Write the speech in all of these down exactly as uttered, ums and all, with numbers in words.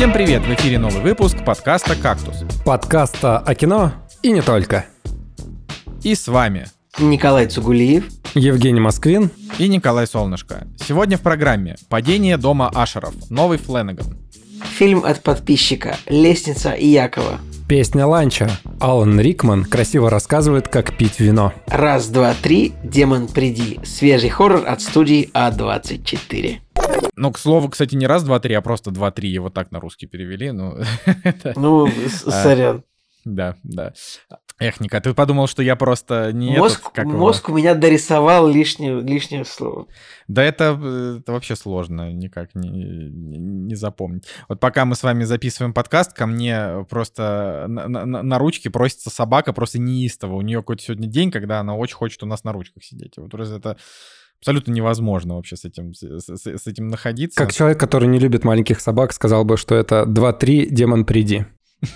Всем привет! В эфире новый выпуск подкаста «Кактус». Подкаста о кино и не только. И с вами Николай Цугулиев, Евгений Москвин и Николай Солнышко. Сегодня в программе «Падение дома Ашеров», новый Флэнаган. Фильм от подписчика «Лестница Якова». Песня ланча. Алан Рикман красиво рассказывает, как пить вино. Раз, два, три, демон, приди. Свежий хоррор от студии А двадцать четыре. Ну, к слову, кстати, не раз, два, три, а просто два, три. Его так на русский перевели. Ну, ну сорян. Да, да. Эх, Ника, ты подумал, что я просто не мозг, этот, как мозг его... у меня дорисовал лишнее, лишнее слово. Да это, это вообще сложно никак не, не, не запомнить. Вот пока мы с вами записываем подкаст, ко мне просто на, на, на ручке просится собака просто неистово. У нее какой-то сегодня день, когда она очень хочет у нас на ручках сидеть. Вот это абсолютно невозможно вообще с этим, с, с этим находиться. Как человек, который не любит маленьких собак, сказал бы, что это два-три, демон, приди.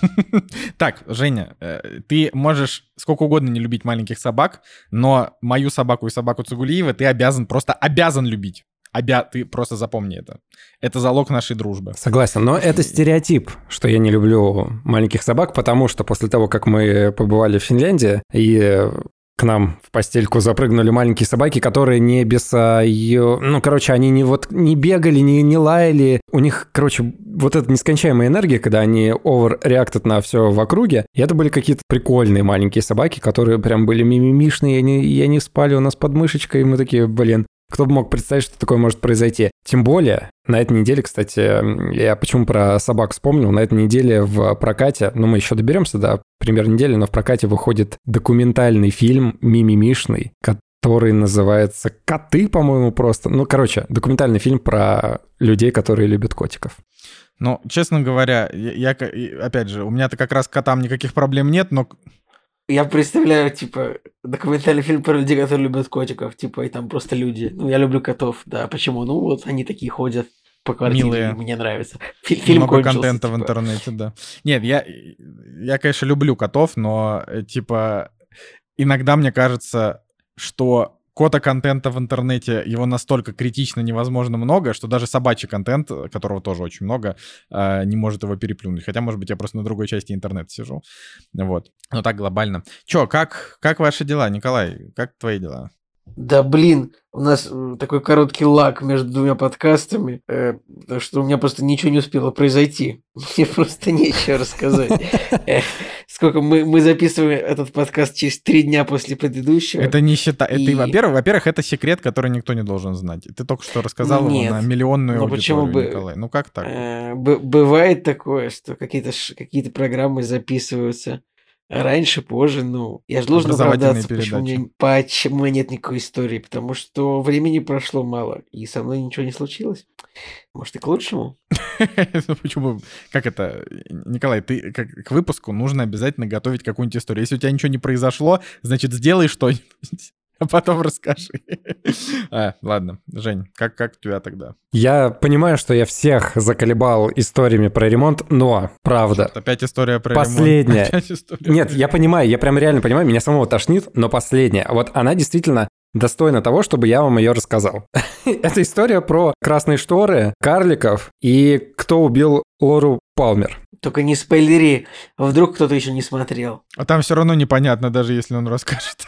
Так, Женя, ты можешь сколько угодно не любить маленьких собак, но мою собаку и собаку Цугулиева ты обязан, просто обязан любить. Обя... Ты просто запомни это. Это залог нашей дружбы. Согласен, но это стереотип, что я не люблю маленьких собак, потому что после того, как мы побывали в Финляндии и... к нам в постельку запрыгнули маленькие собаки, которые не без ее... Ну, короче, они не вот не бегали, не, не лаяли. У них, короче, вот эта нескончаемая энергия, когда они overreacted на все в округе. И это были какие-то прикольные маленькие собаки, которые прям были мимимишные, и они, и они спали у нас под мышечкой, и мы такие, блин, кто бы мог представить, что такое может произойти. Тем более, на этой неделе, кстати, я почему про собак вспомнил, на этой неделе в прокате, ну, мы еще доберемся до примерно недели, но в прокате выходит документальный фильм мимимишный, который называется «Коты», по-моему, просто. Ну, короче, документальный фильм про людей, которые любят котиков. Ну, честно говоря, я, я опять же, у меня-то как раз к котам никаких проблем нет, но... Я представляю, типа, документальный фильм про людей, которые любят котиков, типа, и там просто люди. Ну, я люблю котов, да, почему? Ну, вот они такие ходят по квартире, милые. Мне нравится. Фильм Много кончился, контента типа. в интернете, да. Нет, я, я, конечно, люблю котов, но, типа, иногда мне кажется, что кота-контента в интернете, его настолько критично невозможно много, что даже собачий контент, которого тоже очень много, не может его переплюнуть. Хотя, может быть, я просто на другой части интернета сижу. Вот. Но так глобально. Чё, как, как ваши дела, Николай? Как твои дела? Да блин, у нас такой короткий лаг между двумя подкастами, э, потому что у меня просто ничего не успело произойти. Мне просто нечего рассказать. Сколько мы, мы записываем этот подкаст через три дня после предыдущего. Это не считается. И... Во-первых, во-первых, это секрет, который никто не должен знать. Ты только что рассказал Нет. его на миллионную ну, аудиторию, почему бы... Николай. Ну как так? Э, б- бывает такое, что какие-то, какие-то программы записываются раньше, позже, ну, я же должен оправдаться, почему, мне, почему у меня нет никакой истории, потому что времени прошло мало, и со мной ничего не случилось. Может, и к лучшему? Почему? Как это? Николай, ты как, к выпуску нужно обязательно готовить какую-нибудь историю. Если у тебя ничего не произошло, значит, сделай что-нибудь, а потом расскажи. А, ладно, Жень, как, как у тебя тогда? Я понимаю, что я всех заколебал историями про ремонт, но, правда... Что, опять история про последняя. ремонт? Опять история Нет, про я понимаю, я прям реально понимаю, меня самого тошнит, но последняя. Вот она действительно достойна того, чтобы я вам ее рассказал. Это история про красные шторы, карликов и кто убил Лору Палмер. Только не спойлери, вдруг кто-то еще не смотрел. А там все равно непонятно, даже если он расскажет.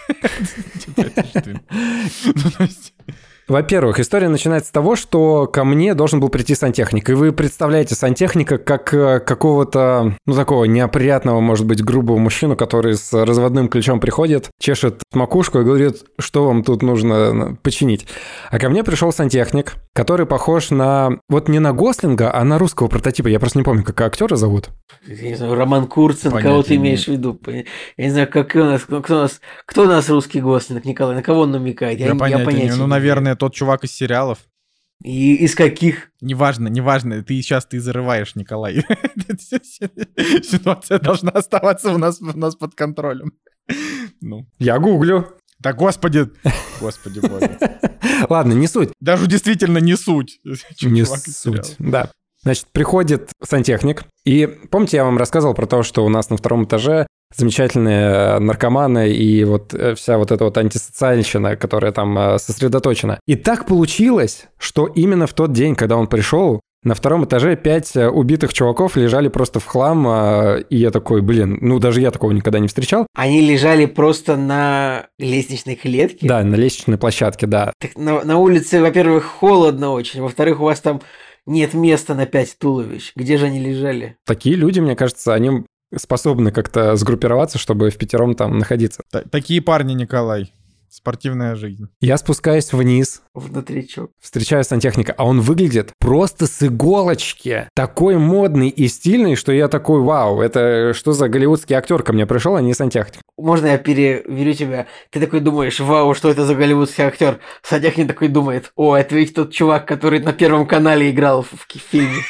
Во-первых, история начинается с того, что ко мне должен был прийти сантехник. И вы представляете сантехника как какого-то, ну, такого неопрятного, может быть, грубого мужчину, который с разводным ключом приходит, чешет макушку и говорит, что вам тут нужно починить. А ко мне пришел сантехник, который похож на, вот не на Гослинга, а на русского прототипа. Я просто не помню, как актера зовут. Я не знаю, Роман Курцин, понятия кого ты имеешь в виду? Я не знаю, как у нас, кто у нас, кто у нас русский Гослинг, Николай, на кого он намекает? Я, я понятия, понятия не... Ну, наверное, тот чувак из сериалов. И из каких? Неважно, неважно. Ты сейчас ты зарываешь, Николай. Ситуация должна оставаться у нас, у нас под контролем. Ну. Я гуглю. Да господи, господи боже. Ладно, не суть. Даже действительно не суть. Не суть, да. Значит, приходит сантехник, и помните, я вам рассказывал про то, что у нас на втором этаже замечательные наркоманы и вот вся вот эта вот антисоциальщина, которая там сосредоточена. И так получилось, что именно в тот день, когда он пришел, На втором этаже пять убитых чуваков лежали просто в хлам, и я такой, блин, ну даже я такого никогда не встречал. Они лежали просто на лестничной клетке? Да, на лестничной площадке, да. Так на, на улице, во-первых, холодно очень, во-вторых, у вас там нет места на пять туловищ. Где же они лежали? Такие люди, мне кажется, они способны как-то сгруппироваться, чтобы впятером там находиться. Т- такие парни, Николай. Спортивная жизнь. Я спускаюсь вниз. Внутричок. Встречаю сантехника, а он выглядит просто с иголочки. Такой модный и стильный, что я такой, вау, это что за голливудский актер ко мне пришел, а не сантехник. Можно я переверю тебя? Ты такой думаешь, вау, что это за голливудский актер? Сантехник такой думает, о, это ведь тот чувак, который на Первом канале играл в фильме.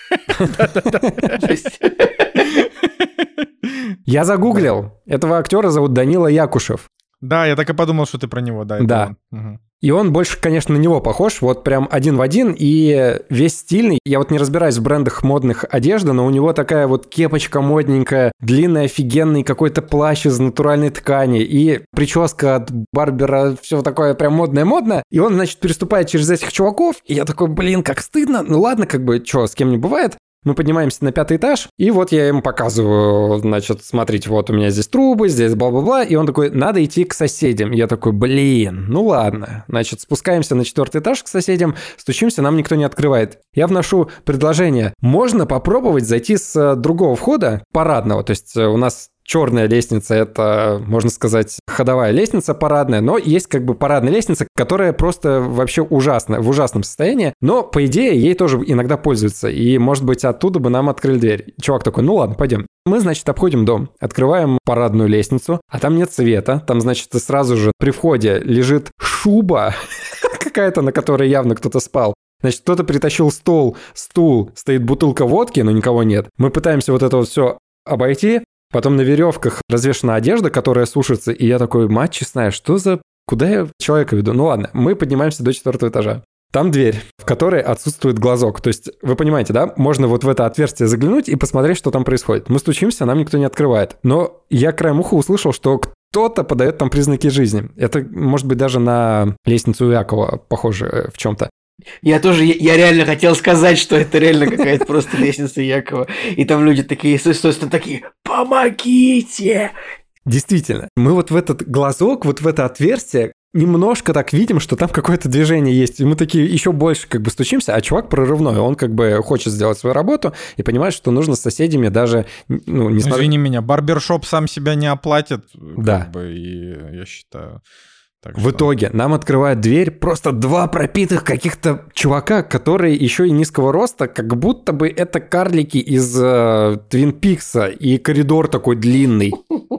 Я загуглил. Этого актера зовут Данила Якушев. Да, я так и подумал, что ты про него, да. Да. Угу. И он больше, конечно, на него похож, вот прям один в один, и весь стильный. Я вот не разбираюсь в брендах модных одежды, но у него такая вот кепочка модненькая, длинный, офигенный какой-то плащ из натуральной ткани, и прическа от барбера, все такое прям модное-модное. И он, значит, переступает через этих чуваков, и я такой, блин, как стыдно. Ну ладно, как бы, что, с кем не бывает. Мы поднимаемся на пятый этаж, и вот я ему показываю, значит, смотрите, вот у меня здесь трубы, здесь бла-бла-бла, и он такой, надо идти к соседям. Я такой, блин, ну ладно. Значит, спускаемся на четвертый этаж к соседям, стучимся, нам никто не открывает. Я вношу предложение, можно попробовать зайти с другого входа, парадного, то есть у нас... Черная лестница – это, можно сказать, ходовая лестница парадная, но есть как бы парадная лестница, которая просто вообще ужасна, в ужасном состоянии, но, по идее, ей тоже иногда пользуются, и, может быть, оттуда бы нам открыли дверь. Чувак такой, ну ладно, пойдем. Мы, значит, обходим дом, открываем парадную лестницу, а там нет света, там, значит, сразу же при входе лежит шуба какая-то, на которой явно кто-то спал. Значит, кто-то притащил стол, стул, стоит бутылка водки, но никого нет. Мы пытаемся вот это вот все обойти. Потом на веревках развешена одежда, которая сушится, и я такой, мать честная, что за... Куда я человека веду? Ну ладно, мы поднимаемся до четвертого этажа. Там дверь, в которой отсутствует глазок. То есть, вы понимаете, да? Можно вот в это отверстие заглянуть и посмотреть, что там происходит. Мы стучимся, нам никто не открывает. Но я краем уха услышал, что кто-то подает там признаки жизни. Это, может быть, даже на лестницу Якова похоже в чем-то. Я тоже, я, я реально хотел сказать, что это реально какая-то просто лестница Якова. И там люди такие, собственно, такие, помогите! Действительно, мы вот в этот глазок, вот в это отверстие немножко так видим, что там какое-то движение есть. И мы такие еще больше как бы стучимся, а чувак прорывной, он как бы хочет сделать свою работу и понимает, что нужно с соседями даже... Ну, не смотри... Извини меня, барбершоп сам себя не оплатит. Да. Как бы, и я считаю... Так в что... итоге нам открывает дверь просто два пропитых каких-то чувака, которые еще и низкого роста, как будто бы это карлики из э, Твин Пикса, и коридор такой длинный.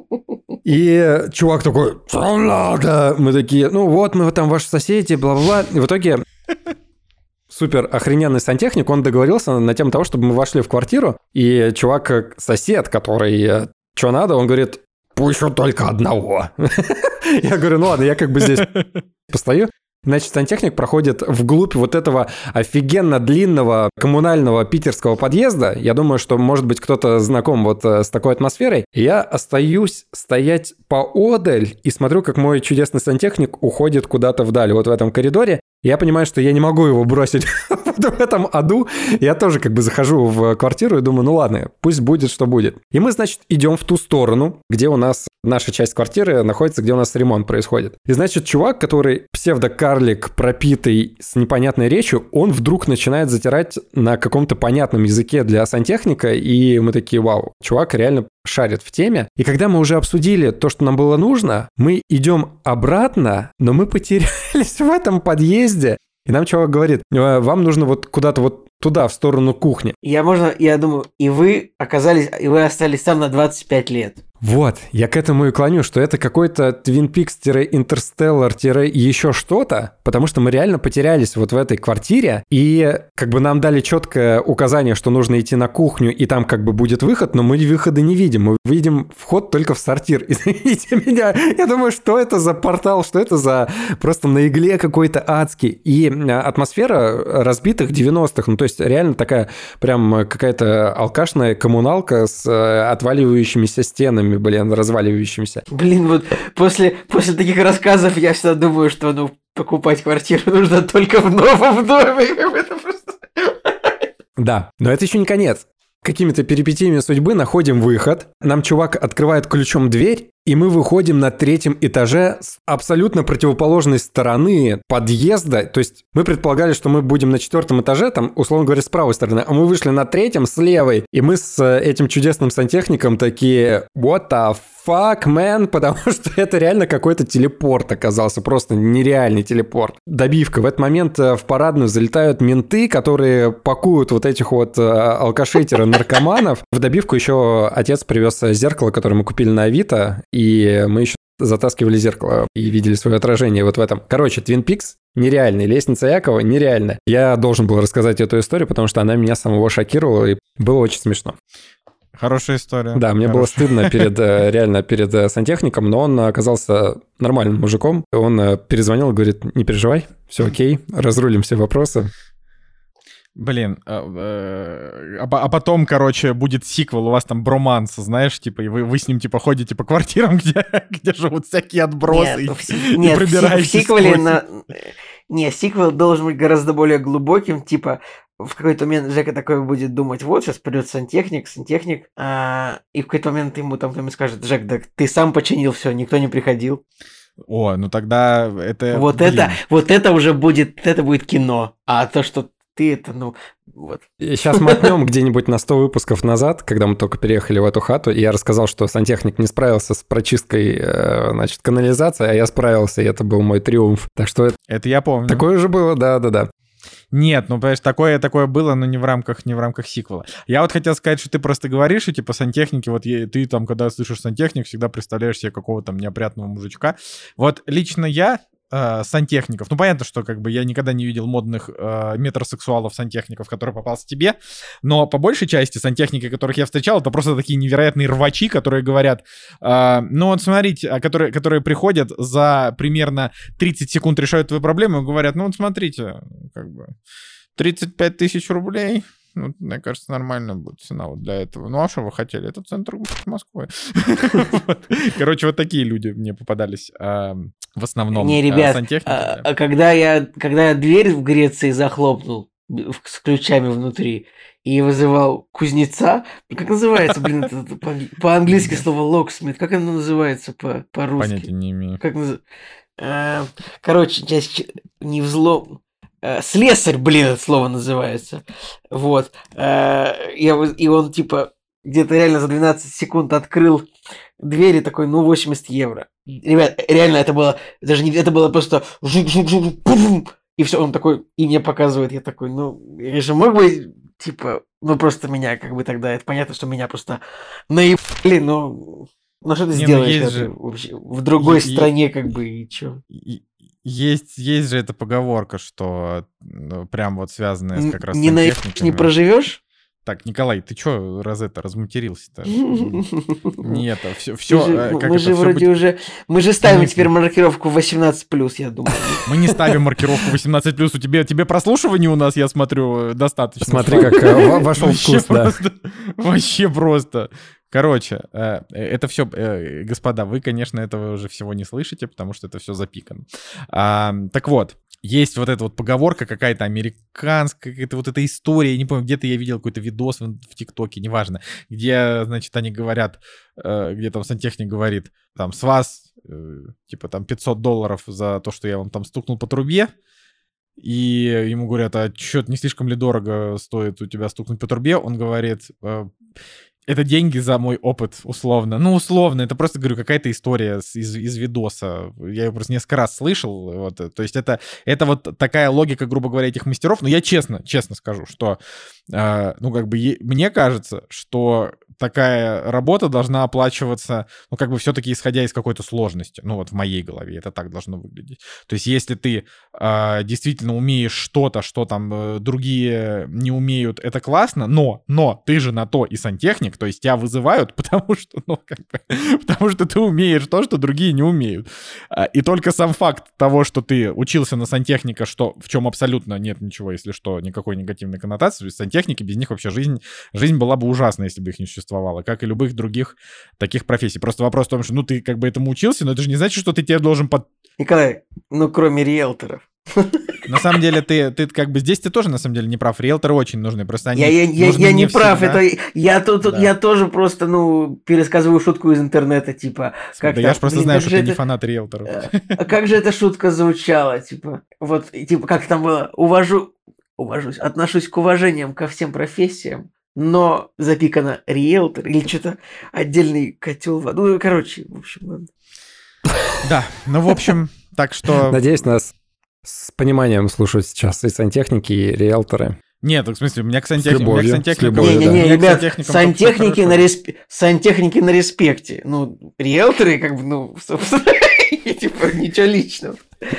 И чувак такой, что надо? Мы такие, ну вот, мы там ваши соседи, бла-бла. И в итоге супер охрененный сантехник, он договорился на тему того, чтобы мы вошли в квартиру, и чувак-сосед, который, что надо, он говорит... Пусть только одного. Я говорю, ну ладно, я как бы здесь постою. Значит, сантехник проходит вглубь вот этого офигенно длинного коммунального питерского подъезда. Я думаю, что, может быть, кто-то знаком вот с такой атмосферой. Я остаюсь стоять поодаль и смотрю, как мой чудесный сантехник уходит куда-то вдаль, вот в этом коридоре. Я понимаю, что я не могу его бросить в этом аду. Я тоже как бы захожу в квартиру и думаю, ну ладно, пусть будет, что будет. И мы, значит, идем в ту сторону, где у нас наша часть квартиры находится, где у нас ремонт происходит. И, значит, чувак, который псевдокарлик, пропитый с непонятной речью, он вдруг начинает затирать на каком-то понятном языке для сантехника, и мы такие, вау, чувак реально шарит в теме. И когда мы уже обсудили то, что нам было нужно, мы идем обратно, но мы потерялись в этом подъезде. И нам чувак говорит, вам нужно вот куда-то вот туда, в сторону кухни. Я, можно, я думаю, и вы оказались, и вы остались там на двадцать пять лет. Вот, я к этому и клоню, что это какой-то Twin Peaks-Интерстеллар-еще что-то, потому что мы реально потерялись вот в этой квартире, и как бы нам дали четкое указание, что нужно идти на кухню, и там как бы будет выход, но мы выхода не видим, мы видим вход только в сортир. Извините меня, я думаю, что это за портал, что это за просто на игле какой-то адский. И атмосфера разбитых девяностых, ну то есть реально такая прям какая-то алкашная коммуналка с отваливающимися стенами, блин, разваливающимся. Блин, вот после, после таких рассказов я всегда думаю, что, ну, покупать квартиру нужно только в новом доме. Это просто... Да, но это еще не конец. Какими-то перипетиями судьбы находим выход. Нам чувак открывает ключом дверь, и мы выходим на третьем этаже с абсолютно противоположной стороны подъезда. То есть мы предполагали, что мы будем на четвертом этаже, там, условно говоря, с правой стороны, а мы вышли на третьем с левой. И мы с этим чудесным сантехником такие what the fuck, man, потому что это реально какой-то телепорт оказался, просто нереальный телепорт. Добивка. В этот момент в парадную залетают менты, которые пакуют вот этих вот алкашей-наркоманов. В добивку еще отец привез зеркало, которое мы купили на Авито, и мы еще затаскивали зеркало и видели свое отражение вот в этом. Короче, Twin Peaks нереальный, Лестница Якова нереальная. Я должен был рассказать эту историю, потому что она меня самого шокировала, и было очень смешно. Хорошая история. Да, мне Хорошая. было стыдно перед, реально перед сантехником, но он оказался нормальным мужиком. Он перезвонил и говорит, не переживай, все окей, разрулим все вопросы. Блин, а, а, а потом, короче, будет сиквел, у вас там броманс, знаешь, типа, и вы, вы с ним, типа, ходите по квартирам, где, где живут всякие отбросы, нет, и, и нет, пробираетесь в сиквеле сквозь. на... Не, сиквел должен быть гораздо более глубоким, типа, в какой-то момент Жека такой будет думать, вот, сейчас придет сантехник, сантехник, а... и в какой-то момент ему там кто-нибудь скажет, Жек, да ты сам починил все, никто не приходил. О, ну тогда это... Вот блин. это, вот это уже будет, это будет кино, а то, что ты это, ну, вот. И сейчас мотнем где-нибудь на сто выпусков назад, когда мы только переехали в эту хату, и я рассказал, что сантехник не справился с прочисткой, значит, канализации, а я справился, и это был мой триумф. Так что... Это я помню. Такое же было, да-да-да. Нет, ну, понимаешь, такое, такое было, но не в рамках, не в рамках сиквела. Я вот хотел сказать, что ты просто говоришь, и типа сантехники, вот я, ты там, когда слышишь сантехник, всегда представляешь себе какого-то там неопрятного мужичка. Вот лично я э, сантехников, ну, понятно, что как бы я никогда не видел модных э, метросексуалов-сантехников, которые попался тебе, но по большей части сантехники, которых я встречал, это просто такие невероятные рвачи, которые говорят, э, ну, вот смотрите, которые, которые приходят за примерно тридцать секунд решают твою проблему и говорят, ну, вот смотрите, как бы тридцать пять тысяч рублей, ну, мне кажется, нормально будет цена вот для этого. Ну, а что вы хотели? Это центр Москвы. Короче, вот такие люди мне попадались в основном. Не, ребят, а когда я когда я дверь в Греции захлопнул с ключами внутри и вызывал кузнеца, как называется, блин, это по-английски слово locksmith, как оно называется по-русски? Понятия не имею. Короче, не взлом... Слесарь, блин, это слово называется. Вот. Я, и он, типа, где-то реально за двенадцать секунд открыл двери, такой, ну, восемьдесят евро. Ребят, реально, это было, даже не, это было просто и все, он такой, и мне показывает, я такой, ну, я же мог бы, типа, ну, просто меня, как бы тогда, это понятно, что меня просто наебали, но... Ну, что ты не, сделаешь, ну, же... вообще, в другой и, стране, как бы, и чё? И... Есть, есть же эта поговорка, что ну, прям вот связанная с как раз не сантехниками. Не проживешь? Так, Николай, ты чё раз это разматерился-то? Нет, все, все. Мы же вроде уже, мы же ставим теперь маркировку восемнадцать плюс, я думаю. Мы не ставим маркировку восемнадцать плюс. У тебя тебе прослушивание у нас, я смотрю, достаточно. Смотри, как вошел вкус, да. Вообще просто. Короче, это все, господа, вы, конечно, этого уже всего не слышите, потому что это все запикано. Так вот, есть вот эта вот поговорка какая-то американская, какая-то вот эта история, я не помню, где-то я видел какой-то видос в, в ТикТоке, неважно, где, значит, они говорят, где там сантехник говорит, там, с вас, типа, там, пятьсот долларов за то, что я вам там стукнул по трубе, и ему говорят, а что, не слишком ли дорого стоит у тебя стукнуть по трубе? Он говорит... Это деньги за мой опыт, условно. Ну, условно, это просто, говорю, какая-то история из, из видоса. Я ее просто несколько раз слышал. Вот. То есть это, это вот такая логика, грубо говоря, этих мастеров. Но я честно, честно скажу, что, э, ну, как бы, е- мне кажется, что такая работа должна оплачиваться, ну, как бы, все-таки исходя из какой-то сложности. Ну, вот в моей голове это так должно выглядеть. То есть если ты э, действительно умеешь что-то, что там э, другие не умеют, это классно, но, но ты же на то и сантехник, то есть тебя вызывают, потому что, ну, как бы, потому что ты умеешь то, что другие не умеют. И только сам факт того, что ты учился на сантехника, что, в чем абсолютно нет ничего, если что, никакой негативной коннотации, сантехники, без них вообще жизнь, жизнь была бы ужасна, если бы их не существовало, как и любых других таких профессий. Просто вопрос в том, что, ну, ты как бы этому учился, но это же не значит, что ты тебе должен под... Николай, ну, кроме риэлторов. На самом деле, ты, ты как бы здесь ты тоже, на самом деле, не прав. Риэлторы очень нужны. Просто они я я, я, я не, не прав. Это, я, тут, да. я тоже просто, ну, пересказываю шутку из интернета, типа... Как да я же просто блин, знаю, что ты это... не фанат риэлторов. А как же эта шутка звучала? Типа, вот, типа, как там было? Увожу... Увожусь. Отношусь к уважением ко всем профессиям, но запикано риэлтор или что-то отдельный котел. Ну, короче, в общем, ладно. Да, ну, в общем, так что... Надеюсь, нас с пониманием слушают сейчас и сантехники, и риэлторы. Нет, в смысле, у меня к сантехнику... Не-не-не, ребят, сантехники на, респ... сантехники на респекте. Ну, риэлторы, как бы, ну, собственно, типа, ничего личного.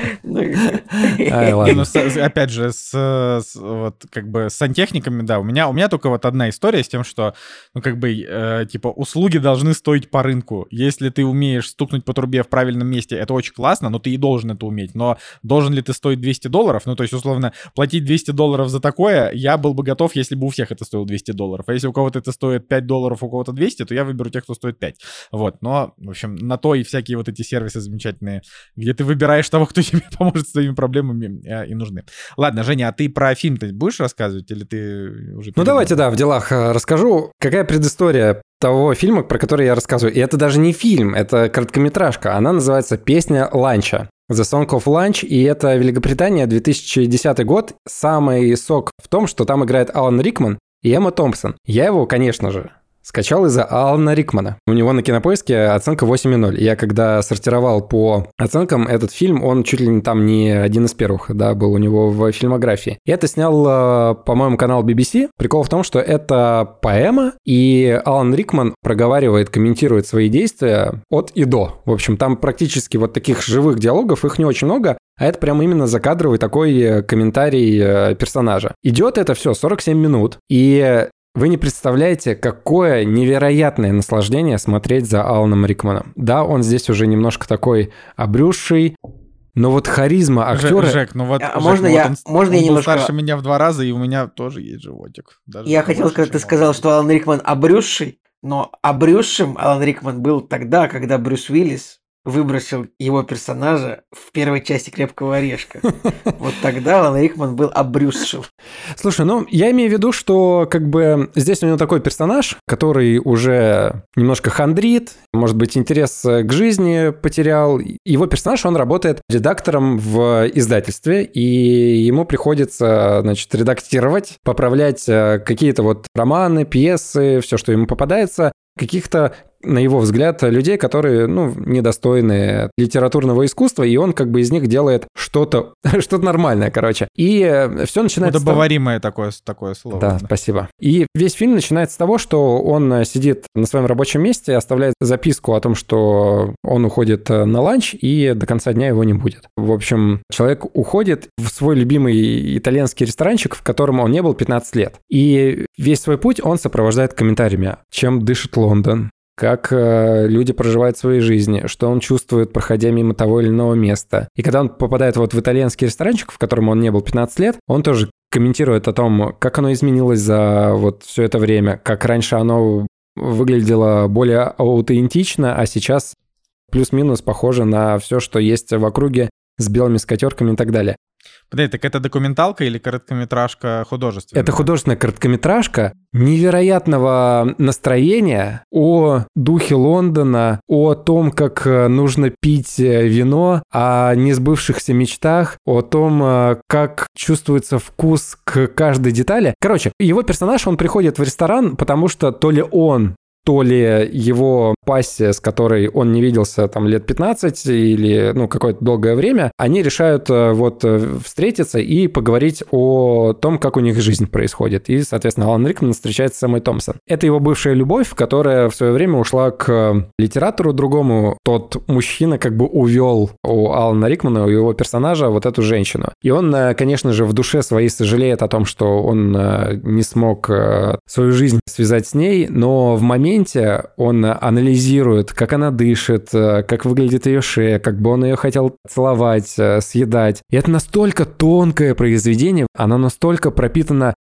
Ай, ладно. Ну, опять же, с, с, вот, как бы, с сантехниками, да, у меня, у меня только вот одна история с тем, что, ну, как бы, э, типа, услуги должны стоить по рынку. Если ты умеешь стукнуть по трубе в правильном месте, это очень классно, но ты и должен это уметь. Но должен ли ты стоить двести долларов? Ну, то есть, условно, платить двести долларов за такое, я был бы готов, если бы у всех это стоило двести долларов. А если у кого-то это стоит пять долларов, у кого-то двести, то я выберу тех, кто стоит пять. Вот, но, в общем, на то и всякие вот эти сервисы замечательные, где ты выбираешь того, кто тебе поможет с твоими проблемами, и нужны. Ладно, Женя, а ты про фильм-то будешь рассказывать, или ты уже... Ну, давайте, да, в делах расскажу. Какая предыстория того фильма, про который я рассказываю? И это даже не фильм, это короткометражка. Она называется «Песня ланча». The Song of Lunch, и это Великобритания, две тысячи десятый год. Самый сок в том, что там играет Алан Рикман и Эмма Томпсон. Я его, конечно же, скачал из-за Алана Рикмана. У него на Кинопоиске оценка восемь ноль. Я когда сортировал по оценкам этот фильм, он чуть ли не там не один из первых, да, был у него в фильмографии. И это снял, по-моему, канал би би си. Прикол в том, что это поэма, и Алан Рикман проговаривает, комментирует свои действия от и до. В общем, там практически вот таких живых диалогов, их не очень много, а это прям именно закадровый такой комментарий персонажа. Идет это все сорок семь минут, и вы не представляете, какое невероятное наслаждение смотреть за Аланом Рикманом. Да, он здесь уже немножко такой обрюзший, но вот харизма актера... Жек, ну вот, а Жек, можно ну я, вот он, можно он я был немножко... старше меня в два раза, и у меня тоже есть животик. Даже я хотел, когда ты сказал, что Алан Рикман обрюзший, но обрюзшим Алан Рикман был тогда, когда Брюс Уиллис выбросил его персонажа в первой части «Крепкого орешка». Вот тогда Алан Рикман был обрюзшим. Слушай, ну, я имею в виду, что как бы здесь у него такой персонаж, который уже немножко хандрит, может быть, интерес к жизни потерял. Его персонаж, он работает редактором в издательстве, и ему приходится, значит, редактировать, поправлять какие-то вот романы, пьесы, все, что ему попадается, каких-то, на его взгляд, людей, которые, ну, недостойны литературного искусства, и он как бы из них делает что-то, что-то нормальное, короче. И все начинается... Удобоваримое такое, такое слово. Да, спасибо. И весь фильм начинается с того, что он сидит на своем рабочем месте, оставляет записку о том, что он уходит на ланч, и до конца дня его не будет. В общем, человек уходит в свой любимый итальянский ресторанчик, в котором он не был пятнадцать лет. И весь свой путь он сопровождает комментариями, чем дышит Лондон, как э, люди проживают свои жизни, что он чувствует, проходя мимо того или иного места. И когда он попадает вот в итальянский ресторанчик, в котором он не был пятнадцать лет, он тоже комментирует о том, как оно изменилось за вот все это время, как раньше оно выглядело более аутентично, а сейчас плюс-минус похоже на все, что есть в округе с белыми скатерками и так далее. Подожди, так это документалка или короткометражка художественная? Это художественная короткометражка невероятного настроения о духе Лондона, о том, как нужно пить вино, о несбывшихся мечтах, о том, как чувствуется вкус к каждой детали. Короче, его персонаж, он приходит в ресторан, потому что то ли он, то ли его пассия, с которой он не виделся там лет пятнадцать или, ну, какое-то долгое время, они решают вот встретиться и поговорить о том, как у них жизнь происходит. И, соответственно, Алан Рикман встречается с Эммой Томпсон. Это его бывшая любовь, которая в свое время ушла к литератору другому. Тот мужчина как бы увел у Алана Рикмана, у его персонажа, вот эту женщину. И он, конечно же, в душе своей сожалеет о том, что он не смог свою жизнь связать с ней, но в моменте он анализирует, как она дышит, как выглядит ее шея, как бы он ее хотел целовать, съедать. И это настолько тонкое произведение, оно настолько пропитано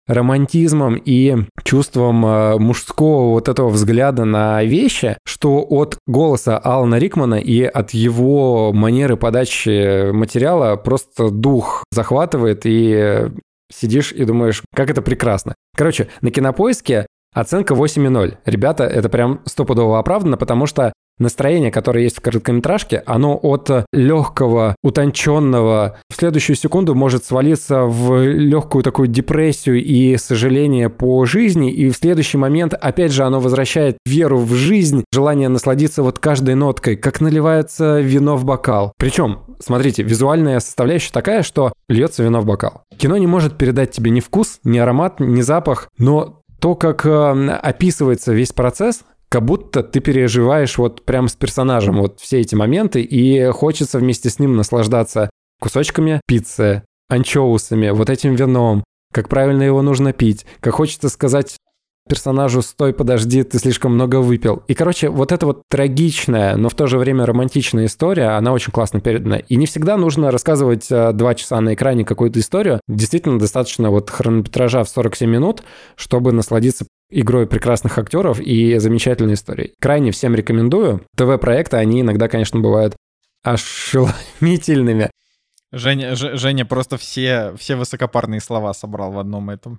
романтизмом и чувством мужского вот этого взгляда на вещи, что от голоса Алана Рикмана и от его манеры подачи материала просто дух захватывает, и сидишь и думаешь, как это прекрасно. Короче, на Кинопоиске оценка восемь ноль. Ребята, это прям стопудово оправдано, потому что настроение, которое есть в короткометражке, оно от легкого, утонченного в следующую секунду может свалиться в легкую такую депрессию и сожаление по жизни, и в следующий момент, опять же, оно возвращает веру в жизнь, желание насладиться вот каждой ноткой, как наливается вино в бокал. Причем, смотрите, визуальная составляющая такая, что льется вино в бокал. Кино не может передать тебе ни вкус, ни аромат, ни запах, но то, как э, описывается весь процесс, как будто ты переживаешь вот прям с персонажем вот все эти моменты, и хочется вместе с ним наслаждаться кусочками пиццы, анчоусами, вот этим вином, как правильно его нужно пить, как хочется сказать персонажу «стой, подожди, ты слишком много выпил». И, короче, вот эта вот трагичная, но в то же время романтичная история, она очень классно передана. И не всегда нужно рассказывать два часа на экране какую-то историю. Действительно, достаточно вот хронометража в сорок семь минут, чтобы насладиться игрой прекрасных актеров и замечательной историей. Крайне всем рекомендую. ТВ-проекты, они иногда, конечно, бывают ошеломительными. Женя, Ж, Женя просто все, все высокопарные слова собрал в одном этом...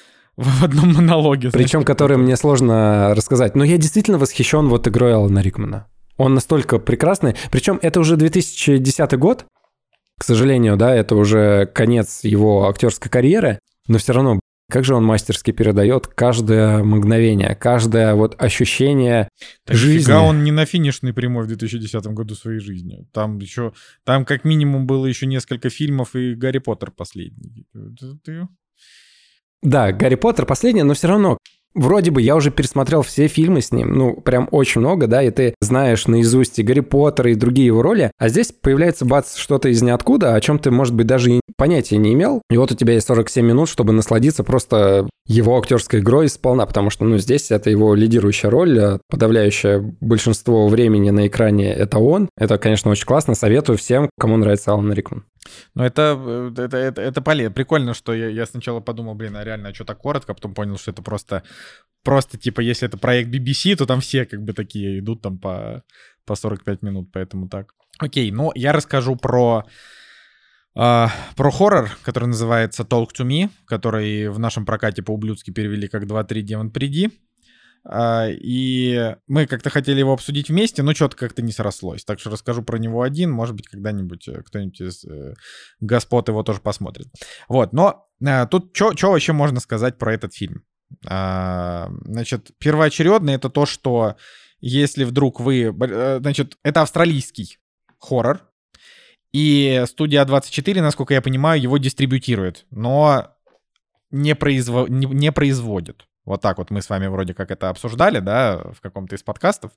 в одном монологе. Причем, который мне сложно рассказать. Но я действительно восхищен вот игрой Алана Рикмана. Он настолько прекрасный. Причем это уже две тысячи десятый год. К сожалению, да, это уже конец его актерской карьеры. Но все равно, как же он мастерски передает каждое мгновение, каждое вот ощущение так жизни. Фига он не на финишной прямой в две тысячи десятом году своей жизни. Там еще, там как минимум было еще несколько фильмов и Гарри Поттер последний. Ты... Да, Гарри Поттер последний, но все равно, вроде бы я уже пересмотрел все фильмы с ним, ну, прям очень много, да, и ты знаешь наизусть и Гарри Поттера, и другие его роли, а здесь появляется, бац, что-то из ниоткуда, о чем ты, может быть, даже и понятия не имел, и вот у тебя есть сорок семь минут, чтобы насладиться просто его актерской игрой сполна, потому что, ну, здесь это его лидирующая роль, подавляющее большинство времени на экране это он, это, конечно, очень классно, советую всем, кому нравится Алан Рикман. Ну, это, это, это, это полезно. Прикольно, что я, я сначала подумал, блин, а реально, а что так коротко, а потом понял, что это просто, просто, типа, если это проект би би си, то там все как бы такие идут там по, по сорок пять минут, поэтому так. Окей, ну, я расскажу про, э, про хоррор, который называется Talk to Me, который в нашем прокате по-ублюдски перевели как два три демон приди. И мы как-то хотели его обсудить вместе, но что-то как-то не срослось. Так что расскажу про него один. Может быть, когда-нибудь кто-нибудь из э, господ его тоже посмотрит. Вот, но э, тут что вообще можно сказать про этот фильм? А, значит, первоочередно это то, что если вдруг вы... Значит, это австралийский хоррор, и студия а двадцать четыре, насколько я понимаю, его дистрибьютирует, но не, произво... не, не производит. Вот так вот мы с вами вроде как это обсуждали, да, в каком-то из подкастов.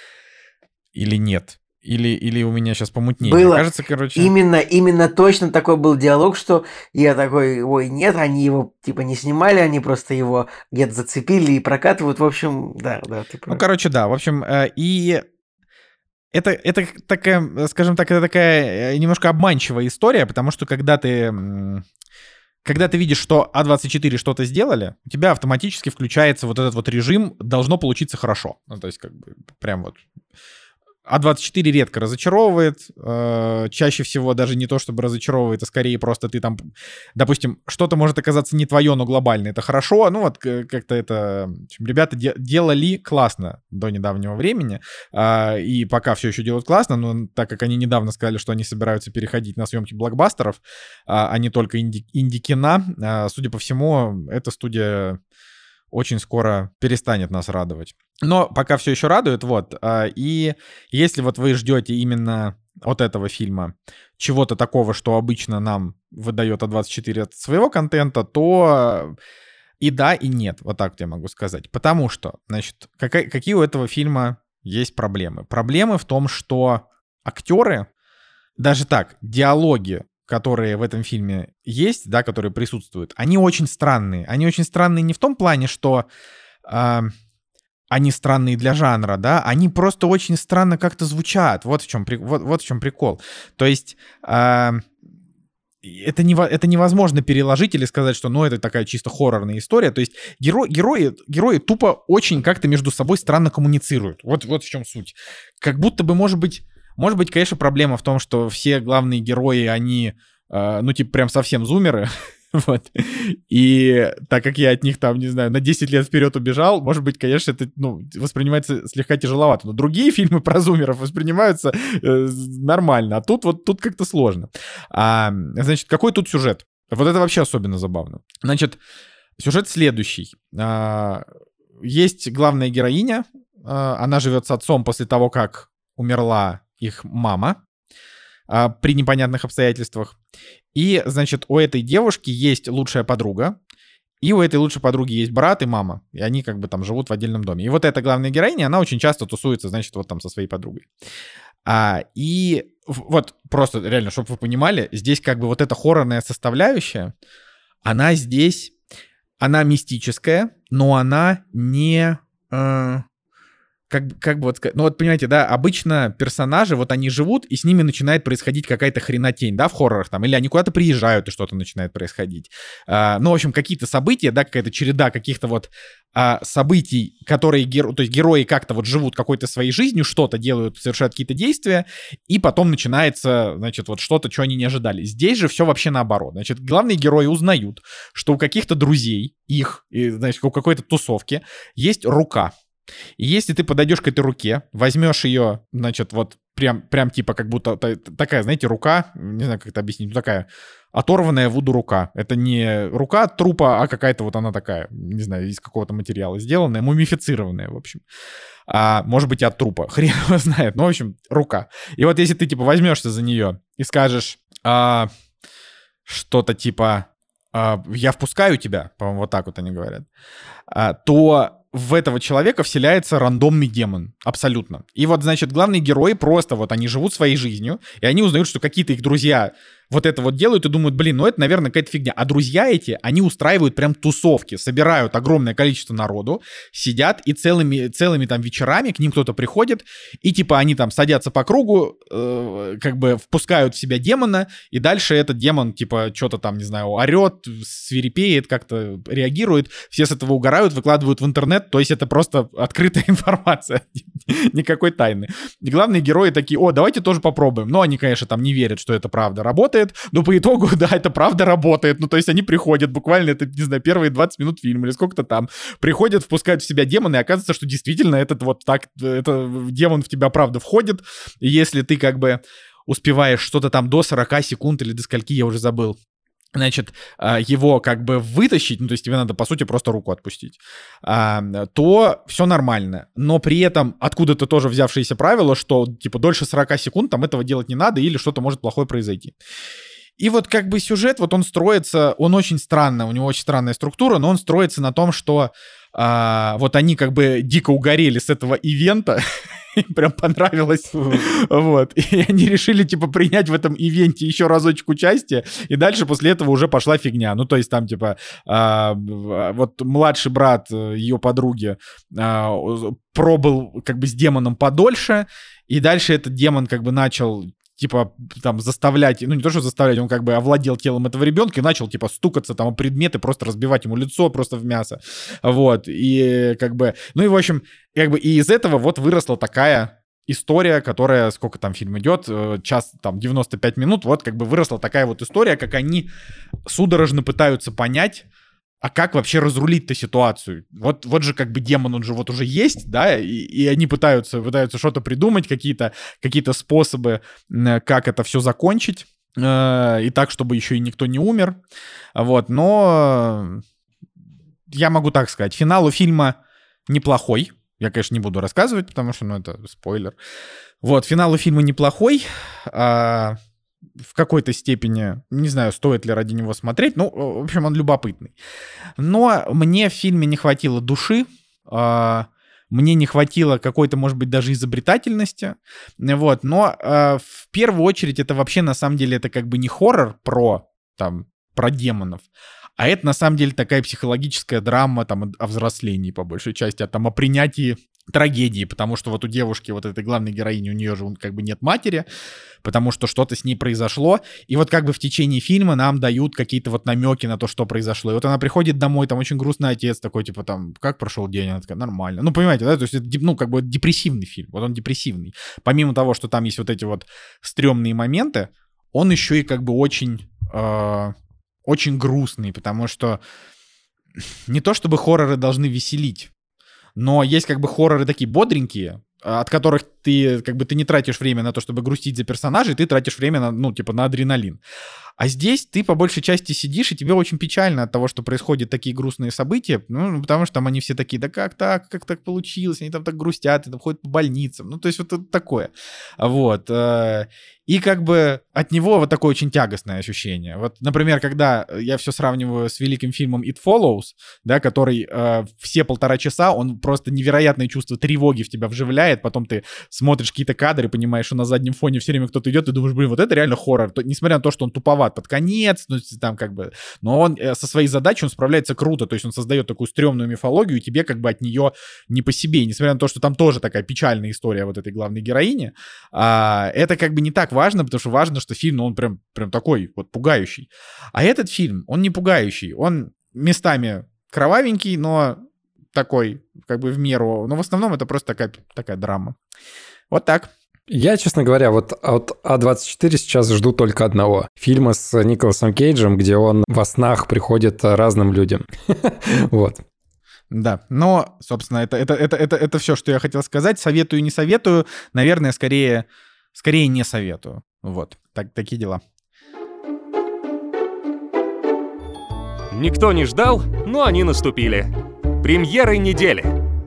Или нет? Или, или у меня сейчас помутнее? Было. Кажется, короче... Именно, именно точно такой был диалог, что я такой, ой, нет, они его типа не снимали, они просто его где-то зацепили и прокатывают. В общем, да, да, ты прав. Ну, короче, да. В общем, и... Это, это такая, скажем так, это такая немножко обманчивая история, потому что когда ты... Когда ты видишь, что а двадцать четыре что-то сделали, у тебя автоматически включается вот этот вот режим «должно получиться хорошо». Ну, то есть, как бы, прям вот... а двадцать четыре редко разочаровывает. Э, чаще всего даже не то, чтобы разочаровывает, а скорее просто ты там... Допустим, что-то может оказаться не твое, но глобально это хорошо. Ну, вот как-то это... В общем, ребята де- делали классно до недавнего времени. Э, и пока все еще делают классно, но так как они недавно сказали, что они собираются переходить на съемки блокбастеров, э, а не только инди- инди-кино, э, судя по всему, эта студия... очень скоро перестанет нас радовать. Но пока все еще радует, вот. И если вот вы ждете именно от этого фильма чего-то такого, что обычно нам выдает а двадцать четыре от своего контента, то и да, и нет. Вот так я могу сказать. Потому что, значит, какая, какие у этого фильма есть проблемы? Проблемы в том, что актеры, даже так, диалоги, которые в этом фильме есть, да, которые присутствуют, они очень странные. Они очень странные не в том плане, что э, они странные для жанра, да, они просто очень странно как-то звучат. Вот в чем, вот, вот в чем прикол. То есть э, это, не, это невозможно переложить или сказать, что ну это такая чисто хоррорная история. То есть геро, герои, герои тупо очень как-то между собой странно коммуницируют. Вот, вот в чем суть. Как будто бы, может быть, может быть, конечно, проблема в том, что все главные герои, они, э, ну типа прям совсем зумеры. Вот. И так как я от них там, не знаю, на десять лет вперед убежал, может быть, конечно, это ну, воспринимается слегка тяжеловато. Но другие фильмы про зумеров воспринимаются э, нормально. А тут вот тут как-то сложно. А, значит, какой тут сюжет? Вот это вообще особенно забавно. Значит, сюжет следующий. А, есть главная героиня. А, она живет с отцом после того, как умерла их мама а, при непонятных обстоятельствах. И, значит, у этой девушки есть лучшая подруга, и у этой лучшей подруги есть брат и мама, и они как бы там живут в отдельном доме. И вот эта главная героиня, она очень часто тусуется, значит, вот там со своей подругой. А, и вот просто реально, чтобы вы понимали, здесь как бы вот эта хоррорная составляющая, она здесь, она мистическая, но она не... Э, Как, как бы вот сказать, ну вот понимаете, да, обычно персонажи, вот они живут, и с ними начинает происходить какая-то хренотень, да, в хоррорах там, или они куда-то приезжают, и что-то начинает происходить. А, ну, в общем, какие-то события, да, какая-то череда каких-то вот а, событий, которые, геро... то есть герои как-то вот живут какой-то своей жизнью, что-то делают, совершают какие-то действия, и потом начинается, значит, вот что-то, что они не ожидали. Здесь же все вообще наоборот. Значит, главные герои узнают, что у каких-то друзей, их, и, значит, у какой-то тусовки есть рука. И если ты подойдешь к этой руке, возьмешь ее, значит, вот прям, прям типа как будто такая, знаете, рука, не знаю, как это объяснить, ну такая оторванная вуду рука. Это не рука от трупа, а какая-то вот она такая, не знаю, из какого-то материала сделанная, мумифицированная, в общем. А, может быть, и от трупа, хрен его знает, ну, в общем, рука. И вот если ты, типа, возьмешься за нее и скажешь а, что-то типа а, «я впускаю тебя», по-моему, вот так вот они говорят, а, то... в этого человека вселяется рандомный демон. Абсолютно. И вот, значит, главные герои просто вот они живут своей жизнью, и они узнают, что какие-то их друзья вот это вот делают и думают, блин, ну это, наверное, какая-то фигня. А друзья эти, они устраивают прям тусовки, собирают огромное количество народу, сидят и целыми, целыми там вечерами к ним кто-то приходит, и типа они там садятся по кругу, э, как бы впускают в себя демона, и дальше этот демон типа что-то там, не знаю, орет, свирепеет, как-то реагирует, все с этого угорают, выкладывают в интернет, то есть это просто открытая информация, никакой тайны. И главные герои такие, о, давайте тоже попробуем. Но они, конечно, там не верят, что это правда работает, но по итогу, да, это правда работает. Ну, то есть они приходят, буквально, это, не знаю, первые двадцать минут фильма или сколько-то там, приходят, впускают в себя демона, и оказывается, что действительно этот вот так, это демон в тебя правда входит, и если ты как бы успеваешь что-то там до сорока секунд или до скольки, я уже забыл, значит, его как бы вытащить, ну, то есть тебе надо, по сути, просто руку отпустить, то все нормально. Но при этом откуда-то тоже взявшееся правило, что, типа, дольше сорока секунд там этого делать не надо или что-то может плохое произойти. И вот как бы сюжет, вот он строится, он очень странно, у него очень странная структура, но он строится на том, что а, вот они как бы дико угорели с этого ивента, им прям понравилось, вот, и они решили, типа, принять в этом ивенте еще разочек участия, и дальше после этого уже пошла фигня, ну, то есть там, типа, а, вот младший брат ее подруги а, пробыл, как бы, с демоном подольше, и дальше этот демон, как бы, начал... типа, там, заставлять, ну, не то, что заставлять, он как бы овладел телом этого ребенка и начал, типа, стукаться там о предметы, просто разбивать ему лицо просто в мясо, вот, и как бы, ну, и, в общем, как бы, и из этого вот выросла такая история, которая, сколько там фильм идет, час, там, девяносто пять минут, вот, как бы, выросла такая вот история, как они судорожно пытаются понять, а как вообще разрулить-то ситуацию? Вот, вот же как бы демон, он же вот уже есть, да, и, и они пытаются, пытаются что-то придумать, какие-то, какие-то способы, как это все закончить, э, и так, чтобы еще и никто не умер, вот, но я могу так сказать, финал у фильма неплохой, я, конечно, не буду рассказывать, потому что, ну, это спойлер, вот, финал у фильма неплохой, а... в какой-то степени, не знаю, стоит ли ради него смотреть, ну, в общем, он любопытный. Но мне в фильме не хватило души, э, мне не хватило какой-то, может быть, даже изобретательности, вот, но э, в первую очередь это вообще, на самом деле, это как бы не хоррор про, там, про демонов, а это, на самом деле, такая психологическая драма, там, о взрослении, по большей части, а там, о принятии трагедии, потому что вот у девушки, вот этой главной героини, у нее же как бы нет матери, потому что что-то с ней произошло, и вот как бы в течение фильма нам дают какие-то вот намеки на то, что произошло. И вот она приходит домой, там очень грустный отец такой, типа там, как прошел день? Она такая, нормально. Ну, понимаете, да, то есть это, ну, как бы депрессивный фильм, вот он депрессивный. Помимо того, что там есть вот эти вот стрёмные моменты, он еще и как бы очень, э, очень грустный, потому что не то чтобы хорроры должны веселить, но есть как бы хорроры такие бодренькие, от которых ты как бы ты не тратишь время на то, чтобы грустить за персонажей, ты тратишь время на, ну, типа, на адреналин. А здесь ты по большей части сидишь, и тебе очень печально от того, что происходят такие грустные события, ну, потому что там они все такие, да как так, как так получилось, они там так грустят, и там ходят по больницам, ну, то есть вот это такое. Вот. И как бы от него вот такое очень тягостное ощущение. Вот, например, когда я все сравниваю с великим фильмом It Follows, да, который э, все полтора часа, он просто невероятное чувство тревоги в тебя вживляет, потом ты смотришь какие-то кадры, понимаешь, что на заднем фоне все время кто-то идет, и думаешь, блин, вот это реально хоррор, то, несмотря на то, что он туповат под конец, ну, там как бы, но он э, со своей задачей, он справляется круто, то есть он создает такую стрёмную мифологию, и тебе как бы от нее не по себе, и несмотря на то, что там тоже такая печальная история вот этой главной героини, э, это как бы не так важно, потому что важно, что фильм, ну, он прям, прям такой вот пугающий. А этот фильм, он не пугающий, он местами кровавенький, но такой, как бы в меру, но в основном это просто такая, такая драма. Вот так. Я, честно говоря, вот от А двадцать четыре сейчас жду только одного. Фильма с Николасом Кейджем, где он во снах приходит разным людям. Вот. Да, но, собственно, это, это, это, это, это все, что я хотел сказать. Советую, не советую. Наверное, скорее, скорее не советую. Вот, так, такие дела. Никто не ждал, но они наступили. Премьеры недели.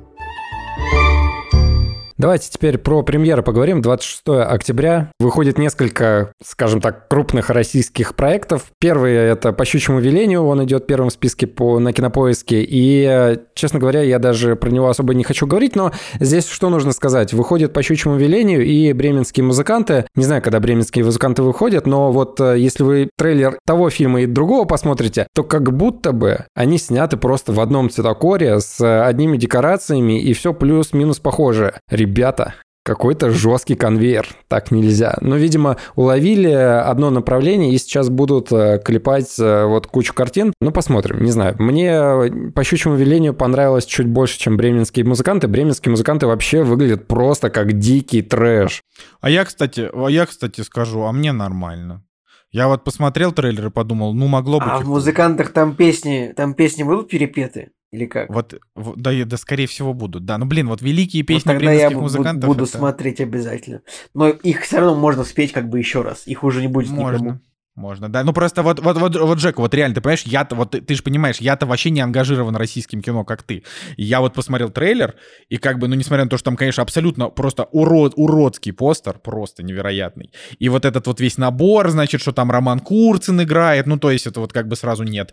Давайте теперь про премьеры поговорим. двадцать шестого октября выходит несколько, скажем так, крупных российских проектов. Первый — это «По щучьему велению», он идет первым в списке по, на Кинопоиске. И, честно говоря, я даже про него особо не хочу говорить, но здесь что нужно сказать? Выходит «По щучьему велению» и «Бременские музыканты». Не знаю, когда «Бременские музыканты» выходят, но вот если вы трейлер того фильма и другого посмотрите, то как будто бы они сняты просто в одном цветокоре с одними декорациями, и все плюс-минус похоже. Ребята, какой-то жесткий конвейер, так нельзя. Но, видимо, уловили одно направление и сейчас будут клепать вот кучу картин. Ну, посмотрим, не знаю. Мне «По щучьему велению» понравилось чуть больше, чем «Бременские музыканты». «Бременские музыканты» вообще выглядят просто как дикий трэш. А я, кстати, а я, кстати, скажу, а мне нормально. Я вот посмотрел трейлер и подумал, ну, могло быть... А в «Музыкантах» там песни, там песни будут перепеты? Или как? Вот, да, да, скорее всего, будут. Да, ну, блин, вот великие песни вот бременских музыкантов... буду это... смотреть обязательно. Но их все равно можно спеть как бы еще раз. Их уже не будет можно. Никому. Можно, да. Ну просто вот, вот, вот, вот Джек, вот реально, ты понимаешь, я-то, вот ты, ты же понимаешь, я-то вообще не ангажирован российским кино, как ты. И я вот посмотрел трейлер, и как бы, ну, несмотря на то, что там, конечно, абсолютно просто урод, уродский постер, просто невероятный. И вот этот вот весь набор, значит, что там Роман Курцин играет, ну, то есть это вот как бы сразу нет.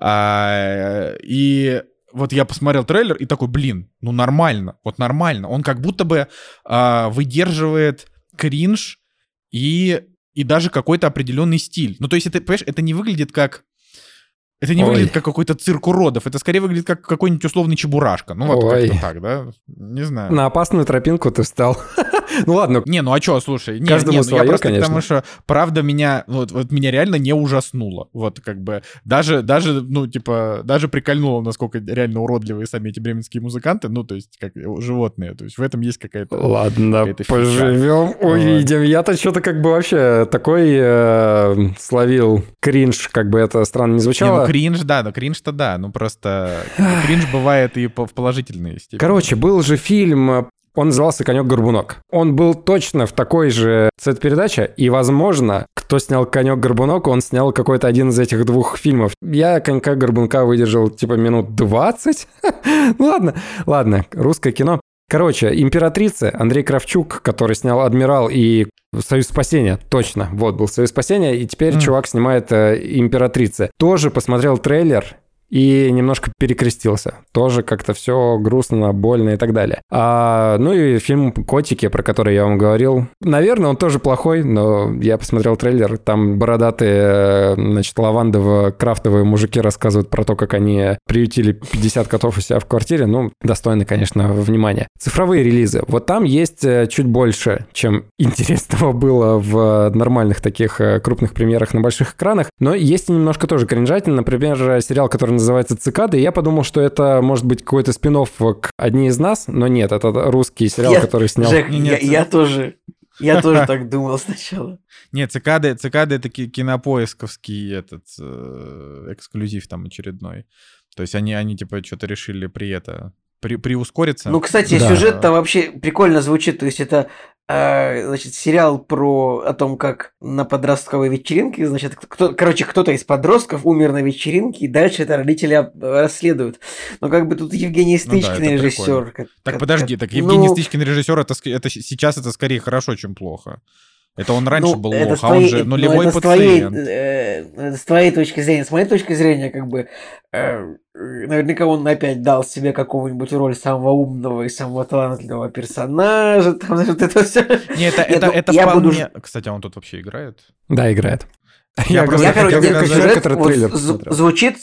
А, и... Вот я посмотрел трейлер и такой, блин, ну нормально, вот нормально. Он как будто бы э, выдерживает кринж и, и даже какой-то определенный стиль. Ну то есть это, понимаешь, это не выглядит как... Это не Ой. выглядит как какой-то цирк уродов, это скорее выглядит как какой-нибудь условный Чебурашка. Ну вот Ой. как-то так, да? Не знаю. На опасную тропинку ты встал. Ну ладно. Не, ну а что, слушай. Не, Каждому не, свое, я просто конечно. Потому что правда меня, вот, вот меня реально не ужаснуло. Вот как бы даже, даже, ну типа, даже прикольнуло, насколько реально уродливые сами эти бременские музыканты, ну то есть как животные. То есть в этом есть какая-то... Ладно, какая-то поживем, фича. Увидим. Вот. Я-то что-то как бы вообще такой э, словил кринж, как бы это странно не звучало. Не, ну кринж, да, ну кринж-то да, ну просто кринж бывает и в положительной степени. Короче, был же фильм... Он назывался «Конек-горбунок». Он был точно в такой же цветопередаче, и, возможно, кто снял «Конек-горбунок», он снял какой-то один из этих двух фильмов. Я «Конька-горбунка» выдержал типа минут двадцать. Ну ладно, ладно, русское кино. Короче, «Императрица», Андрей Кравчук, который снял «Адмирал» и «Союз спасения», точно, вот был «Союз спасения», и теперь mm. чувак снимает э, «Императрица». Тоже посмотрел трейлер, и немножко перекрестился. Тоже как-то все грустно, больно и так далее. А, ну и фильм «Котики», про который я вам говорил. Наверное, он тоже плохой, но я посмотрел трейлер. Там бородатые, значит, лавандово-крафтовые мужики рассказывают про то, как они приютили пятьдесят котов у себя в квартире. Ну, достойно, конечно, внимания. Цифровые релизы. Вот там есть чуть больше, чем интересного было в нормальных таких крупных премьерах на больших экранах. Но есть и немножко тоже кринжательно. Например, сериал, который называется «Цикады», и я подумал, что это может быть какой-то спин-офф к «Одни из нас», но нет, это русский сериал, я, который снял... Жек, нет, я, я тоже, я тоже так думал сначала. Нет, «Цикады», «Цикады» — это кинопоисковский этот эксклюзив там очередной. То есть они, они типа что-то решили при это... При, приускориться. Ну, кстати, да. Сюжет там вообще прикольно звучит. То есть это, э, значит, сериал про о том, как на подростковой вечеринке, значит, кто, короче, кто-то из подростков умер на вечеринке, и дальше это родители расследуют. Но как бы тут Евгений Стычкин, ну, да, режиссер. Как, так как, подожди, так Евгений ну... Стычкин режиссер, это, это сейчас это скорее хорошо, чем плохо. Это он раньше ну, был лох, а он же нулевой пациент. Твоей, э, с твоей точки зрения, с моей точки зрения, как бы, э, наверняка он опять дал себе какую-нибудь роль самого умного и самого талантливого персонажа, там, вот это все. Нет, это, это, это вполне... Буду... Кстати, он тут вообще играет? Да, играет. Я, я, я короче, сюжет, вот, звучит,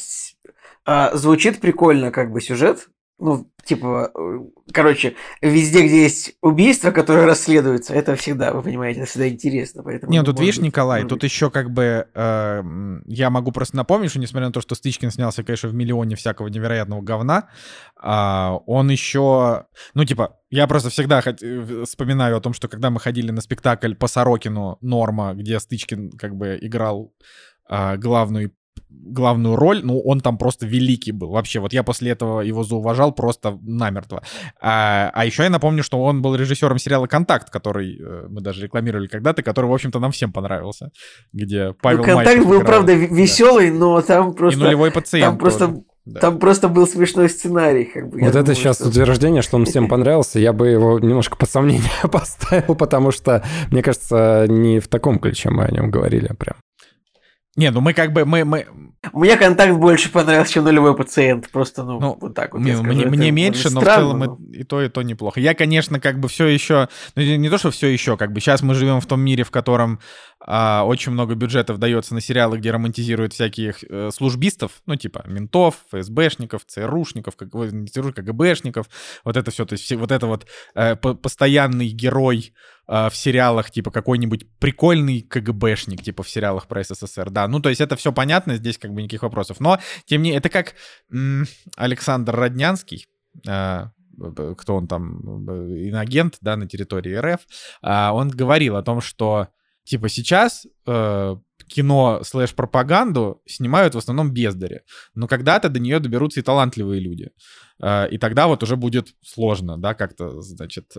а, звучит прикольно, как бы, сюжет. Ну, типа, короче, везде, где есть убийство, которое расследуется, это всегда, вы понимаете, это всегда интересно. Поэтому Нет, тут видишь, быть, Николай, тут быть. еще как бы, э, я могу просто напомнить, что несмотря на то, что Стычкин снялся, конечно, в миллионе всякого невероятного говна, э, он еще, ну, типа, я просто всегда хот... вспоминаю о том, что когда мы ходили на спектакль по Сорокину «Норма», где Стычкин как бы играл э, главную главную роль, ну, он там просто великий был. Вообще, вот я после этого его зауважал просто намертво. А, а еще я напомню, что он был режиссером сериала «Контакт», который э, мы даже рекламировали когда-то, который, в общем-то, нам всем понравился. Где Павел ну, «Контакт» Мальчик был, играл, правда, веселый, да. Но там просто... И «Нулевой пациент» там просто... Да. Там просто был смешной сценарий. Как бы. Вот это думаю, сейчас что... утверждение, что он всем понравился, я бы его немножко под сомнение поставил, потому что, мне кажется, не в таком ключе мы о нем говорили прям. Не, ну мы как бы, мы... мы... Мне «Контакт» больше понравился, чем «Нулевой пациент». Просто, ну, ну вот так вот. Не, мне мне меньше, но странно, в целом но... и то, и то неплохо. Я, конечно, как бы все еще... Ну, не то, что все еще, как бы сейчас мы живем в том мире, в котором а, очень много бюджетов дается на сериалы, где романтизируют всяких э, службистов, ну, типа ментов, ФСБшников, ЦРУшников, как, КГБшников, вот это все, то есть все, вот это вот э, постоянный герой в сериалах, типа, какой-нибудь прикольный КГБшник, типа, в сериалах про СССР, да, ну, то есть это все понятно, здесь как бы никаких вопросов, но, тем не менее, это как м- Александр Роднянский, э- кто он там, иноагент, да, на территории РФ, э- он говорил о том, что, типа, сейчас э- кино слэш-пропаганду снимают в основном бездари, но когда-то до нее доберутся и талантливые люди. И тогда вот уже будет сложно, да, как-то, значит.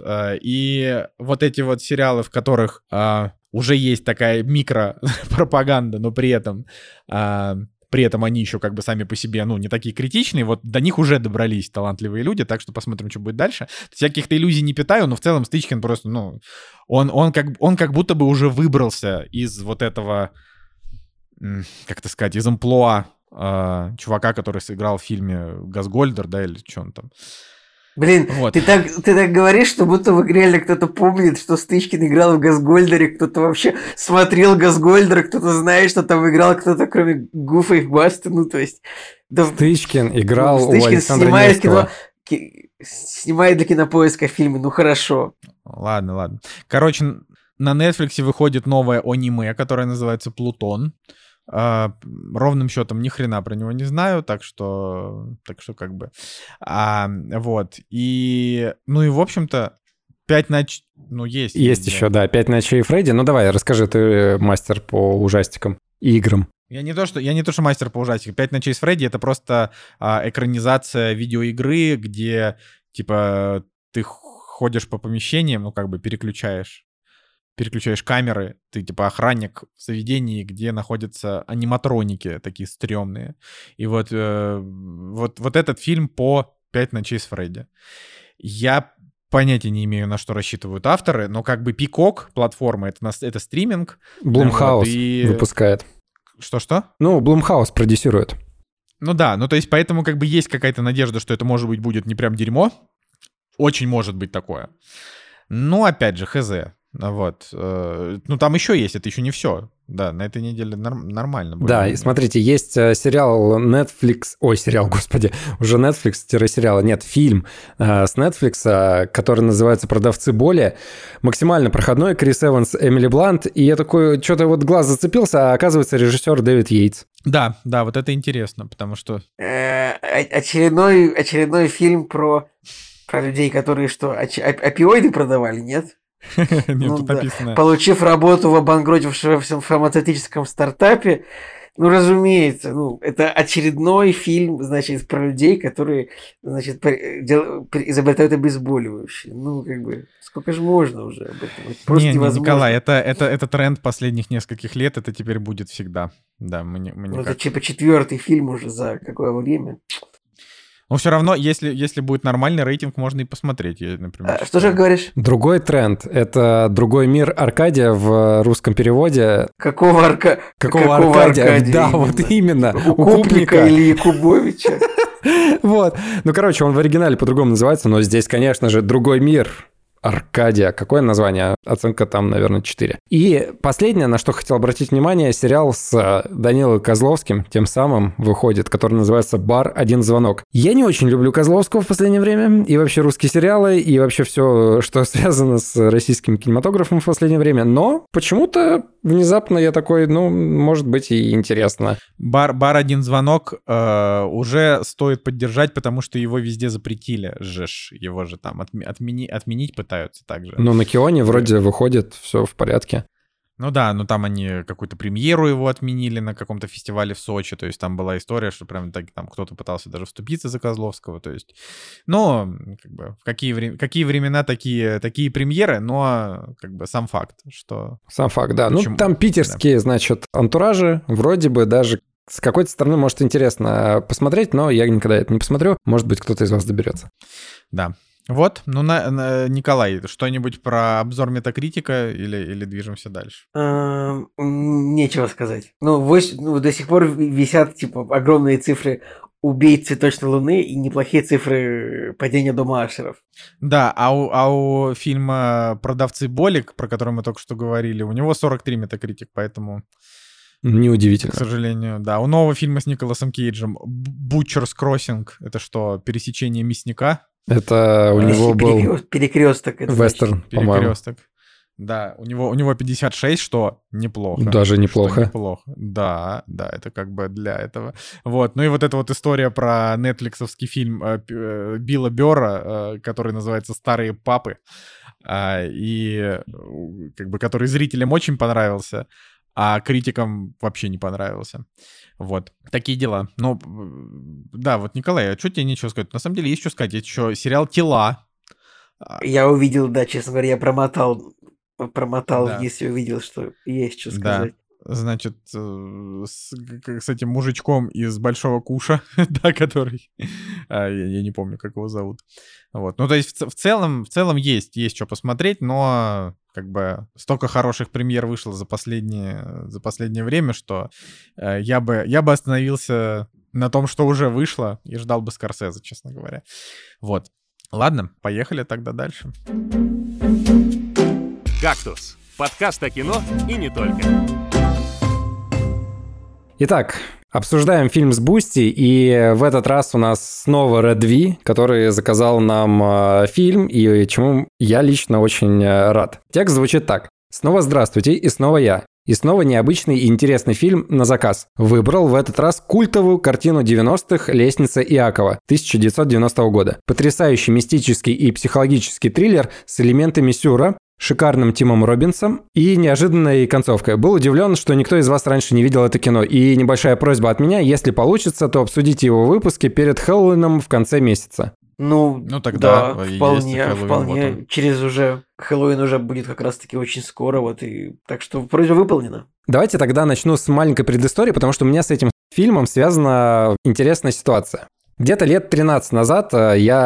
И вот эти вот сериалы, в которых уже есть такая микропропаганда, но при этом... При этом они еще как бы сами по себе, ну, не такие критичные, вот до них уже добрались талантливые люди, так что посмотрим, что будет дальше. Я каких-то иллюзий не питаю, но в целом Стычкин просто, ну, он, он, как, он как будто бы уже выбрался из вот этого, как это сказать, из амплуа э, чувака, который сыграл в фильме «Газгольдер», да, или что он там. Блин, вот. ты, так, ты так говоришь, что будто бы реально кто-то помнит, что Стычкин играл в «Газгольдере», кто-то вообще смотрел «Газгольдер», кто-то знает, что там играл кто-то, кроме Гуфа и Баста, ну, то есть... Да, Стычкин играл ну, Стычкин у Александра снимает Невского. Кино, снимает для Кинопоиска фильмы, ну, хорошо. Ладно, ладно. Короче, на Netflix выходит новое аниме, которое называется «Плутон». Uh, ровным счетом ни хрена про него не знаю, так что, так что как бы, а, вот, и, ну и в общем-то, пять ночей, ну есть. Есть еще, да, «Пять ночей Фредди», ну давай, расскажи, ты мастер по ужастикам и играм. Я не то, что, я не то, что мастер по ужастикам, «Пять ночей с Фредди» — это просто а, экранизация видеоигры, где, типа, ты ходишь по помещениям, ну как бы переключаешь, переключаешь камеры, ты типа охранник в заведении, где находятся аниматроники такие стрёмные. И вот, э, вот, вот этот фильм по «Пять ночей с Фредди». Я понятия не имею, на что рассчитывают авторы, но как бы Peacock, платформа, это, это стриминг. Blumhouse вот, и... выпускает. Что-что? Ну, Blumhouse продюсирует. Ну да, ну то есть поэтому как бы есть какая-то надежда, что это, может быть, будет не прям дерьмо. Очень может быть такое. Но опять же, хз. Вот. Ну там еще есть, это еще не все. Да, на этой неделе норм- нормально будет. Да, и смотрите, есть сериал Netflix... Ой, сериал, господи, уже Netflix-сериал. Нет, фильм э, с Netflix, который называется «Продавцы боли». Максимально проходной, Крис Эванс, Эмили Блант. И я такой, что-то вот глаз зацепился, а оказывается режиссер Дэвид Йейтс. Да, да, вот это интересно, потому что... Очередной, очередной фильм про, про людей, которые что, опиоиды продавали, нет? Нет, ну, тут да. написано... Получив работу в обанкротившемся фармацевтическом стартапе, ну, разумеется, ну, это очередной фильм, значит, про людей, которые, значит, дел... изобретают обезболивающие. Ну, как бы, сколько же можно уже об этом? Это просто не, невозможно. Не, Николай, это, это, это тренд последних нескольких лет, это теперь будет всегда. Да, мы, не, мы никак... Ну, это типа четвертый фильм уже за какое время. Но все равно, если, если будет нормальный рейтинг, можно и посмотреть. Я, например, а, что же говоришь? Другой тренд. Это «Другой мир» Аркадия в русском переводе. Какого, арка... Какого, Какого Аркадия? Аркадия? Да, именно? вот именно. У Купника или Якубовича. Вот. Ну, короче, он в оригинале по-другому называется, но здесь, конечно же, «Другой мир». Аркадия. Какое название? Оценка там, наверное, четыре. И последнее, на что хотел обратить внимание, сериал с Данилой Козловским, тем самым выходит, который называется «Бар. Один звонок». Я не очень люблю Козловского в последнее время, и вообще русские сериалы, и вообще все, что связано с российским кинематографом в последнее время, но почему-то внезапно я такой, ну, может быть, и интересно. Бар, бар «Один звонок» э, уже стоит поддержать, потому что его везде запретили же, его же там отми- отмени- отменить пытаются. Также. Ну, на Кионе вроде выходит, все в порядке. Ну да, но там они какую-то премьеру его отменили на каком-то фестивале в Сочи, то есть там была история, что прям так, там кто-то пытался даже вступиться за Козловского, то есть, но как бы в какие, вре- какие времена такие, такие премьеры, но как бы сам факт, что... Сам факт, да. Почему? Ну, там питерские, да. Значит, антуражи, вроде бы даже с какой-то стороны, может, интересно посмотреть, но я никогда это не посмотрю, может быть, кто-то из вас доберется. Да. Вот, ну, на, на, Николай, что-нибудь про обзор Метакритика или, или движемся дальше? Нечего сказать. Ну, вось, ну, до сих пор висят, типа, огромные цифры убийц цветочной луны и неплохие цифры падения дома Ашеров. Да, а у, а у фильма «Продавцы боли», про который мы только что говорили, у него сорок три Метакритик, поэтому... Неудивительно. К сожалению, да. У нового фильма с Николасом Кейджем «Butcher's Crossing» — это что, пересечение мясника? Это у него был... Перекресток. Вестерн, по-моему. Перекресток. Да, у него, у него пятьдесят шесть, что неплохо. Даже неплохо. Что неплохо. Да, да, это как бы для этого. Вот, ну и вот эта вот история про нетфликсовский фильм э, Билла Бёрра, э, который называется «Старые папы», э, и как бы который зрителям очень понравился, а критикам вообще не понравился. Вот, такие дела. Ну, да, вот, Николай, а что тебе нечего сказать? На самом деле есть что сказать. Есть еще сериал «Тела». Я увидел, да, честно говоря, я промотал, промотал, да. если увидел, что есть что сказать. Да. Значит, с, с этим мужичком из Большого Куша, да, который... Я, я не помню, как его зовут. Вот. Ну, то есть в, в целом, в целом есть, есть что посмотреть, но как бы столько хороших премьер вышло за последнее, за последнее время, что э, я, бы, я бы остановился на том, что уже вышло, и ждал бы Скорсезе, честно говоря. Вот. Ладно, поехали тогда дальше. «Кактус» — подкаст о кино и не только. Итак, обсуждаем фильм с Бусти, и в этот раз у нас снова Red V, который заказал нам э, фильм, и чему я лично очень э, рад. Текст звучит так. «Снова здравствуйте, и снова я. И снова необычный и интересный фильм на заказ. Выбрал в этот раз культовую картину девяностых «Лестница Иакова» тысяча девятьсот девяностого года. Потрясающий мистический и психологический триллер с элементами сюра, шикарным Тимом Роббинсом и неожиданной концовкой. Был удивлен, что никто из вас раньше не видел это кино. И небольшая просьба от меня, если получится, то обсудите его в выпуске перед Хэллоуином в конце месяца. Ну, ну тогда да, вполне, Хэллоуин, вполне. вот через уже Хэллоуин уже будет как раз-таки очень скоро, вот и так что просьба выполнена. Давайте тогда начну с маленькой предыстории, потому что у меня с этим фильмом связана интересная ситуация. Где-то лет тринадцать назад я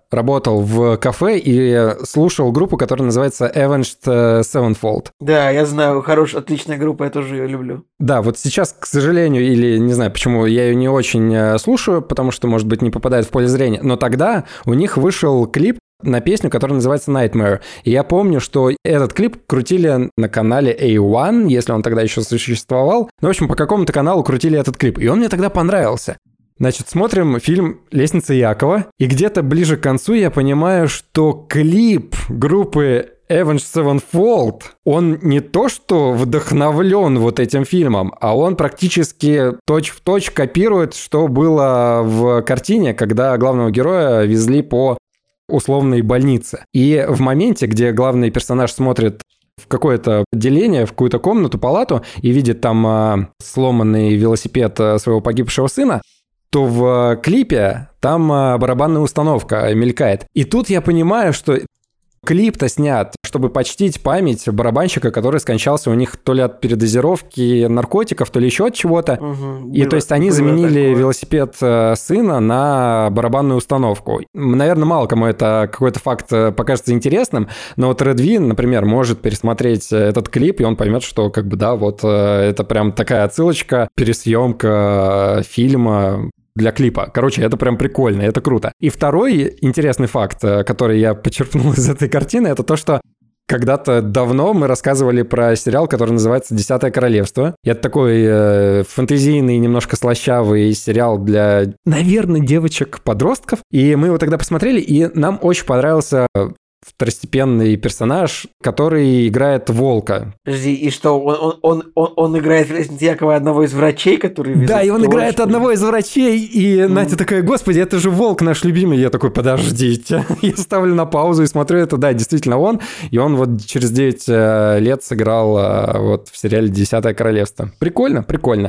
работал в кафе и слушал группу, которая называется Avenged Sevenfold. Да, я знаю, хорошая, отличная группа, я тоже ее люблю. Да, вот сейчас, к сожалению, или не знаю, почему я ее не очень слушаю, потому что, может быть, не попадает в поле зрения, но тогда у них вышел клип на песню, которая называется Nightmare. И я помню, что этот клип крутили на канале эй один, если он тогда еще существовал. Ну, в общем, по какому-то каналу крутили этот клип. И он мне тогда понравился. Значит, смотрим фильм «Лестница Иакова», и где-то ближе к концу я понимаю, что клип группы Avenged Sevenfold, он не то что вдохновлен вот этим фильмом, а он практически точь-в-точь копирует, что было в картине, когда главного героя везли по условной больнице. И в моменте, где главный персонаж смотрит в какое-то отделение, в какую-то комнату, палату, и видит там э, сломанный велосипед своего погибшего сына, то в клипе там э, барабанная установка мелькает. И тут я понимаю, что клип-то снят, чтобы почтить память барабанщика, который скончался у них то ли от передозировки наркотиков, то ли еще от чего-то. Угу, и было, то есть они заменили такое. велосипед сына на барабанную установку. Наверное, мало кому это какой-то факт покажется интересным, но вот Редвин, например, может пересмотреть этот клип, и он поймет, что как бы да, вот это прям такая отсылочка, пересъемка фильма для клипа. Короче, это прям прикольно, это круто. И второй интересный факт, который я почерпнул из этой картины, это то, что когда-то давно мы рассказывали про сериал, который называется «Десятое королевство». И это такой э, фэнтезийный, немножко слащавый сериал для, наверное, девочек-подростков. И мы его тогда посмотрели, и нам очень понравился второстепенный персонаж, который играет волка. Подожди, и что, он, он, он, он играет якобы одного из врачей, который... Да, и он играет одного из врачей, и mm. Надя такая: господи, это же волк наш любимый. Я такой: подождите. Я ставлю на паузу и смотрю, это, да, действительно он. И он вот через девять лет сыграл вот в сериале «Десятое королевство». Прикольно, прикольно.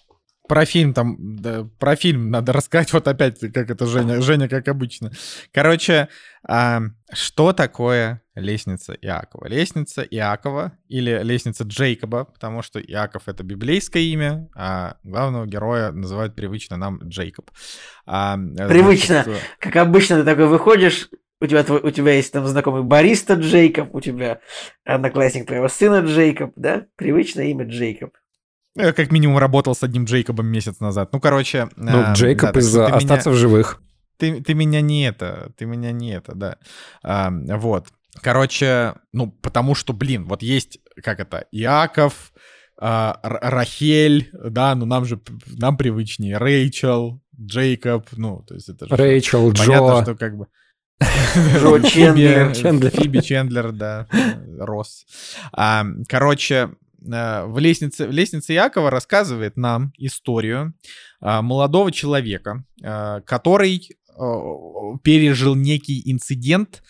Про фильм там, да, про фильм надо рассказать, вот опять, как это Женя, Женя, как обычно. Короче, а, что такое лестница Иакова? Лестница Иакова или лестница Джейкоба, потому что Иаков — это библейское имя, а главного героя называют привычно нам Джейкоб. А, привычно. Значит, как обычно, ты такой выходишь, у тебя, у тебя есть там знакомый бариста Джейкоб, у тебя одноклассник твоего сына Джейкоб, да? Привычное имя Джейкоб. Я как минимум работал с одним Джейкобом месяц назад. Ну, короче... Ну, э, Джейкоб да, из «Остаться меня, в живых». Ты, ты меня не это, ты меня не это, да. А, вот. Короче, ну, потому что, блин, вот есть, как это, Иаков, а, Рахель, да, ну нам же, нам привычнее, Рэйчел, Джейкоб, ну, то есть это же... Рэйчел, Джо. Понятно, что как бы... Джо Чендлер. Фиби Чендлер, да, Росс. А, короче... В лестнице, в лестнице Иакова рассказывает нам историю а, молодого человека, а, который а, пережил некий инцидент,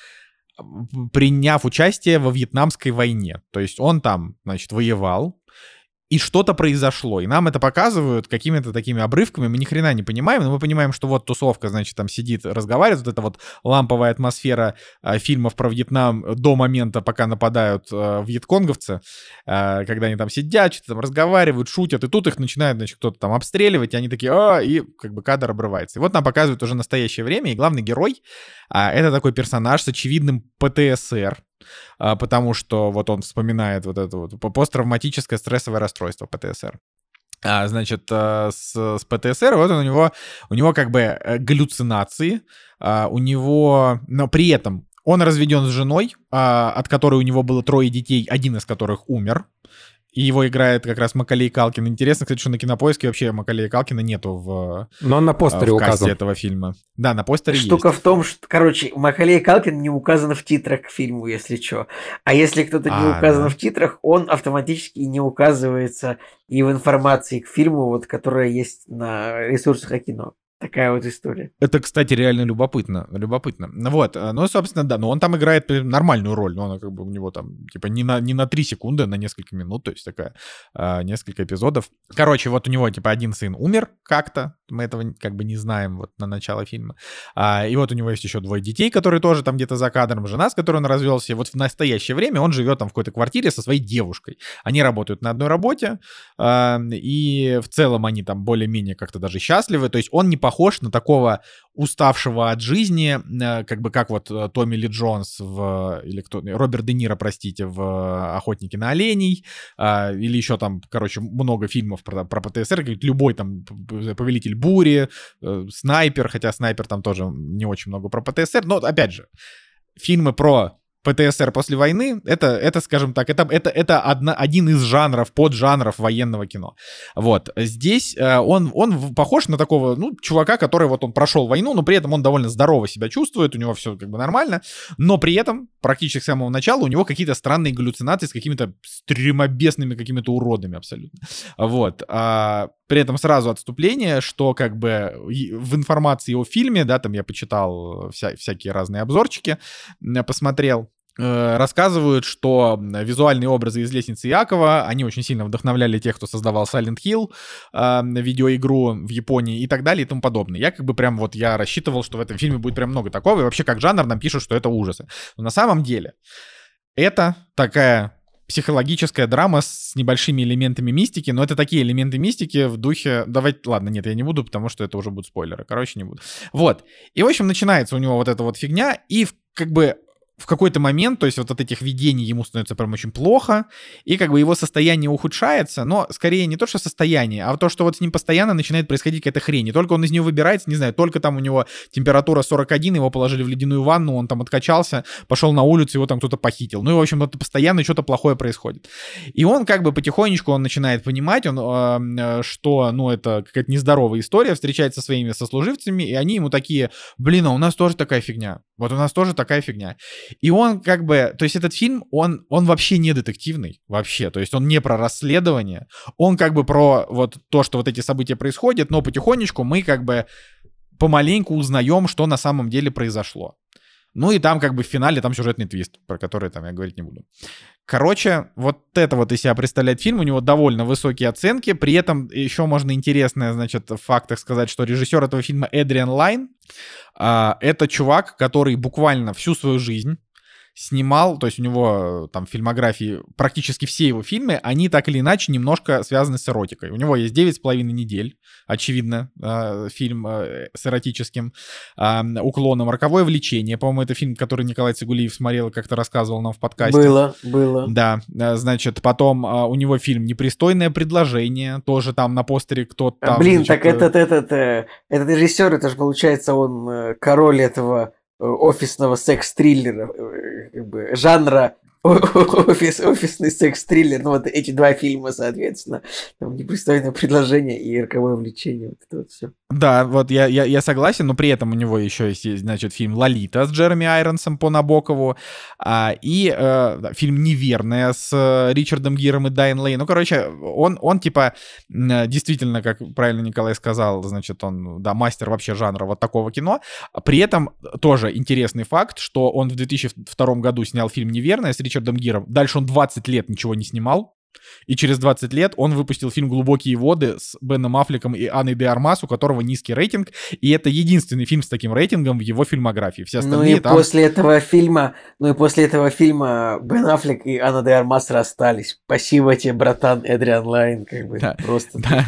приняв участие во Вьетнамской войне. То есть он там, значит, воевал, и что-то произошло. И нам это показывают какими-то такими обрывками. Мы ни хрена не понимаем, но мы понимаем, что вот тусовка, значит, там сидит, разговаривает. Вот эта вот ламповая атмосфера э, фильмов про Вьетнам до момента, пока нападают э, вьетконговцы, э, когда они там сидят, что-то там разговаривают, шутят, и тут их начинает, значит, кто-то там обстреливать, и они такие: а, и как бы кадр обрывается. И вот нам показывают уже настоящее время, и главный герой э, — это такой персонаж с очевидным пэ тэ эс эр, потому что вот он вспоминает вот это вот посттравматическое стрессовое расстройство, пэ тэ эс эр. А, значит, с, с пэ тэ эс эр вот он, у него, у него как бы галлюцинации, а, у него, но при этом он разведен с женой, а, от которой у него было трое детей, один из которых умер. И его играет как раз Маколей Калкин. Интересно, кстати, что на Кинопоиске вообще Маколея Калкина нету в, но он на постере в указан. касте этого фильма. Да, на постере Штука есть. в том, что, короче, Маколей Калкин не указан в титрах к фильму, если что. А если кто-то не а, указан да. в титрах, он автоматически не указывается и в информации к фильму, вот, которая есть на ресурсах кино. Такая вот история. Это, кстати, реально любопытно. Любопытно. Вот. Ну, собственно, да. Но он там играет нормальную роль. Но она как бы у него там, типа, не на, не на три секунды, а на несколько минут. То есть такая, а, несколько эпизодов. Короче, вот у него, типа, один сын умер как-то. Мы этого как бы не знаем вот на начало фильма. А, и вот у него есть еще двое детей, которые тоже там где-то за кадром. Жена, с которой он развелся. И вот в настоящее время он живет там в какой-то квартире со своей девушкой. Они работают на одной работе. А, и в целом они там более-менее как-то даже счастливы. То есть он не похож похож на такого уставшего от жизни, как бы как вот Томми Ли Джонс в, или кто, Роберт Де Ниро, простите, в «Охотнике на оленей», или еще там, короче, много фильмов про, про ПТСР, любой там «Повелитель бури», «Снайпер», хотя «Снайпер» там тоже не очень много про ПТСР, но, опять же, фильмы про ПТСР после войны, это, это скажем так, это, это, это одна, один из жанров, поджанров военного кино. Вот. Здесь э, он, он похож на такого, ну, чувака, который вот он прошел войну, но при этом он довольно здорово себя чувствует, у него все как бы нормально, но при этом практически с самого начала у него какие-то странные галлюцинации с какими-то стремобесными какими-то уродами абсолютно. Вот. А, при этом сразу отступление, что как бы в информации о фильме, да, там я почитал вся, всякие разные обзорчики, посмотрел, рассказывают, что визуальные образы из «Лестницы Иакова», они очень сильно вдохновляли тех, кто создавал Silent Hill, э, видеоигру в Японии и так далее и тому подобное. Я как бы прям вот, я рассчитывал, что в этом фильме будет прям много такого, и вообще как жанр нам пишут, что это ужасы. Но на самом деле это такая психологическая драма с небольшими элементами мистики, но это такие элементы мистики в духе... Давайте, ладно, нет, я не буду, потому что это уже будут спойлеры. Короче, не буду. Вот. И, в общем, начинается у него вот эта вот фигня, и как бы... в какой-то момент, то есть вот от этих видений ему становится прям очень плохо, и как бы его состояние ухудшается, но скорее не то, что состояние, а то, что вот с ним постоянно начинает происходить какая-то хрень. Не только он из нее выбирается, не знаю, только там у него температура сорок один, его положили в ледяную ванну, он там откачался, пошел на улицу, его там кто-то похитил. Ну и, в общем, это постоянно что-то плохое происходит. И он как бы потихонечку он начинает понимать, он, э, что, ну, это какая-то нездоровая история, встречается со своими сослуживцами, и они ему такие: блин, а у нас тоже такая фигня. Вот у нас тоже такая фигня. И он как бы, то есть этот фильм, он, он вообще не детективный, вообще, то есть он не про расследование, он как бы про вот то, что вот эти события происходят, но потихонечку мы как бы помаленьку узнаем, что на самом деле произошло. Ну и там как бы в финале там сюжетный твист, про который там я говорить не буду. Короче, вот это вот из себя представляет фильм, у него довольно высокие оценки, при этом еще можно интересное, значит, в фактах сказать, что режиссер этого фильма Эдриан Лайн, а, это чувак, который буквально всю свою жизнь снимал, то есть у него там в фильмографии практически все его фильмы, они так или иначе немножко связаны с эротикой. У него есть девять с половиной недель, очевидно, э, фильм э, с эротическим э, уклоном. «Роковое влечение», по-моему, это фильм, который Николай Цигулиев смотрел и как-то рассказывал нам в подкасте. Было, было. Да, значит, потом э, у него фильм «Непристойное предложение», тоже там на постере кто-то там... Блин, значит, так этот, этот, этот, этот режиссер, это же получается он король этого офисного секс-триллера, как бы, жанра офис, офисный секс-триллер. Ну, вот эти два фильма, соответственно. Там «Непристойное предложение» и «Роковое влечение». Вот это вот все. Да, вот я, я, я согласен, но при этом у него еще есть, значит, фильм «Лолита» с Джереми Айронсом по Набокову, а, и э, фильм «Неверная» с Ричардом Гиром и Дайан Лейн. Ну, короче, он, он типа действительно, как правильно Николай сказал, значит, он, да, мастер вообще жанра вот такого кино. При этом тоже интересный факт, что он в две тысячи втором году снял фильм «Неверная» с Ричардом Гиром. Дальше он двадцать лет ничего не снимал. И через двадцать лет он выпустил фильм «Глубокие воды» с Беном Аффлеком и Анной де Армас, у которого низкий рейтинг. И это единственный фильм с таким рейтингом в его фильмографии. Все остальные ну и там... после этого фильма, ну и после этого фильма Бен Аффлек и Анна де Армас расстались. Спасибо тебе, братан Эдриан Лайн, как бы да. просто. Да,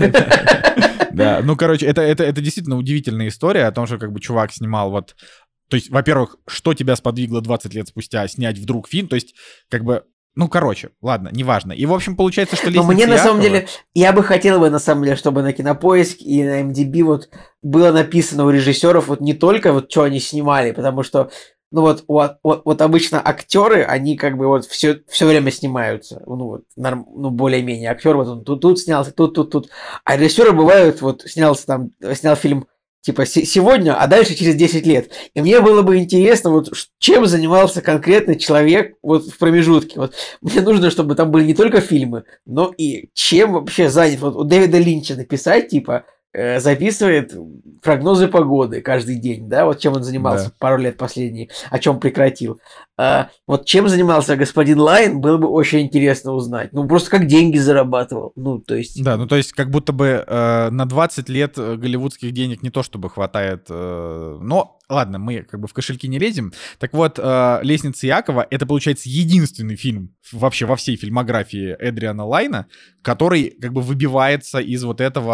да, ну короче, это это это действительно удивительная история о том, что как бы чувак снимал вот, то есть, во-первых, что тебя сподвигло двадцать лет спустя снять вдруг фильм, то есть как бы. Ну, короче, ладно, неважно. И, в общем, получается, что «Лестница Но мне, на Иакова... самом деле, я бы хотел бы, на самом деле, чтобы на Кинопоиск и на эм ди би вот было написано у режиссеров вот не только вот что они снимали, потому что, ну вот, вот, вот, вот обычно актеры, они как бы вот все, все время снимаются, ну вот, норм, ну более-менее. Актер вот он тут, тут снялся, тут, тут, тут. А режиссеры бывают, вот снялся там, снял фильм типа сегодня, а дальше через десять лет. И мне было бы интересно, вот чем занимался конкретный человек вот в промежутке. Вот мне нужно, чтобы там были не только фильмы, но и чем вообще занят. Вот у Дэвида Линча написать, типа, э, записывает прогнозы погоды каждый день, да, вот чем он занимался да. пару лет последние, о чем прекратил. А, вот чем занимался господин Лайн, было бы очень интересно узнать. Ну, просто как деньги зарабатывал. Ну, то есть... Да, ну, то есть как будто бы э, на двадцать лет голливудских денег не то чтобы хватает, э, но... Ладно, мы как бы в кошельки не лезем. Так вот, э, «Лестница Иакова» — это, получается, единственный фильм вообще во всей фильмографии Эдриана Лайна, который как бы выбивается из вот этого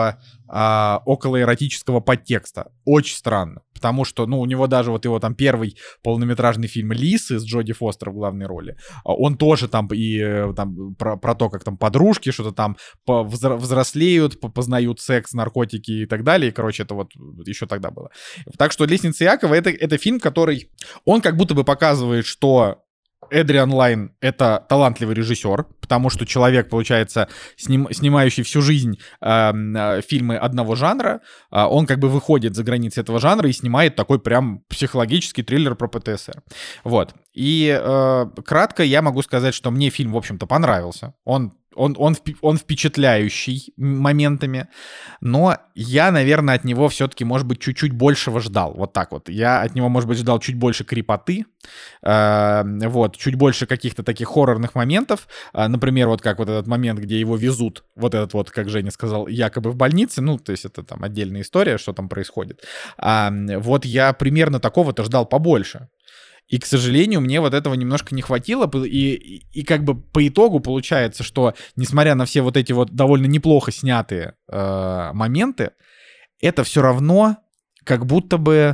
а, околоэротического подтекста. Очень странно. Потому что, ну, у него даже вот его там первый полнометражный фильм «Лисы» с Джоди Фостер в главной роли, он тоже там и там про, про то, как там подружки что-то там взрослеют, познают секс, наркотики и так далее. И, короче, это вот еще тогда было. Так что «Лестница Иакова» — это, это фильм, который... Он как будто бы показывает, что Эдриан Лайн — это талантливый режиссер, потому что человек, получается, сним, снимающий всю жизнь э, э, фильмы одного жанра, э, он как бы выходит за границы этого жанра и снимает такой прям психологический триллер про ПТСР. Вот. И э, кратко я могу сказать, что мне фильм, в общем-то, понравился. Он Он, он, он впечатляющий моментами, но я, наверное, от него все-таки, может быть, чуть-чуть большего ждал. Вот так вот. Я от него, может быть, ждал чуть больше крепоты, э, вот, чуть больше каких-то таких хоррорных моментов. Э, например, вот как вот этот момент, где его везут, вот этот вот, как Женя сказал, якобы в больнице. Ну, то есть это там отдельная история, что там происходит. А, вот я примерно такого-то ждал побольше. И, к сожалению, мне вот этого немножко не хватило, и, и, и как бы по итогу получается, что, несмотря на все вот эти вот довольно неплохо снятые э, моменты, это все равно как будто бы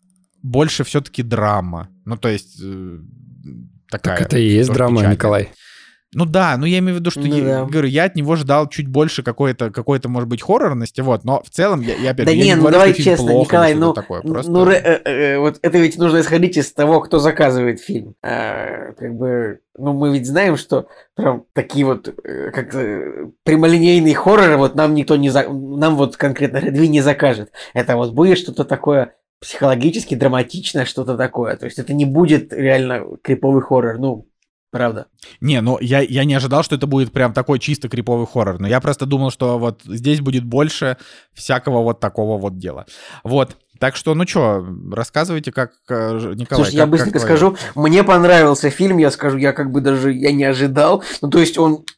больше все-таки драма. Ну, то есть э, такая... Так это и есть драма, печальная. Николай. Ну да, ну я имею в виду, что, ну, я, да. говорю, я от него ждал чуть больше какой-то, какой-то может быть, хоррорности, вот, но в целом, я, я опять да я не, не ну говорю, давай что фильм честно, плохо, Николай, ну, такое, просто... ну э, э, вот это ведь нужно исходить из того, кто заказывает фильм. А, как бы, ну мы ведь знаем, что прям такие вот э, как прямолинейные хорроры вот нам никто не, за... нам вот конкретно Редви не закажет. Это вот будет что-то такое психологически драматичное, что-то такое. То есть это не будет реально криповый хоррор, ну... Правда. Не, ну я, я не ожидал, что это будет прям такой чисто криповый хоррор, но я просто думал, что вот здесь будет больше всякого вот такого вот дела. Вот, так что, ну что, рассказывайте, как, Николай. Слушай, я как, быстренько как скажу, мне понравился фильм, я скажу, я как бы даже, я не ожидал, ну то есть он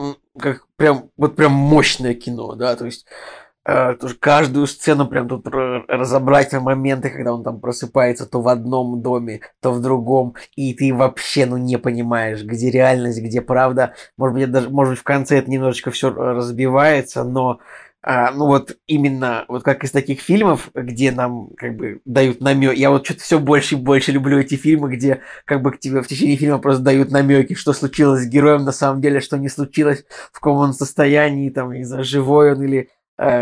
как прям, вот прям мощное кино, да, то есть... Uh, тоже каждую сцену прям тут разобрать на моменты, когда он там просыпается то в одном доме, то в другом, и ты вообще, ну, не понимаешь, где реальность, где правда. Может быть, даже, может быть, в конце это немножечко все разбивается, но, uh, ну, вот именно, вот как из таких фильмов, где нам, как бы, дают намек. Я вот что-то все больше и больше люблю эти фильмы, где, как бы, к тебе в течение фильма просто дают намеки, что случилось с героем на самом деле, что не случилось, в каком он состоянии, там, не знаю, живой он или...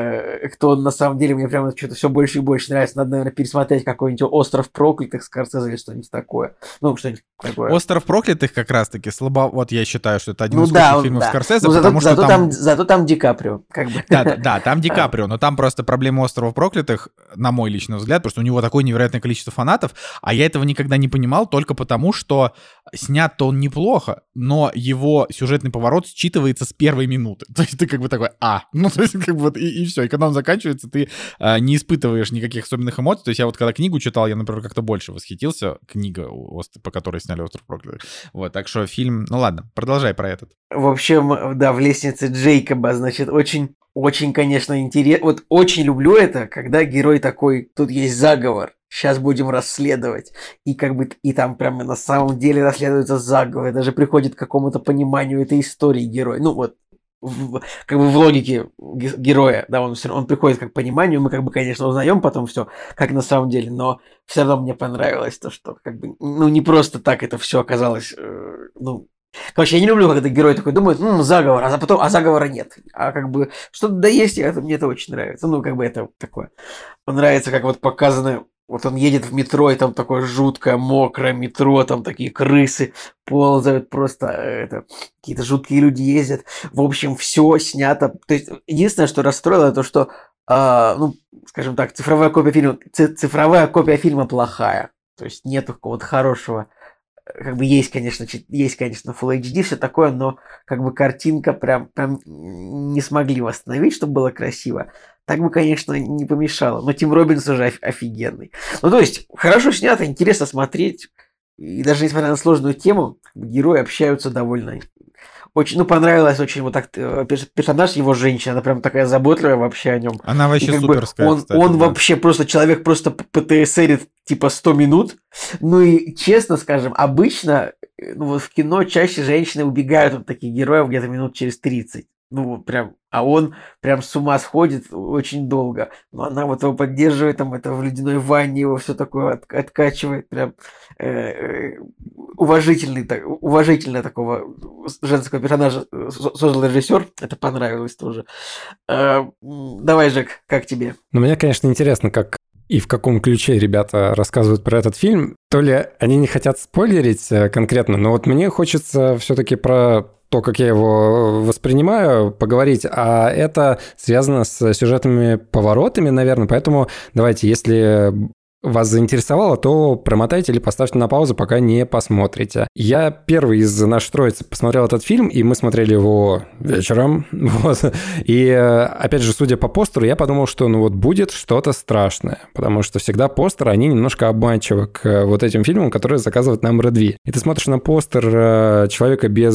кто на самом деле мне прямо что-то все больше и больше нравится. Надо, наверное, пересмотреть какой-нибудь «Остров проклятых» Скорсезе или что-нибудь такое. Ну, что-нибудь такое. «Остров проклятых» как раз-таки слабо... Вот я считаю, что это один ну, из да, лучших фильмов да. Скорсезе, ну, потому зато, что зато там... там... Зато там Ди Каприо, как бы. Да, да, да, там Ди Каприо, но там просто проблема «Острова проклятых», на мой личный взгляд, потому что у него такое невероятное количество фанатов, а я этого никогда не понимал только потому, что снят-то он неплохо, но его сюжетный поворот считывается с первой минуты. То есть ты как бы такой, а, ну то есть как бы вот и, и все, и когда он заканчивается, ты а, не испытываешь никаких особенных эмоций. То есть я вот когда книгу читал, я, например, как-то больше восхитился. Книга, по которой сняли «Остров проклятых». Вот, так что фильм, ну ладно, продолжай про этот. В общем, да, в «Лестнице Джейкоба», значит, очень, очень, конечно, интересно. Вот очень люблю это, когда герой такой, тут есть заговор. Сейчас будем расследовать. И как бы и там прямо на самом деле расследуется заговор. И даже приходит к какому-то пониманию этой истории герой. Ну вот, в, как бы в логике героя, да, он, он приходит как к пониманию. Мы как бы, конечно, узнаем потом все, как на самом деле. Но все равно мне понравилось то, что как бы, ну не просто так это все оказалось, э, ну... Короче, я не люблю, когда герой такой думает, ну, заговор, а потом, а заговора нет. А как бы что-то да есть, и это, мне это очень нравится. Ну, как бы это такое. Нравится, как вот показано. Вот он едет в метро, и там такое жуткое, мокрое метро, там такие крысы ползают, просто это, какие-то жуткие люди ездят. В общем, все снято. То есть, единственное, что расстроило, то, что, э, ну, скажем так, цифровая копия фильма, цифровая копия фильма плохая. То есть, нету какого-то хорошего. Как бы есть, конечно, есть, конечно, Full эйч ди, все такое, но как бы картинка прям, прям не смогли восстановить, чтобы было красиво. Так бы, конечно, не помешало. Но Тим Роббинс уже офигенный. Ну, то есть, хорошо снято, интересно смотреть. И даже несмотря на сложную тему, герои общаются довольно... Очень, ну, понравилось очень вот так персонаж его женщина, она прям такая заботливая вообще о нем. Она вообще суперская, он, кстати, он да. вообще просто, человек просто ПТСРит типа сто минут. Ну и честно скажем, обычно ну, вот в кино чаще женщины убегают от таких героев где-то минут через тридцать. ну, прям, а он прям с ума сходит очень долго. Но она вот его поддерживает, там, это в ледяной ванне его все такое от, откачивает, прям э, уважительный, так, уважительно такого женского персонажа создал режиссер. Это понравилось тоже. Э, давай, Жек, как тебе? Ну, мне, конечно, интересно, как и в каком ключе ребята рассказывают про этот фильм. То ли они не хотят спойлерить конкретно, но вот мне хочется все-таки про то, как я его воспринимаю, поговорить, а это связано с сюжетными поворотами, наверное, поэтому давайте, если вас заинтересовало, то промотайте или поставьте на паузу, пока не посмотрите. Я первый из нашей троицы посмотрел этот фильм, и мы смотрели его вечером, вот. И, опять же, судя по постеру, я подумал, что, ну вот, будет что-то страшное, потому что всегда постеры, они немножко обманчивы к вот этим фильмам, которые заказывает нам Red V. И ты смотришь на постер человека без,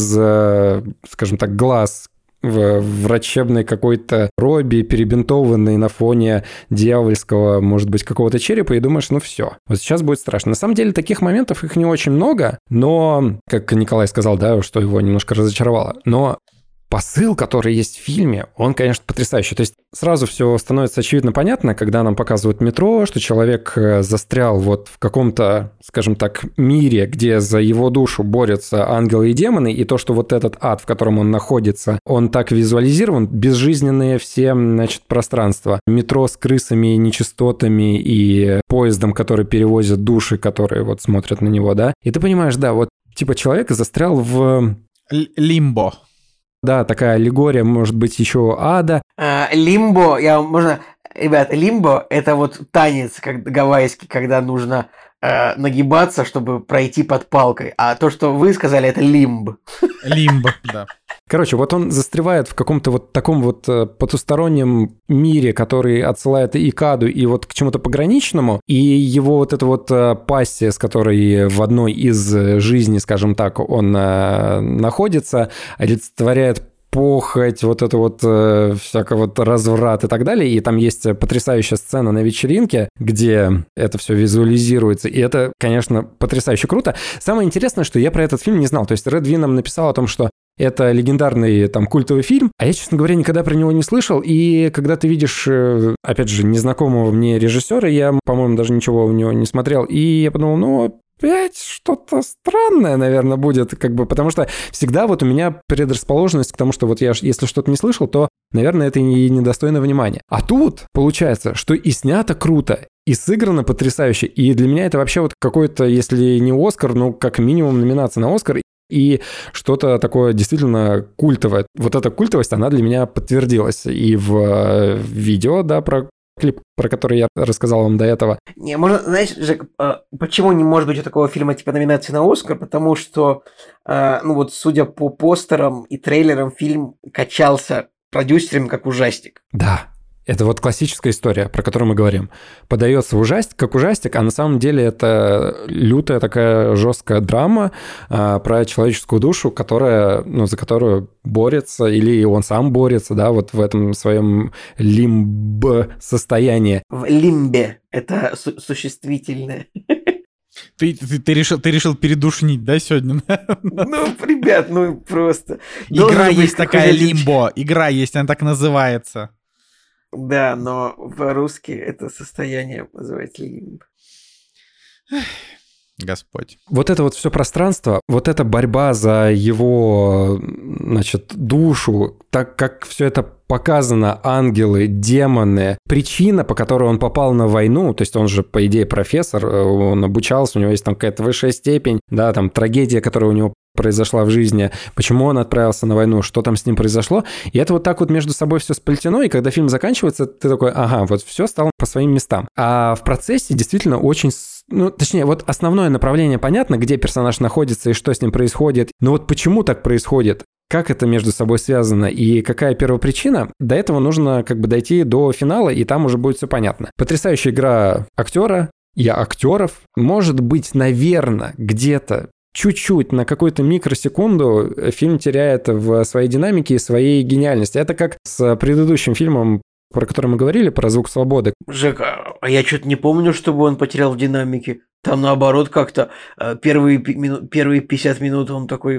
скажем так, глаз, в врачебной какой-то робе, перебинтованной на фоне дьявольского, может быть, какого-то черепа, и думаешь, ну все, вот сейчас будет страшно. На самом деле таких моментов их не очень много, но, как Николай сказал, да, что его немножко разочаровало, но посыл, который есть в фильме, он, конечно, потрясающий. То есть сразу все становится очевидно понятно, когда нам показывают метро, что человек застрял вот в каком-то, скажем так, мире, где за его душу борются ангелы и демоны, и то, что вот этот ад, в котором он находится, он так визуализирован, безжизненные все, значит, пространства. Метро с крысами, нечистотами и поездом, который перевозит души, которые вот смотрят на него, да. И ты понимаешь, да, вот типа человек застрял в... Лимбо. Да, такая аллегория, может быть, еще ада. А, лимбо, я можно... Ребят, лимбо – это вот танец как гавайский, когда нужно э, нагибаться, чтобы пройти под палкой. А то, что вы сказали, это лимб. Лимб, да. Короче, вот он застревает в каком-то вот таком вот потустороннем мире, который отсылает и к аду, и вот к чему-то пограничному, и его вот эта вот пассия, с которой в одной из жизней, скажем так, он находится, олицетворяет похоть, вот это вот э, всякий вот разврат и так далее. И там есть потрясающая сцена на вечеринке, где это все визуализируется. И это, конечно, потрясающе круто. Самое интересное, что я про этот фильм не знал. То есть Red V нам написал о том, что это легендарный там культовый фильм, а я, честно говоря, никогда про него не слышал. И когда ты видишь, опять же, незнакомого мне режиссера, я, по-моему, даже ничего у него не смотрел, и я подумал, ну... опять что-то странное, наверное, будет, как бы, потому что всегда вот у меня предрасположенность к тому, что вот я, если что-то не слышал, то, наверное, это и недостойно внимания. А тут получается, что и снято круто, и сыграно потрясающе, и для меня это вообще вот какой-то, если не Оскар, ну, как минимум номинация на Оскар, и что-то такое действительно культовое. Вот эта культовость, она для меня подтвердилась и в видео, да, про клип, про который я рассказал вам до этого. Не, можно, знаешь, Жек, почему не может быть у такого фильма типа номинации на Оскар? Потому что, ну вот, судя по постерам и трейлерам, фильм качался продюсерами как ужастик. Да. Это вот классическая история, про которую мы говорим. Подается ужастик, как ужастик, а на самом деле это лютая такая жесткая драма а, про человеческую душу, которая, ну, за которую борется, или он сам борется, да, вот в этом своем лимб-состоянии. В лимбе. Это су- существительное. Ты, ты, ты, решил, ты решил передушнить, да, сегодня? Ну, ребят, ну просто. Игра есть такая лимбо. Игра есть, она так называется. Да, но по-русски это состояние называется лимб. Господь. Вот это вот все пространство, вот эта борьба за его, значит, душу, так как все это показано, ангелы, демоны, причина, по которой он попал на войну, то есть он же, по идее, профессор, он обучался, у него есть там какая-то высшая степень, да, там трагедия, которая у него произошла в жизни, почему он отправился на войну, что там с ним произошло. И это вот так вот между собой все сплетено, и когда фильм заканчивается, ты такой, ага, вот все стало по своим местам. А в процессе действительно очень... Ну, точнее, вот основное направление понятно, где персонаж находится и что с ним происходит. Но вот почему так происходит, как это между собой связано и какая первопричина, до этого нужно как бы дойти до финала, и там уже будет все понятно. Потрясающая игра актера и актеров. Может быть, наверное, где-то чуть-чуть, на какую-то микросекунду фильм теряет в своей динамике и своей гениальности. Это как с предыдущим фильмом, про который мы говорили, про «Звук свободы». Жек, а я что-то не помню, чтобы он потерял в динамике. Там наоборот как-то первые, первые пятьдесят минут он такой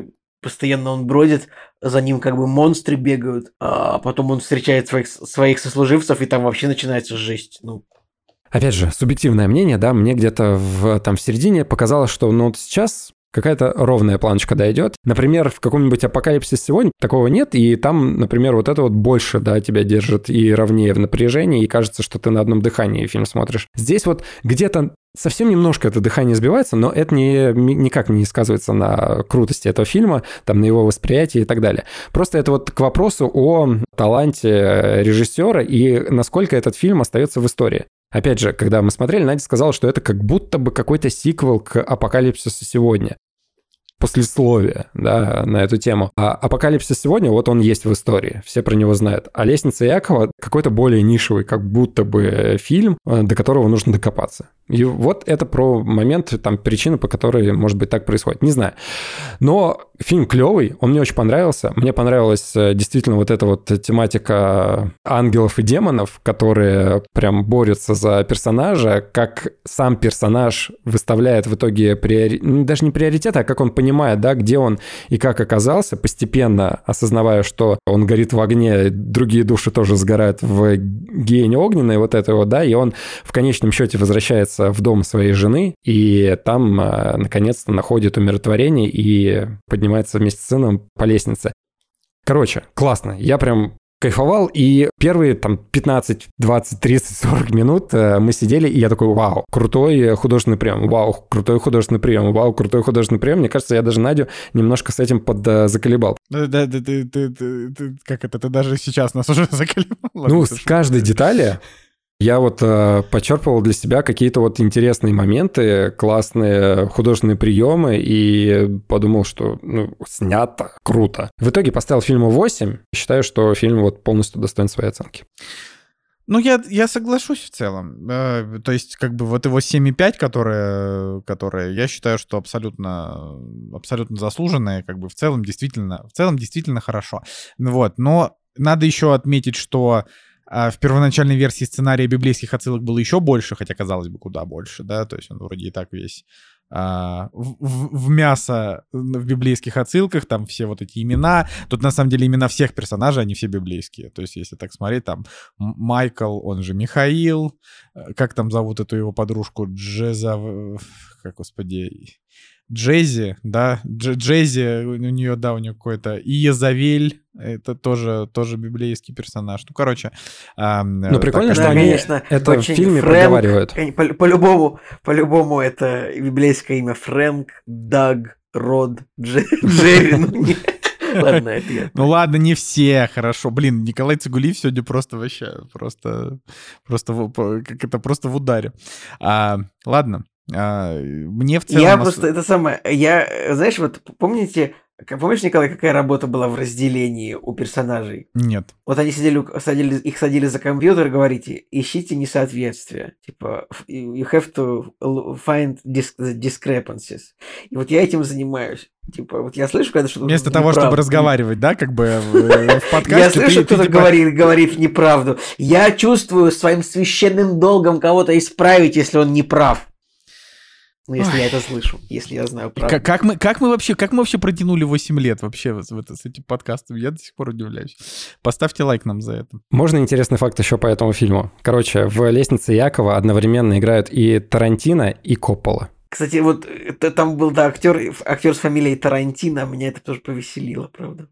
постоянно он бродит, за ним как бы монстры бегают, а потом он встречает своих, своих сослуживцев, и там вообще начинается жесть. Ну. Опять же, субъективное мнение, да, мне где-то в, там в середине показалось, что ну вот сейчас какая-то ровная планочка дойдет. Например, в каком-нибудь «Апокалипсис сегодня» такого нет, и там, например, вот это вот больше, да, тебя держит и ровнее в напряжении, и кажется, что ты на одном дыхании фильм смотришь. Здесь вот где-то совсем немножко это дыхание сбивается, но это не, никак не сказывается на крутости этого фильма, там, на его восприятии и так далее. Просто это вот к вопросу о таланте режиссера и насколько этот фильм остается в истории. Опять же, когда мы смотрели, Надя сказала, что это как будто бы какой-то сиквел к «Апокалипсису сегодня». Послесловие, да, на эту тему. А «Апокалипсис сегодня», вот он есть в истории, все про него знают. А «Лестница Иакова» какой-то более нишевый, как будто бы фильм, до которого нужно докопаться. И вот это про момент, там, причины, по которой, может быть, так происходит. Не знаю. Но фильм клевый, он мне очень понравился. Мне понравилась действительно вот эта вот тематика ангелов и демонов, которые прям борются за персонажа, как сам персонаж выставляет в итоге приори... даже не приоритеты, а как он понимает, да, где он и как оказался, постепенно осознавая, что он горит в огне, другие души тоже сгорают в гиене огненной, вот этого, да, и он в конечном счете возвращается в дом своей жены, и там, наконец-то, находит умиротворение и поднимается вместе с сыном по лестнице. Короче, классно. Я прям кайфовал, и первые там пятнадцать, двадцать, тридцать, сорок минут мы сидели, и я такой, вау, крутой художественный прием, вау, крутой художественный прием, вау, крутой художественный прием. Мне кажется, я даже Надю немножко с этим подзаколебал. Да, да, да, ты, ты, ты, ты, как это, ты даже сейчас нас уже заколебал. Ну, с каждой детали я вот э, почерпывал для себя какие-то вот интересные моменты, классные художественные приемы и подумал, что ну, снято круто. В итоге поставил фильму восемь и считаю, что фильм вот полностью достоин своей оценки. Ну, я, я соглашусь в целом. Э, то есть, как бы вот его семь и пять, которые, которые я считаю, что абсолютно, абсолютно заслуженные, как бы в целом действительно, в целом действительно хорошо. Вот, но надо еще отметить, что в первоначальной версии сценария библейских отсылок было еще больше, хотя, казалось бы, куда больше, да, то есть он вроде и так весь а, в, в, в мясо в библейских отсылках, там все вот эти имена, тут на самом деле имена всех персонажей, они все библейские, то есть если так смотреть, там Майкл, он же Михаил, как там зовут эту его подружку, Джеза, как, господи... Джези, да, Дж- Джези, у нее, да, у нее какой-то Иезавель, это тоже, тоже библейский персонаж. Ну, короче... Э, ну, прикольно, так, что да, они конечно, это в фильме Фрэнк, проговаривают. По- по-любому, по-любому это библейское имя Фрэнк, Даг, Род, Джерри. Ладно, это я. Ну ладно, не все, хорошо. Блин, Николай Цигулиев сегодня просто вообще, просто, просто, как это, просто в ударе. А, ладно. А, мне в целом... Я просто, это самое, я, знаешь, вот помните, помнишь, Николай, какая работа была в разделении у персонажей? Нет. Вот они сидели, садили, их садили за компьютер, говорите, ищите несоответствия. Типа, you have to find discrepancies. И вот я этим занимаюсь. Типа, вот я слышу, когда что-то... Вместо того, чтобы разговаривать, да, как бы в подкасте... Я слышу, кто-то говорит, говорит неправду. Я чувствую своим священным долгом кого-то исправить, если он не прав. Ну, если Ой. я это слышу, если я знаю правду. Как, как, мы, как, мы вообще, как мы вообще протянули восемь лет вообще в, в это, с этим подкастом? Я до сих пор удивляюсь. Поставьте лайк нам за это. Можно интересный факт еще по этому фильму? Короче, в «Лестнице Иакова» одновременно играют и Тарантино, и Коппола. Кстати, вот это, там был, да, актер, актер с фамилией Тарантино, меня это тоже повеселило, правда.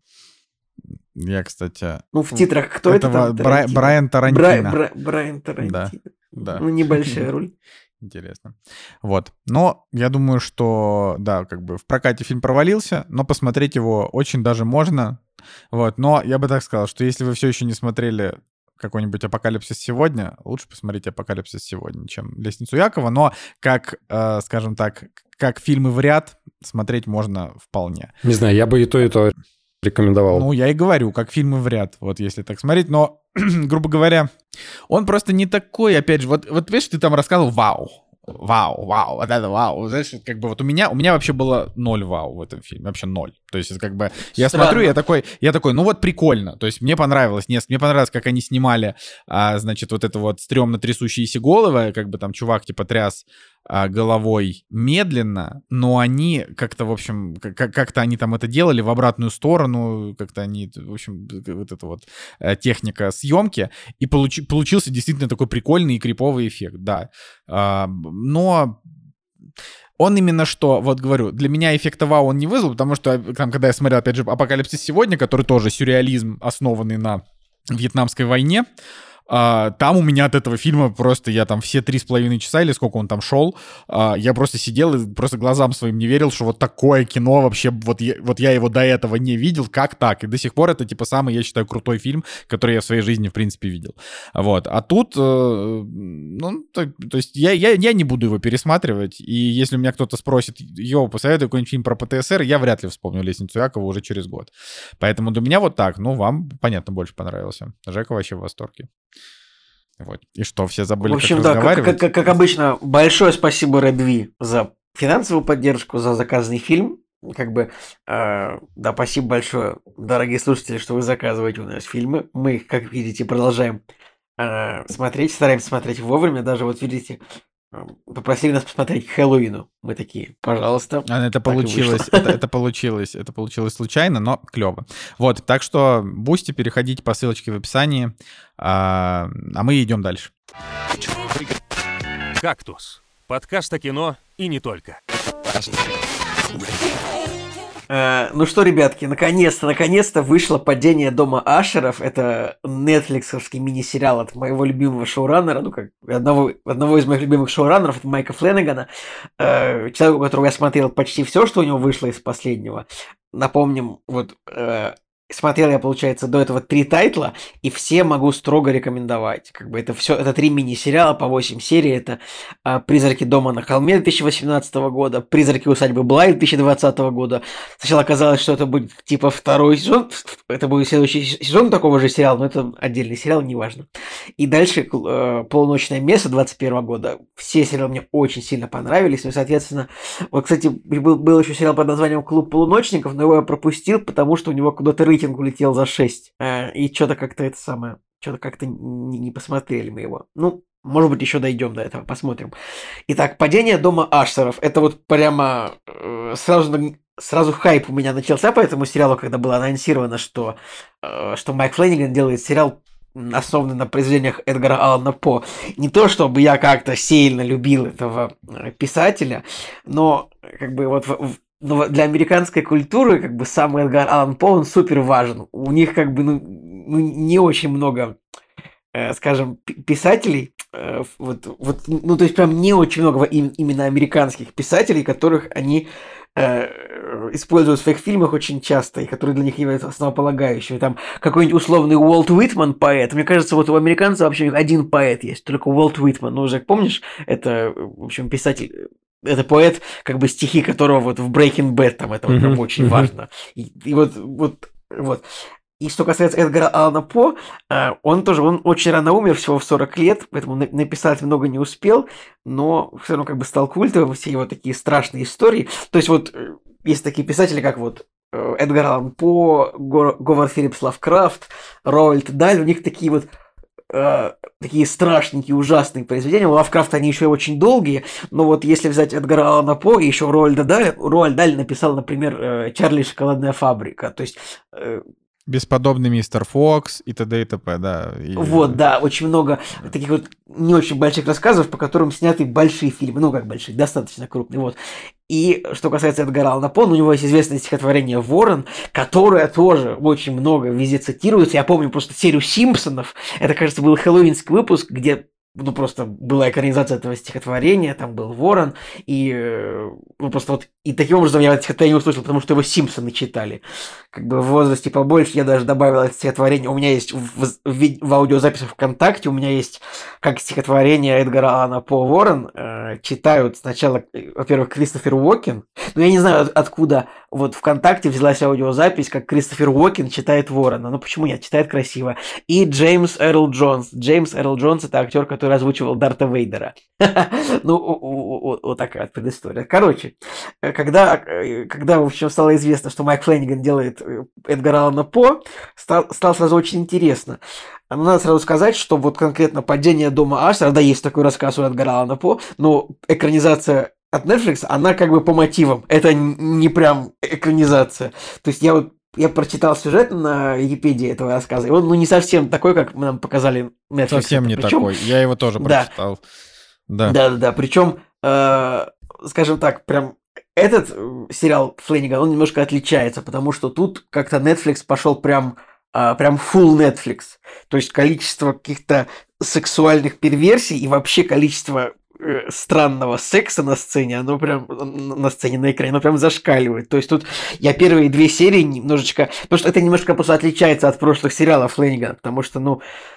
Я, кстати... Ну, в титрах кто это, это там? Бра... Брайан Тарантино. Бра... Бра... Брайан Тарантино. Да, да. Ну, небольшая роль. Интересно. Вот. Но я думаю, что, да, как бы в прокате фильм провалился, но посмотреть его очень даже можно. Вот. Но я бы так сказал, что если вы все еще не смотрели какой-нибудь «Апокалипсис сегодня», лучше посмотрите «Апокалипсис сегодня», чем «Лестницу Иакова». Но как, э, скажем так, как фильмы в ряд смотреть можно вполне. Не знаю, я бы и то, и то рекомендовал. Ну, я и говорю, как фильмы в ряд, вот если так смотреть. Но, грубо говоря, он просто не такой, опять же, вот, вот видишь, ты там рассказывал «Вау». Вау, вау, вот это вау. Знаешь, как бы вот у меня, у меня вообще было ноль вау в этом фильме, вообще ноль. То есть как бы я Странно. смотрю, я такой, я такой, ну вот прикольно. То есть мне понравилось, не, мне понравилось, как они снимали, а, значит, вот это вот стрёмно трясущиеся головы, как бы там чувак типа тряс головой медленно, но они как-то, в общем, как-то они там это делали в обратную сторону, как-то они, в общем, вот эта вот техника съемки, и получ, получился действительно такой прикольный и криповый эффект, да. Но он именно что, вот говорю, для меня эффекта вау он не вызвал, потому что, там, когда я смотрел, опять же, «Апокалипсис сегодня», который тоже сюрреализм, основанный на Вьетнамской войне, Uh, там у меня от этого фильма просто, я там все три с половиной часа или сколько он там шел, uh, я просто сидел и просто глазам своим не верил, что вот такое кино вообще, вот я, вот я его до этого не видел, как так? И до сих пор это типа самый, я считаю, крутой фильм, который я в своей жизни, в принципе, видел. Вот. А тут, uh, ну, то, то есть я, я, я не буду его пересматривать, и если у меня кто-то спросит, йоу, посоветуй какой-нибудь фильм про ПТСР, я вряд ли вспомню «Лестницу Якова» уже через год. Поэтому для меня вот так. Ну, вам, понятно, больше понравился. Жека вообще в восторге. Вот. И что, все забыли, в общем, как да, разговаривать? Как, как, как обычно, большое спасибо Red V за финансовую поддержку, за заказанный фильм. Как бы, э, да, спасибо большое, дорогие слушатели, что вы заказываете у нас фильмы. Мы их, как видите, продолжаем э, смотреть, стараемся смотреть вовремя. Даже вот видите, э, попросили нас посмотреть к Хэллоуину. Мы такие, пожалуйста. А, это получилось, это, это получилось, это получилось случайно, но клево. Вот, так что Бусти, переходите по ссылочке в описании, а, а мы идем дальше. «Кактус» — подкаст о кино и не только. Uh, ну что, ребятки, наконец-то, наконец-то вышло «Падение дома Ашеров». Это нетфликсовский мини-сериал от моего любимого шоураннера, ну как одного, одного из моих любимых шоураннеров, это Майка Фленнегана, uh, человека, у которого я смотрел почти все, что у него вышло из последнего. Напомним, вот uh, смотрел я, получается, до этого три тайтла, и все могу строго рекомендовать. Как бы это все, это три мини-сериала по восемь серий. Это а, «Призраки дома на холме» две тысячи восемнадцатого года, «Призраки усадьбы Блай» две тысячи двадцатого года. Сначала казалось, что это будет типа второй сезон, это будет следующий сезон такого же сериала, но это отдельный сериал, неважно. И дальше э, «Полуночное место» двадцать первого года. Все сериалы мне очень сильно понравились. Ну и, соответственно, вот, кстати, был, был еще сериал под названием «Клуб полуночников», но его я пропустил, потому что у него куда-то рейтинг улетел за шесть. И что-то как-то это самое... Что-то как-то не, не посмотрели мы его. Ну, может быть, еще дойдем до этого, посмотрим. Итак, «Падение дома Ашеров». Это вот прямо э, сразу, сразу хайп у меня начался по этому сериалу, когда было анонсировано, что, э, что Майк Флэнниган делает сериал, основанный на произведениях Эдгара Аллана По. Не то, чтобы я как-то сильно любил этого писателя, но как бы вот... В, Но для американской культуры, как бы, сам Эдгар Аллан По, он супер важен. У них, как бы, ну, ну не очень много, э, скажем, писателей, э, вот, вот, ну, то есть, прям не очень много им, именно американских писателей, которых они э, используют в своих фильмах очень часто, и которые для них являются основополагающими. Там какой-нибудь условный Уолт Уитман поэт. Мне кажется, вот у американцев вообще один поэт есть, только Уолт Уитман. Ну, уже помнишь, это, в общем, писатель... Это поэт, как бы стихи которого вот в Breaking Bad, там это вот прям mm-hmm. очень mm-hmm. важно. И, и вот, вот, вот. И что касается Эдгара Аллана По, он тоже, он очень рано умер, всего в сорок лет, поэтому написать много не успел, но все равно как бы стал культовым, все его такие страшные истории. То есть вот есть такие писатели, как вот Эдгар Аллан По, Говард Филлипс Лавкрафт, Роальд Даль, у них такие вот такие страшненькие, ужасные произведения. У Лавкрафта они еще очень долгие, но вот если взять Эдгара Аллана По и еще Роальда Даля, Роальд Даль написал, например, «Чарли и шоколадная фабрика». То есть... «Бесподобный мистер Фокс» и т.д. и т.п., да. И... Вот, да, очень много таких вот не очень больших рассказов, по которым сняты большие фильмы, ну, как большие, достаточно крупные, вот. И что касается Эдгара Аллана По, у него есть известное стихотворение «Ворон», которое тоже очень много везде цитируется. Я помню просто серию «Симпсонов», это, кажется, был хэллоуинский выпуск, где... Ну, просто была экранизация этого стихотворения, там был Ворон, и, ну, просто вот, и таким образом я это стихотворение услышал, потому что его Симпсоны читали. Как бы в возрасте побольше я даже добавил это стихотворение. У меня есть в, в, в аудиозаписях ВКонтакте, у меня есть как стихотворение Эдгара Аллана По «Ворон». Э, читают сначала, во-первых, Кристофер Уокен, но я не знаю, от, откуда вот ВКонтакте взялась аудиозапись, как Кристофер Уокен читает Ворона. Ну почему нет? Читает красиво. И Джеймс Эрл Джонс. Джеймс Эрл Джонс — это актер, который озвучивал Дарта Вейдера. Ну, вот такая предыстория. Короче, когда, когда, в общем, стало известно, что Майк Флэниган делает Эдгара Аллана По, стало сразу очень интересно. Но надо сразу сказать, что вот конкретно «Падение дома Ашера», да, есть такой рассказ у Эдгара Аллана По, но экранизация от Netflix, она как бы по мотивам. Это не прям экранизация. То есть я вот я прочитал сюжет на Википедии этого рассказа, и он ну, не совсем такой, как нам показали Netflix. Совсем не Причем... такой. Я его тоже прочитал. Да, да, да. да. Причем, э, скажем так, прям этот сериал Флэниган, он немножко отличается, потому что тут как-то Netflix пошел прям... прям full Netflix. То есть количество каких-то сексуальных перверсий и вообще количество э, странного секса на сцене, оно прям на сцене, на экране, оно прям зашкаливает. То есть тут я первые две серии немножечко... Потому что это немножко просто отличается от прошлых сериалов Флэнигана, потому что, ну,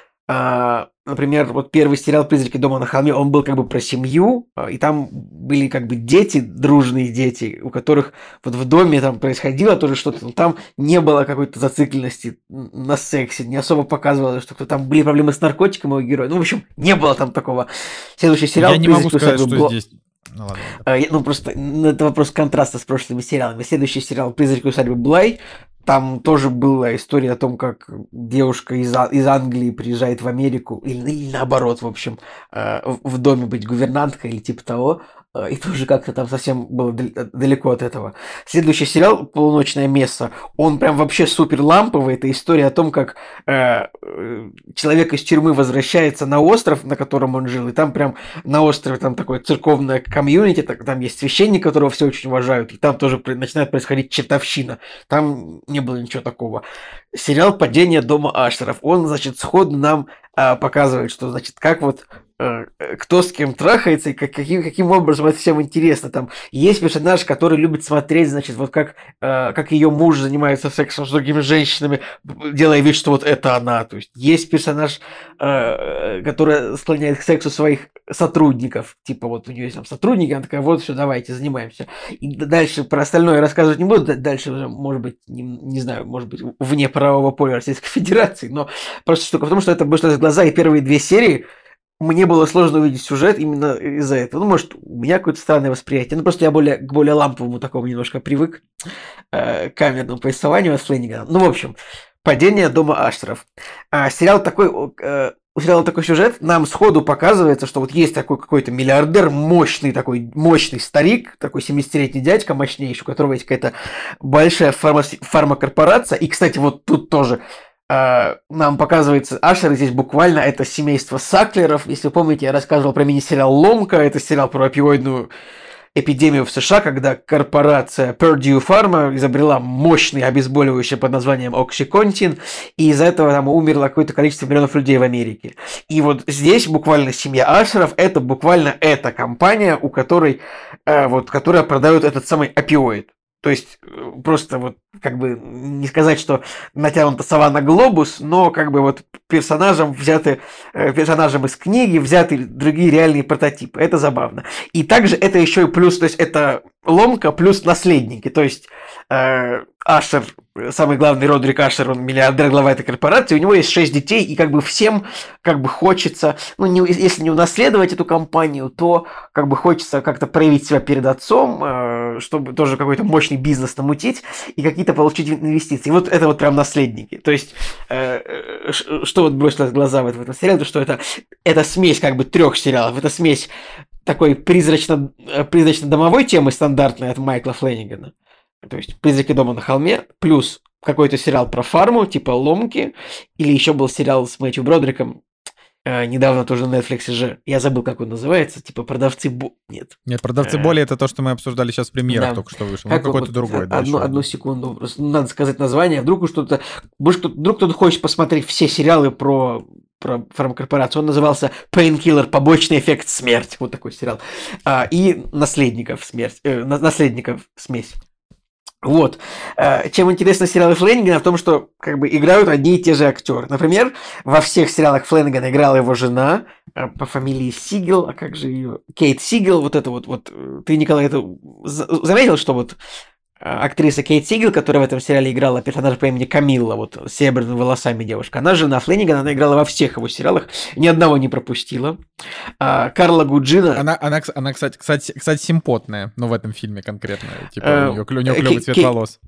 Uh, например, вот первый сериал «Призраки дома на холме», он был как бы про семью, и там были как бы дети, дружные дети, у которых вот в доме там происходило тоже что-то, но там не было какой-то зацикленности на сексе, не особо показывалось, что кто там были проблемы с наркотиками у героя. Ну, в общем, не было там такого. Следующий сериал... Я не могу сказать, что Бл... здесь... Ну, ладно, ладно. Uh, ну, просто это вопрос контраста с прошлыми сериалами. Следующий сериал «Призраки усадьбы Блай». Там тоже была история о том, как девушка из, из Англии приезжает в Америку, или, или наоборот, в общем, э, в доме быть гувернанткой или типа того, э, и тоже как-то там совсем было далеко от этого. Следующий сериал «Полуночное место», он прям вообще супер ламповый, это история о том, как э, человек из тюрьмы возвращается на остров, на котором он жил, и там прям на острове там такое церковное комьюнити, там есть священник, которого все очень уважают, и там тоже начинает происходить чертовщина. Там не было ничего такого. Сериал «Падение дома Ашеров», он, значит, сходу нам а, показывает, что, значит, как вот а, кто с кем трахается и как, каким, каким образом это всем интересно. Там есть персонаж, который любит смотреть, значит, вот как, а, как ее муж занимается сексом с другими женщинами, делая вид, что вот это она. То есть есть персонаж, а, который склоняет к сексу своих сотрудников. Типа вот у нее есть там сотрудники, она такая, вот все, давайте, занимаемся. И дальше про остальное рассказывать не буду. Дальше уже, может быть, не, не знаю, может быть, вне правового поля Российской Федерации, но просто штука в том, что это вышло из глаза, и первые две серии мне было сложно увидеть сюжет именно из-за этого. Ну, может, у меня какое-то странное восприятие. Ну, просто я более, к более ламповому такому немножко привык, э, камерному повествованию от Флэнигана. Ну, в общем, «Падение дома Ашеров». А, сериал такой... Э, у сериала такой сюжет, нам сходу показывается, что вот есть такой какой-то миллиардер, мощный такой, мощный старик, такой семидесятилетний дядька, мощнейший, у которого есть какая-то большая фарма- фармакорпорация. И, кстати, вот тут тоже э, нам показывается, Ашеры здесь буквально это семейство Саклеров. Если вы помните, я рассказывал про мини-сериал «Ломка», это сериал про опиоидную эпидемию в США, когда корпорация Purdue Pharma изобрела мощный обезболивающий под названием Oxycontin, и из-за этого там умерло какое-то количество миллионов людей в Америке. И вот здесь буквально семья Ашеров – это буквально эта компания, у которой, э, вот, которая продает этот самый опиоид. То есть просто вот как бы не сказать, что натянута сова на глобус, но как бы вот персонажам взяты, персонажам из книги взяты другие реальные прототипы. Это забавно. И также это еще и плюс, то есть это «Ломка» плюс наследники. То есть э, Ашер, самый главный Родрик Ашер, он миллиардер, глава этой корпорации, у него есть шесть детей, и как бы всем как бы хочется, ну не, если не унаследовать эту компанию, то как бы хочется как-то проявить себя перед отцом, э, чтобы тоже какой-то мощный бизнес намутить и какие-то получить инвестиции. И вот это вот прям наследники. То есть э, что вот бросилось в глаза в этом сериале, то что это, это смесь как бы трех сериалов, это смесь такой призрачно, призрачно-домовой темы стандартной от Майкла Флэнигана. То есть «Призраки дома на холме», плюс какой-то сериал про фарму, типа «Ломки», или еще был сериал с Мэтью Бродриком, э, недавно тоже на Netflix же, я забыл, как он называется, типа «Продавцы боли». Нет. Нет, «Продавцы боли» — это то, что мы обсуждали сейчас в премьерах, да. Только что вышло. Как ну, какой-то вот, другой. Одну, одну секунду, просто надо сказать название, вдруг что-то, вдруг кто-то хочет посмотреть все сериалы про... про фармкорпорацию. Он назывался «Painkiller. Побочный эффект смерть». Вот такой сериал. А, и «Наследников смерть». Э, «Наследников смесь». Вот. А, чем интересны сериалы Флэнигана в том, что как бы играют одни и те же актеры. Например, во всех сериалах Флэнигана играла его жена а, по фамилии Сигел, а как же ее? Кейт Сигел. Вот это вот. вот. Ты, Николай, это заметил, что вот актриса Кейт Сигел, которая в этом сериале играла персонажа по имени Камилла, вот с серебряными волосами девушка. Она жена Флэнигана, она играла во всех его сериалах, ни одного не пропустила. А, Карла Гуджина... Она, она, она кстати, кстати, кстати, симпотная, ну, в этом фильме конкретно. Типа, у нее, у нее клевый цвет волос.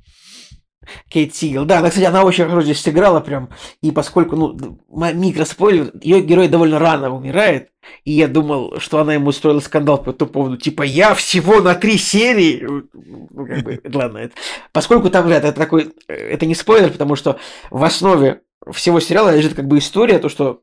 Кейт Сигел. Да, она, кстати, она очень хорошо здесь сыграла прям. И поскольку, ну, микроспойлер, ее герой довольно рано умирает, и я думал, что она ему устроила скандал по этому поводу, типа, я всего на три серии. Ну, как бы, ладно. Это, поскольку там, ребята, это такой, это не спойлер, потому что в основе всего сериала лежит как бы история, то, что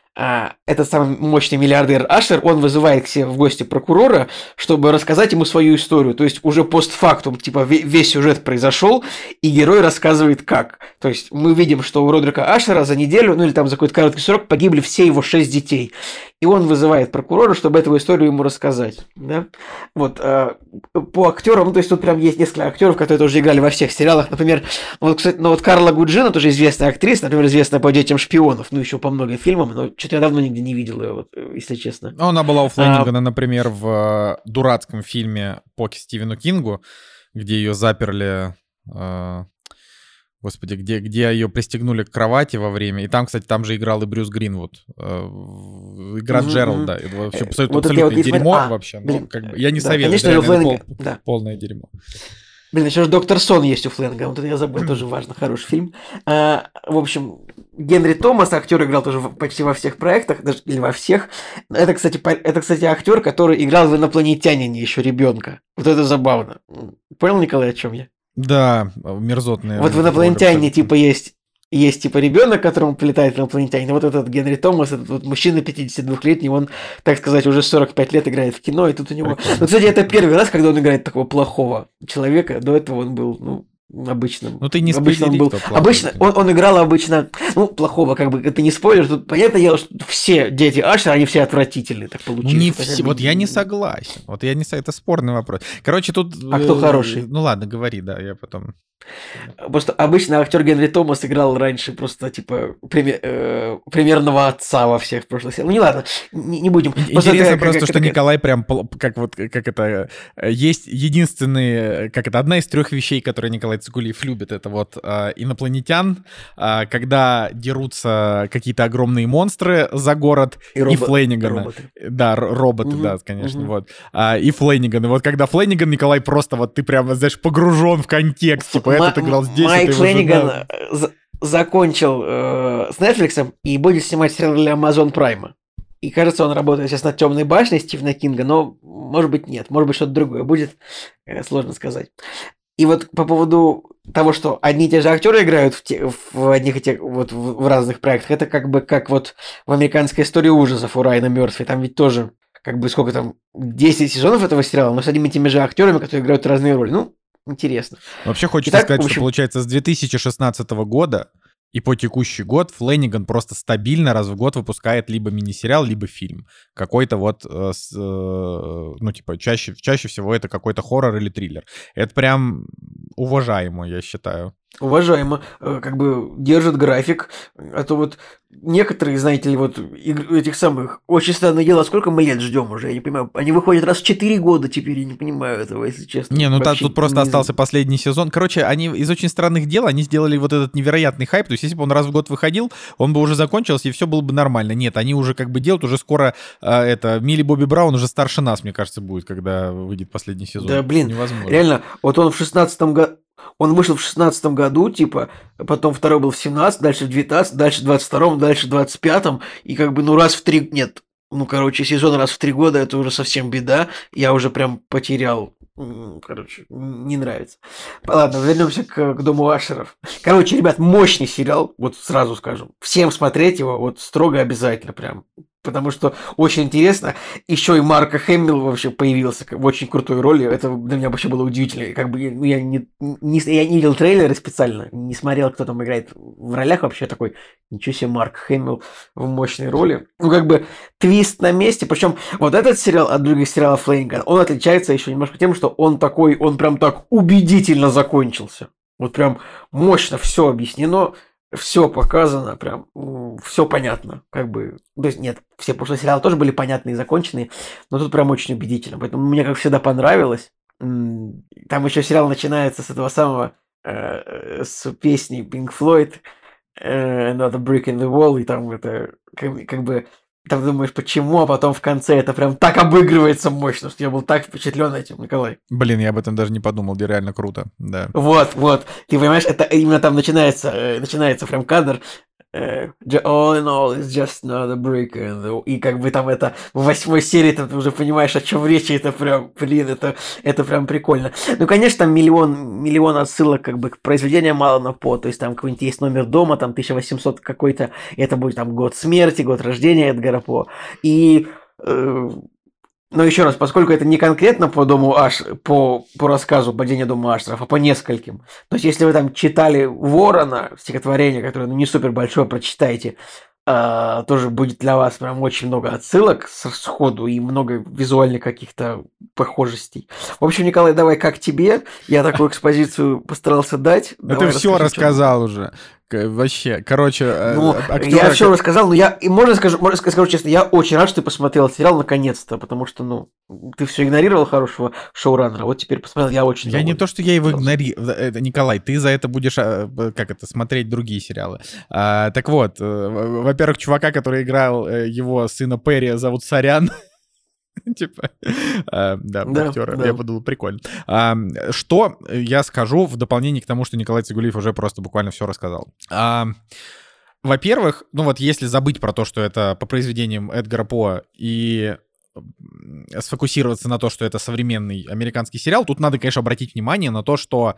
а, этот самый мощный миллиардер Ашер, он вызывает к себе в гости прокурора, чтобы рассказать ему свою историю. То есть уже постфактум, типа весь сюжет произошел, и герой рассказывает как. То есть мы видим, что у Родрика Ашера за неделю, ну или там за какой-то короткий срок погибли все его шесть детей. И он вызывает прокурора, чтобы эту историю ему рассказать. Да? Вот, а, по актерам, ну то есть тут прям есть несколько актеров, которые тоже играли во всех сериалах. Например, вот, кстати, ну вот Карла Гуджина, тоже известная актриса, например, известная по «Детям шпионов», ну еще по многим фильмам, но что-то я давно нигде не видел ее, вот, если честно. Она была у Флэнигана, а... например, в дурацком фильме по Стивену Кингу, где ее заперли... Э... Господи, где, где ее пристегнули к кровати во время. И там, кстати, там же играл и Брюс Гринвуд. Э, игра mm-hmm. Джералда. Это вообще абсолютно, вот абсолютное вот дерьмо а, вообще. Блин, ну, как бы, я не да, советую. Конечно, это Флэниган, пол, да. полное дерьмо. Блин, еще же «Доктор Сон» есть у Флэнга. Вот это я забыл, тоже важно, хороший фильм. А, в общем, Генри Томас, актер, играл тоже почти во всех проектах, даже или во всех. Это, кстати, это, кстати, актер, который играл в «Инопланетянине» еще ребенка. Вот это забавно. Понял, Николай, о чем я? Да, мерзотные. Вот в «Инопланетянине» типа есть, есть типа ребенок, которому прилетает инопланетянин. Вот этот Генри Томас, этот вот мужчина пятидесятидвухлетний, он, так сказать, уже сорок пять лет играет в кино, и тут у него... Ну, кстати, это первый раз, когда он играет такого плохого человека. До этого он был, ну, обычным. Ну, ты не обычно он был. Обычно он, он играл обычно, ну, плохого, как бы, это не спойлер, тут понятное дело, что все дети Ашера, они все отвратительные, так получилось. Ну, не все, вот я не согласен, вот я не согласен, это спорный вопрос. Короче, тут... А кто хороший? Ну, ладно, говори, да, я потом... Просто обычно актер Генри Томас играл раньше просто, типа, пример, э, примерного отца во всех прошлых сериях. Ну, не ладно, не, не будем. Интересно просто, просто как, что как, Николай прям, как вот, как это, есть единственные, как это, одна из трех вещей, которые Николай Цигулиев любит, это вот э, инопланетян, э, когда дерутся какие-то огромные монстры за город, и, и робот, Флэнигана. Роботы. Да, роботы, угу, да, конечно, угу. вот. А, и Флэниган. И вот когда Флэниган, Николай, просто вот ты прям, знаешь, погружен в контекст, типа, этот играл здесь, Майк Флэниган за- закончил э, с Netflix и будет снимать сериал для Amazon Prime. И кажется, он работает сейчас над «Темной башней» Стивена Кинга, но, может быть, нет. Может быть, что-то другое будет. Э, сложно сказать. И вот по поводу того, что одни и те же актеры играют в, те, в одних и тех, вот в, в разных проектах, это как бы как вот в «Американской истории ужасов» у Райана Мёрфи. Там ведь тоже, как бы, сколько там, десять сезонов этого сериала, но с одними и теми же актерами, которые играют разные роли. Ну, интересно. Вообще хочется Итак, сказать, общем... что получается с две тысячи шестнадцатого года и по текущий год Флэниган просто стабильно раз в год выпускает либо мини-сериал, либо фильм. Какой-то вот, э, с, э, ну типа чаще, чаще всего это какой-то хоррор или триллер. Это прям уважаемо, я считаю. Уважаемо. Как бы держит график. А то вот некоторые, знаете ли, вот этих самых «Очень странное дело», сколько мы лет ждем уже, я не понимаю. Они выходят раз в четыре года теперь, я не понимаю этого, если честно. Не, ну та, тут просто не... остался последний сезон. Короче, они из «Очень странных дел» они сделали вот этот невероятный хайп. То есть если бы он раз в год выходил, он бы уже закончился, и все было бы нормально. Нет, они уже как бы делают, уже скоро э, это Милли Бобби Браун уже старше нас, мне кажется, будет, когда выйдет последний сезон. Да, блин, невозможно. Реально, вот он в шестнадцатом году... Он вышел в шестнадцатом году, типа, потом второй был в семнадцатом, дальше в девятнадцатом, дальше в двадцать втором, дальше в двадцать пятом, и как бы, ну, раз в три... Нет, ну, короче, сезон раз в три года, это уже совсем беда, я уже прям потерял, короче, не нравится. Ладно, вернемся к, к Дому Ашеров. Короче, ребят, мощный сериал, вот сразу скажем, всем смотреть его, вот строго обязательно прям. Потому что очень интересно. Еще и Марк Хэмилл вообще появился в очень крутой роли. Это для меня вообще было удивительно. Как бы я, ну, я, не, не, я не видел трейлеры специально, не смотрел, кто там играет в ролях вообще такой. Ничего себе, Марк Хэмилл в мощной роли. Ну, как бы твист на месте. Причем вот этот сериал от других сериалов Флэнигана, он отличается еще немножко тем, что он такой, он прям так убедительно закончился. Вот прям мощно все объяснено. Все показано, прям все понятно, как бы, то есть нет, все прошлые сериалы тоже были понятные и законченные, но тут прям очень убедительно, поэтому мне, как всегда, понравилось, там еще сериал начинается с этого самого, э, с песни Pink Floyd э, Another Brick in the Wall, и там это как, как бы там думаешь, почему, а потом в конце это прям так обыгрывается мощно, что я был так впечатлен этим, Николай. Блин, я об этом даже не подумал, где реально круто, да. Вот, вот, ты понимаешь, это именно там начинается, э, начинается прям кадр, Uh, all in all, it's just another brick. And, и как бы там это в восьмой серии ты уже понимаешь, о чем речь, и это прям, блин, это, это прям прикольно. Ну, конечно, там миллион, миллион отсылок как бы к произведениям Алана По, то есть там какой-нибудь есть номер дома, там тысяча восемьсот какой-то, и это будет там год смерти, год рождения Эдгара По. И... Э, но еще раз, поскольку это не конкретно по дому Аш, по, по рассказу «Падение дома Ашеров», а по нескольким. То есть, если вы там читали «Ворона», стихотворение, которое ну, не супер большое, прочитайте, э, тоже будет для вас прям очень много отсылок сходу и много визуальных каких-то похожестей. В общем, Николай, давай как тебе? Я такую экспозицию постарался дать. Да ты все рассказал уже. Вообще, короче, ну, актёры... я все рассказал, но я, и можно скажу, можно скажу честно, я очень рад, что ты посмотрел сериал наконец-то, потому что, ну, ты все игнорировал хорошего шоураннера, вот теперь посмотрел, я очень Я доволен. Не то, что я его игнорировал, Николай, ты за это будешь, как это, смотреть другие сериалы. А, так вот, во-первых, чувака, который играл его сына Перри, зовут Сорян. Типа, а, да, да, актера, да. Я подумал, прикольно. А, что я скажу в дополнение к тому, что Николай Цигулиев уже просто буквально все рассказал. А, во-первых, ну вот если забыть про то, что это по произведениям Эдгара По и сфокусироваться на то, что это современный американский сериал, тут надо, конечно, обратить внимание на то, что...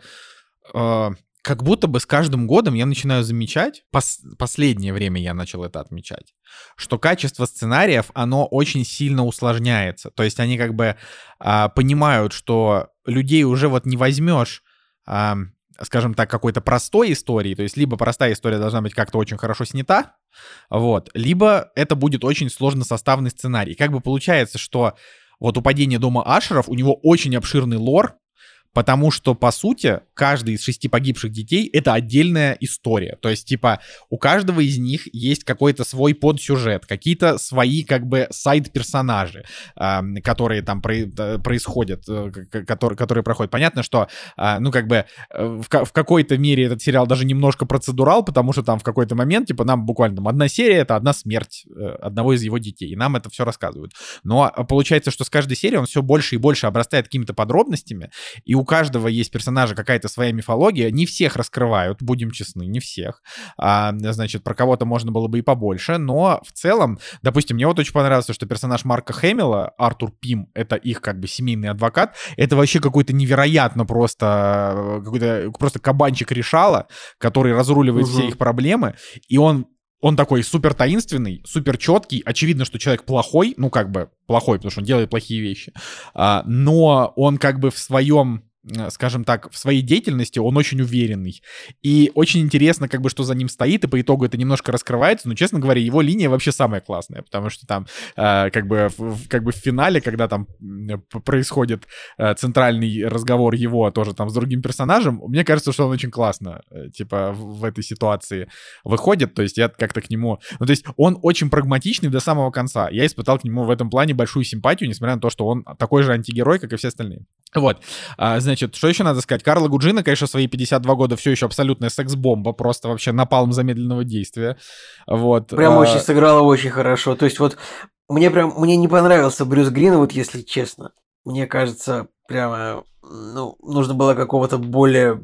Э, как будто бы с каждым годом я начинаю замечать, пос- последнее время я начал это отмечать, что качество сценариев, оно очень сильно усложняется. То есть они как бы а, понимают, что людей уже вот не возьмешь, а, скажем так, какой-то простой истории, то есть либо простая история должна быть как-то очень хорошо снята, вот, либо это будет очень сложно составный сценарий. И как бы получается, что вот у «Падения дома Ашеров» у него очень обширный лор, потому что, по сути, каждый из шести погибших детей — это отдельная история. То есть, типа, у каждого из них есть какой-то свой подсюжет, какие-то свои, как бы, сайд-персонажи, э, которые там про- происходят, э, которые, которые проходят. Понятно, что, э, ну, как бы, э, в, в какой-то мере этот сериал даже немножко процедурал, потому что там в какой-то момент, типа, нам буквально там одна серия — это одна смерть э, одного из его детей, и нам это все рассказывают. Но получается, что с каждой серией он все больше и больше обрастает какими-то подробностями, и у У каждого есть персонажа какая-то своя мифология, не всех раскрывают, будем честны, не всех. А, значит, про кого-то можно было бы и побольше, но в целом, допустим, мне вот очень понравилось, что персонаж Марка Хэмилла, Артур Пим, это их как бы семейный адвокат, это вообще какой-то невероятно просто, какой-то просто кабанчик решала, который разруливает угу. все их проблемы, и он Он такой супер таинственный, супер четкий. Очевидно, что человек плохой, ну как бы плохой, потому что он делает плохие вещи. А, но он как бы в своем, скажем так, в своей деятельности он очень уверенный. И очень интересно, как бы, что за ним стоит, и по итогу это немножко раскрывается. Но, честно говоря, его линия вообще самая классная, потому что там э, как бы, в, как бы в финале, когда там происходит э, центральный разговор его тоже там с другим персонажем, мне кажется, что он очень классно, э, типа, в, в этой ситуации выходит. То есть я как-то к нему... Ну, то есть он очень прагматичный до самого конца. Я испытал к нему в этом плане большую симпатию, несмотря на то, что он такой же антигерой, как и все остальные. Вот. А, значит, что еще надо сказать? Карла Гуджина, конечно, свои пятьдесят два года все еще абсолютная секс-бомба, просто вообще напалм замедленного действия. Вот. Прям а... очень сыграла очень хорошо. То есть вот мне прям, мне не понравился Брюс Гринвуд, если честно. Мне кажется, прямо, ну, нужно было какого-то более...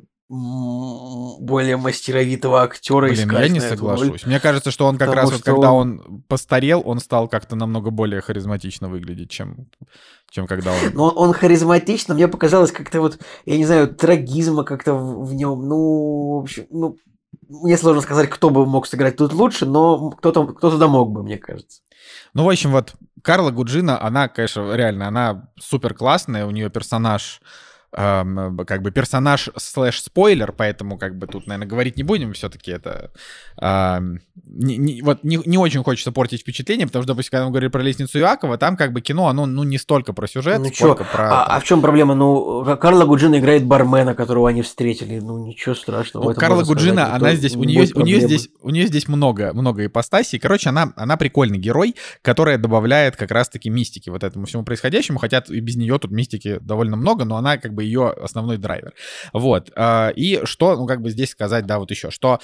более мастеровитого актера Блин, искать. Я не соглашусь. Мне кажется, что он как Потому раз вот, когда он... он постарел, он стал как-то намного более харизматично выглядеть, чем, чем когда он... Но он, он харизматично, мне показалось как-то вот, я не знаю, трагизма как-то в, в нем. Ну, в общем, ну, мне сложно сказать, кто бы мог сыграть тут лучше, но кто-то, кто туда мог бы, мне кажется. Ну, в общем, вот Карла Гуджина, она, конечно, реально, она супер классная, у нее персонаж... эм, как бы персонаж слэш-спойлер, поэтому как бы тут, наверное, говорить не будем, все-таки это... Эм, не, не, вот не, не очень хочется портить впечатление, потому что, допустим, когда мы говорили про «Лестницу Иакова», там как бы кино, оно ну, не столько про сюжет, ну, сколько чё? про... А, там... а в чем проблема? Ну, Карла Гуджина играет бармена, которого они встретили, ну, ничего страшного. Ну, Карла Гуджина, сказать, она здесь, у нее, у, нее здесь, у нее здесь много, много ипостасей. Короче, она, она прикольный герой, которая добавляет как раз-таки мистики вот этому всему происходящему, хотя и без нее тут мистики довольно много, но она как бы ее основной драйвер. Вот. И что, ну, как бы здесь сказать, да, вот еще, что...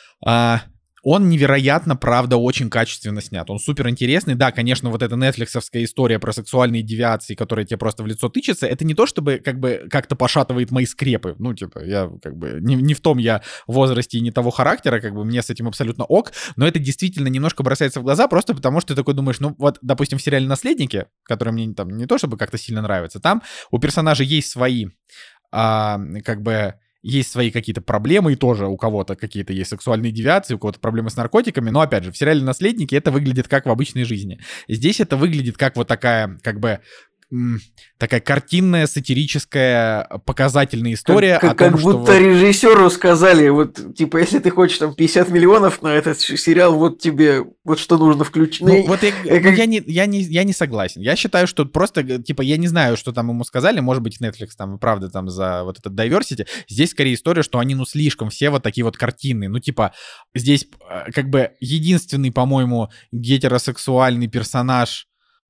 Он невероятно, правда, очень качественно снят. Он супер интересный. Да, конечно, вот эта нетфликсовская история про сексуальные девиации, которые тебе просто в лицо тычатся, это не то, чтобы как бы как-то пошатывает мои скрепы. Ну, типа, я как бы не, не в том я возрасте и не того характера, как бы мне с этим абсолютно ок, но это действительно немножко бросается в глаза, просто потому что ты такой думаешь, ну, вот, допустим, в сериале «Наследники», который мне там не то чтобы как-то сильно нравится, там у персонажей есть свои, а, как бы... Есть свои какие-то проблемы, и тоже у кого-то какие-то есть сексуальные девиации, у кого-то проблемы с наркотиками, но, опять же, в сериале «Наследники» это выглядит как в обычной жизни. Здесь это выглядит как вот такая, как бы, такая картинная, сатирическая, показательная история. Как, о том, как что будто вот... режиссеру сказали, вот, типа, если ты хочешь там пятьдесят миллионов на этот сериал, вот тебе, вот что нужно включить. Ну, ну, вот я, я, ну, я, не, я, не, я не согласен. Я считаю, что просто, типа, я не знаю, что там ему сказали, может быть, Netflix там, правда, там, за вот этот diversity. Здесь скорее история, что они, ну, слишком все вот такие вот картинные. Ну, типа, здесь, как бы, единственный, по-моему, гетеросексуальный персонаж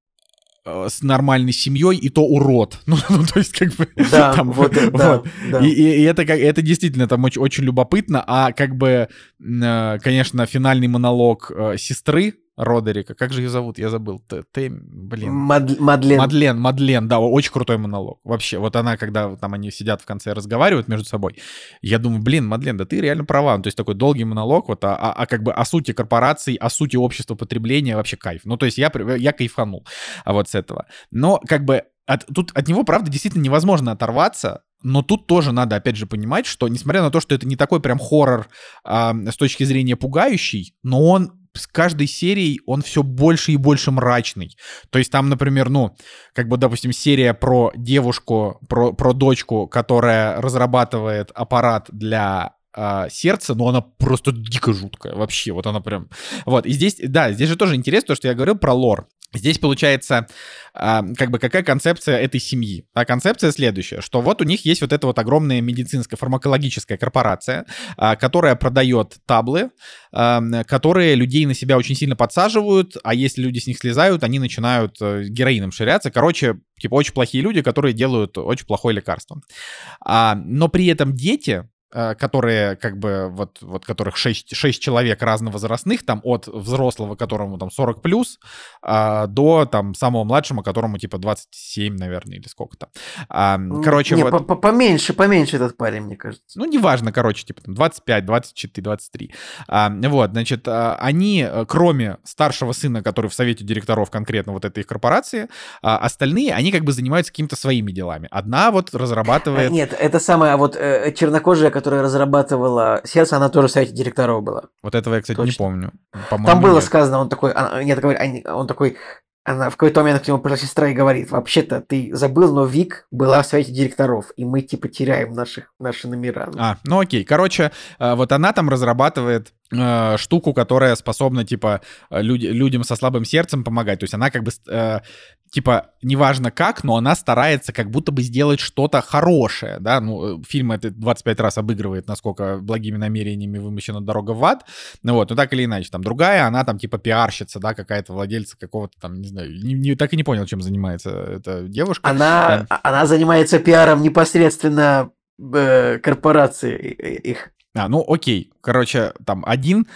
с нормальной семьей, и то урод. Ну, ну то есть, как бы... Да, там, вот, вот. да, да. И, и, и это, как, это действительно там очень, очень любопытно. А как бы, э, конечно, финальный монолог э, сестры Родерика, как же ее зовут? Я забыл. Ты, блин. Мад, Мадлен. Мадлен, Мадлен, да, очень крутой монолог. Вообще, вот она, когда там они сидят в конце и разговаривают между собой, я думаю, блин, Мадлен, да ты реально права. Ну, то есть такой долгий монолог, вот, а, а, а как бы о сути корпораций, о сути общества потребления, вообще кайф. Ну, то есть я, я кайфанул а вот с этого. Но как бы от, тут от него, правда, действительно невозможно оторваться. Но тут тоже надо, опять же, понимать, что, несмотря на то, что это не такой прям хоррор а, с точки зрения пугающий, но он с каждой серией он все больше и больше мрачный. То есть там, например, ну, как бы, допустим, серия про девушку, про, про дочку, которая разрабатывает аппарат для э, сердца, но она просто дико жуткая вообще. Вот она прям... Вот, и здесь, да, здесь же тоже интересно то, что я говорил про лор. Здесь получается, э, как бы, какая концепция этой семьи? А концепция следующая, что вот у них есть вот эта вот огромная медицинская фармакологическая корпорация, э, которая продает таблы, э, которые людей на себя очень сильно подсаживают, а если люди с них слезают, они начинают э, героином ширяться. Короче, типа очень плохие люди, которые делают очень плохое лекарство. А, но при этом дети... которые, как бы, вот, вот которых шесть, шесть человек разновозрастных, там, от взрослого, которому, там, сорок плюс, а, до, там, самого младшего, которому, типа, двадцать семь, наверное, или сколько-то. А, короче, Не, вот... поменьше, поменьше этот парень, мне кажется. Ну, неважно, короче, типа, там, двадцать пять, двадцать четыре, двадцать три. А, вот, значит, они, кроме старшего сына, который в совете директоров конкретно вот этой их корпорации, а, остальные, они, как бы, занимаются какими-то своими делами. Одна вот разрабатывает... Нет, это самая вот э, чернокожая, которая разрабатывала сердце, она тоже в совете директоров была. Вот этого я, кстати, Точно. не помню. По-моему, Там было нет. сказано, он такой, она, нет, он такой, она в какой-то момент к нему пришла сестра и говорит, вообще-то ты забыл, но Вик была в совете директоров, и мы типа теряем наших, наши номера. А, ну окей, короче, вот она там разрабатывает э, штуку, которая способна, типа, люд, людям со слабым сердцем помогать. То есть она как бы... Э, типа, неважно как, но она старается как будто бы сделать что-то хорошее, да, ну, фильм это двадцать пять раз обыгрывает, насколько благими намерениями вымощена дорога в ад, ну вот, ну так или иначе, там другая, она там типа пиарщица, да, какая-то владельца какого-то там, не знаю, не, не, так и не понял, чем занимается эта девушка. Она, а... она занимается пиаром непосредственно э, корпорации их. А, ну окей, короче, там один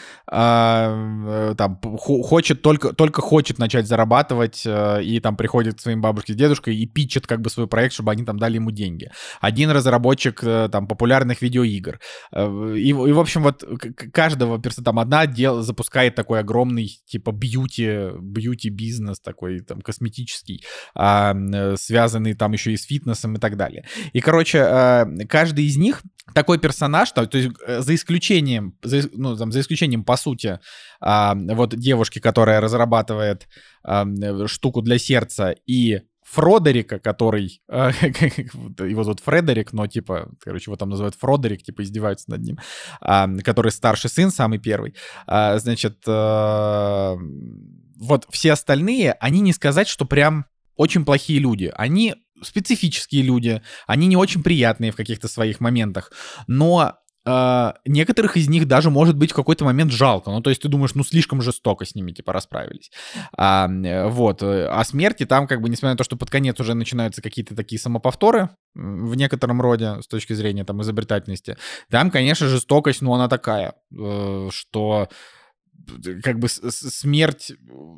э, там хочет только, только хочет начать зарабатывать э, и там приходит к своим бабушке с дедушкой и питчит как бы свой проект, чтобы они там дали ему деньги. Один разработчик э, там популярных видеоигр. Э, и, и, в общем, вот каждого персонажа, там одна дел, запускает такой огромный типа бьюти, бьюти-бизнес такой там косметический, э, связанный там еще и с фитнесом и так далее. И, короче, э, каждый из них такой персонаж, то, то есть за исключением, за, ну, там, за исключением, по сути, а, вот девушки, которая разрабатывает а, штуку для сердца, и Фродерика, который... Э, его зовут Фредерик, но, типа, короче, его там называют Фродерик, типа, издеваются над ним, э, который старший сын, самый первый. Э, значит, э, вот все остальные, они не сказать, что прям очень плохие люди. Они специфические люди, они не очень приятные в каких-то своих моментах, но... Uh, некоторых из них даже, может быть, в какой-то момент жалко. Ну, то есть ты думаешь, ну, слишком жестоко с ними, типа, расправились. Uh, вот. А смерти там, как бы, несмотря на то, что под конец уже начинаются какие-то такие самоповторы в некотором роде, с точки зрения, там, изобретательности, там, конечно, жестокость, ну, она такая, uh, что... как бы смерть,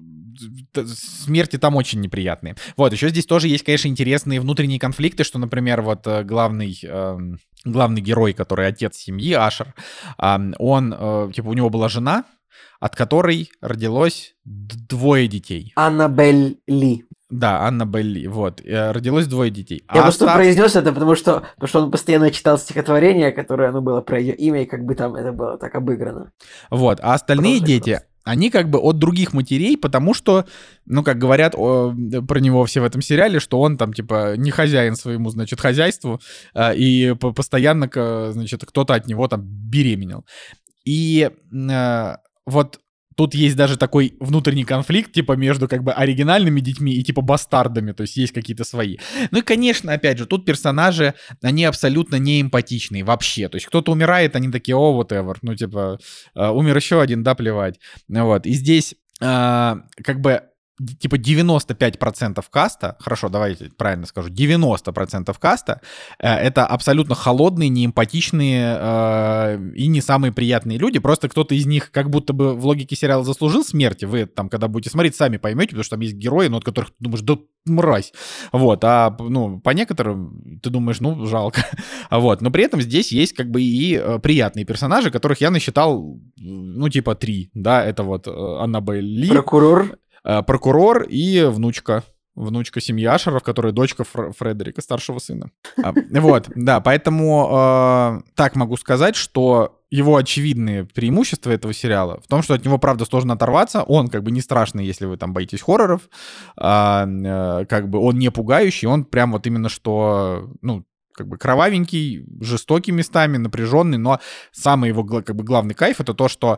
смерти там очень неприятные. Вот, еще здесь тоже есть, конечно, интересные внутренние конфликты, что, например, вот главный, э, главный герой, который отец семьи, Ашер, э, он, э, типа, у него была жена, от которой родилось двое детей. Аннабель Ли. Да, Аннабель Ли, вот. Родилось двое детей. Я а просто остав... произнес это, потому что, потому что он постоянно читал стихотворение, которое оно было про ее имя, и как бы там это было так обыграно. Вот, а остальные Просто дети, класс. Они как бы от других матерей, потому что, ну, как говорят о, про него все в этом сериале, что он там, типа, не хозяин своему, значит, хозяйству, э, и постоянно, значит, кто-то от него там беременел. И э, вот... Тут есть даже такой внутренний конфликт, типа, между, как бы, оригинальными детьми и, типа, бастардами, то есть есть какие-то свои. Ну и, конечно, опять же, тут персонажи, они абсолютно не эмпатичные вообще. То есть кто-то умирает, они такие, о, whatever, ну, типа, умер еще один, да, плевать. Вот, и здесь, э, как бы, типа девяносто пять процентов каста, хорошо, давайте правильно скажу, девяносто процентов каста, э, это абсолютно холодные, неэмпатичные э, и не самые приятные люди, просто кто-то из них как будто бы в логике сериала заслужил смерти, вы там, когда будете смотреть, сами поймете, потому что там есть герои, ну, от которых ты думаешь, да мразь, вот, а, ну, по некоторым ты думаешь, ну, жалко, вот, но при этом здесь есть как бы и э, приятные персонажи, которых я насчитал, ну, типа три, да, это вот э, Аннабель Ли. Прокурор. Прокурор и внучка. Внучка семьи Ашеров, которая дочка Фр- Фредерика, старшего сына. А, вот, да, поэтому э, так могу сказать, что его очевидные преимущества этого сериала в том, что от него, правда, сложно оторваться. Он как бы не страшный, если вы там боитесь хорроров. А, э, как бы он не пугающий, он прям вот именно что, ну, как бы кровавенький, жестокий местами, напряженный, но самый его как бы главный кайф — это то, что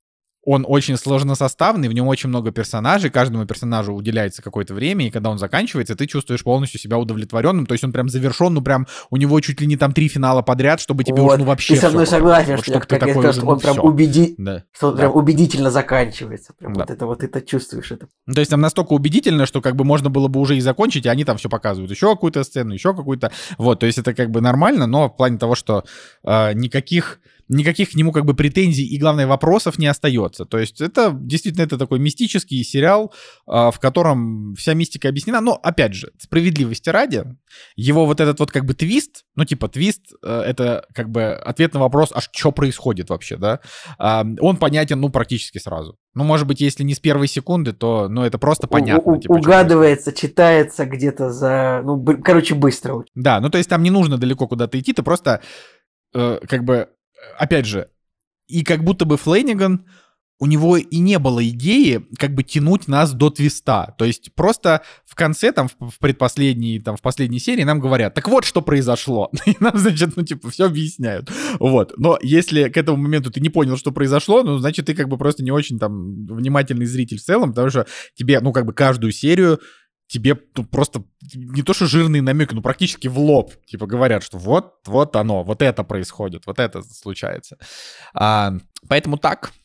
он очень сложносоставный, в нем очень много персонажей, каждому персонажу уделяется какое-то время, и когда он заканчивается, ты чувствуешь полностью себя удовлетворенным, то есть он прям завершен, ну прям у него чуть ли не там три финала подряд, чтобы тебе вот. уж ну вообще ты со мной согласен, вот, что, как я сказал, что он прям, убеди... да. что он да. прям убедительно заканчивается, прям да. вот это вот ты-то чувствуешь это. То есть там настолько убедительно, что как бы можно было бы уже и закончить, и они там все показывают, еще какую-то сцену, еще какую-то, вот, то есть это как бы нормально, но в плане того, что э, никаких никаких к нему как бы претензий и, главное, вопросов не остается. То есть это действительно это такой мистический сериал, в котором вся мистика объяснена. Но, опять же, справедливости ради, его вот этот вот как бы твист, ну типа твист, это как бы ответ на вопрос, а что происходит вообще, да? Он понятен, ну, практически сразу. Ну, может быть, если не с первой секунды, то, ну, это просто понятно. У- типа, угадывается, читается где-то за, ну, б- короче, быстро. Да, ну, то есть там не нужно далеко куда-то идти, ты просто э, как бы опять же, и как будто бы Флэниган, у него и не было идеи как бы тянуть нас до твиста. То есть просто в конце, там, в предпоследней, там, в последней серии нам говорят, так вот, что произошло. И нам, значит, ну, типа, все объясняют. Вот. Но если к этому моменту ты не понял, что произошло, ну, значит, ты как бы просто не очень там внимательный зритель в целом, потому что тебе, ну, как бы каждую серию тебе ну, просто не то что жирные намеки, но практически в лоб, типа, говорят, что вот, вот оно, вот это происходит, вот это случается. А, поэтому так.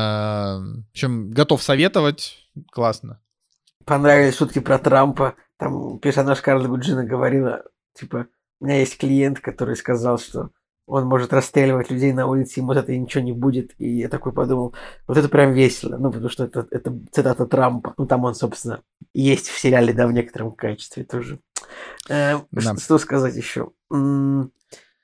А, в общем, готов советовать. Классно. Понравились шутки про Трампа. Там персонаж Карла Гуджина говорила, типа, у меня есть клиент, который сказал, что он может расстреливать людей на улице, ему от этого ничего не будет. И я такой подумал, вот это прям весело. Ну, потому что это, это цитата Трампа. Ну, там он, собственно, есть в сериале, да, в некотором качестве тоже. Э, да. что, что сказать еще? М-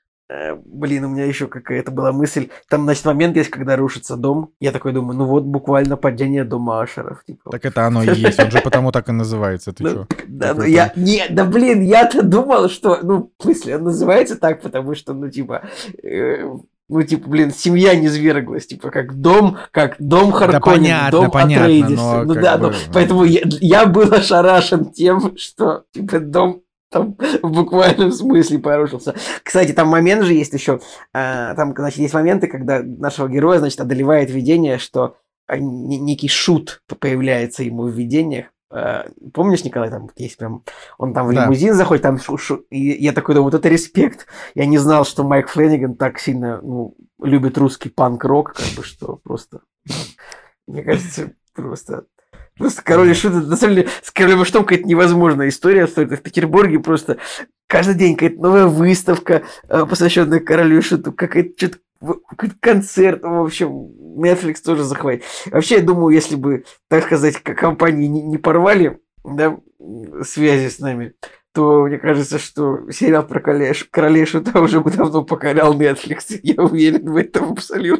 э, блин, у меня еще какая-то была мысль. Там, значит, момент есть, когда рушится дом. Я такой думаю, ну вот буквально падение дома Ашеров. Типа. Так это оно и есть. Он же потому так и называется. Ты что? Да, ну я... Не, да блин, я-то думал, что... Ну, в смысле, он называется так, потому что, ну, типа... ну, типа, блин, семья не зверглась, типа, как дом, как дом Харконнен, да, дом Атрейдиса. Ну да, бы... ну, поэтому я, я был ошарашен тем, что, типа, дом там в буквальном смысле порушился. Кстати, там момент же есть еще, а, там, значит, есть моменты, когда нашего героя, значит, одолевает видение, что некий шут появляется ему в видениях. Помнишь, Николай, там есть прям... Он там в да. лимузин заходит, там... Шу, шу, и я такой думаю, вот это респект. Я не знал, что Майк Флэниган так сильно ну, любит русский панк-рок, как бы, что просто... Мне кажется, просто... Просто Король и Шут, на самом деле, с Королем и Шутом какая-то невозможная история. В Петербурге просто каждый день какая-то новая выставка, посвященная Королю и Шуту, какая-то что-то какой-то концерт, в общем, Netflix тоже захватит. Вообще, я думаю, если бы, так сказать, компании не, не порвали, да, связи с нами, то мне кажется, что сериал про Короля и Шута уже бы давно покорял Netflix. Я уверен в этом абсолютно.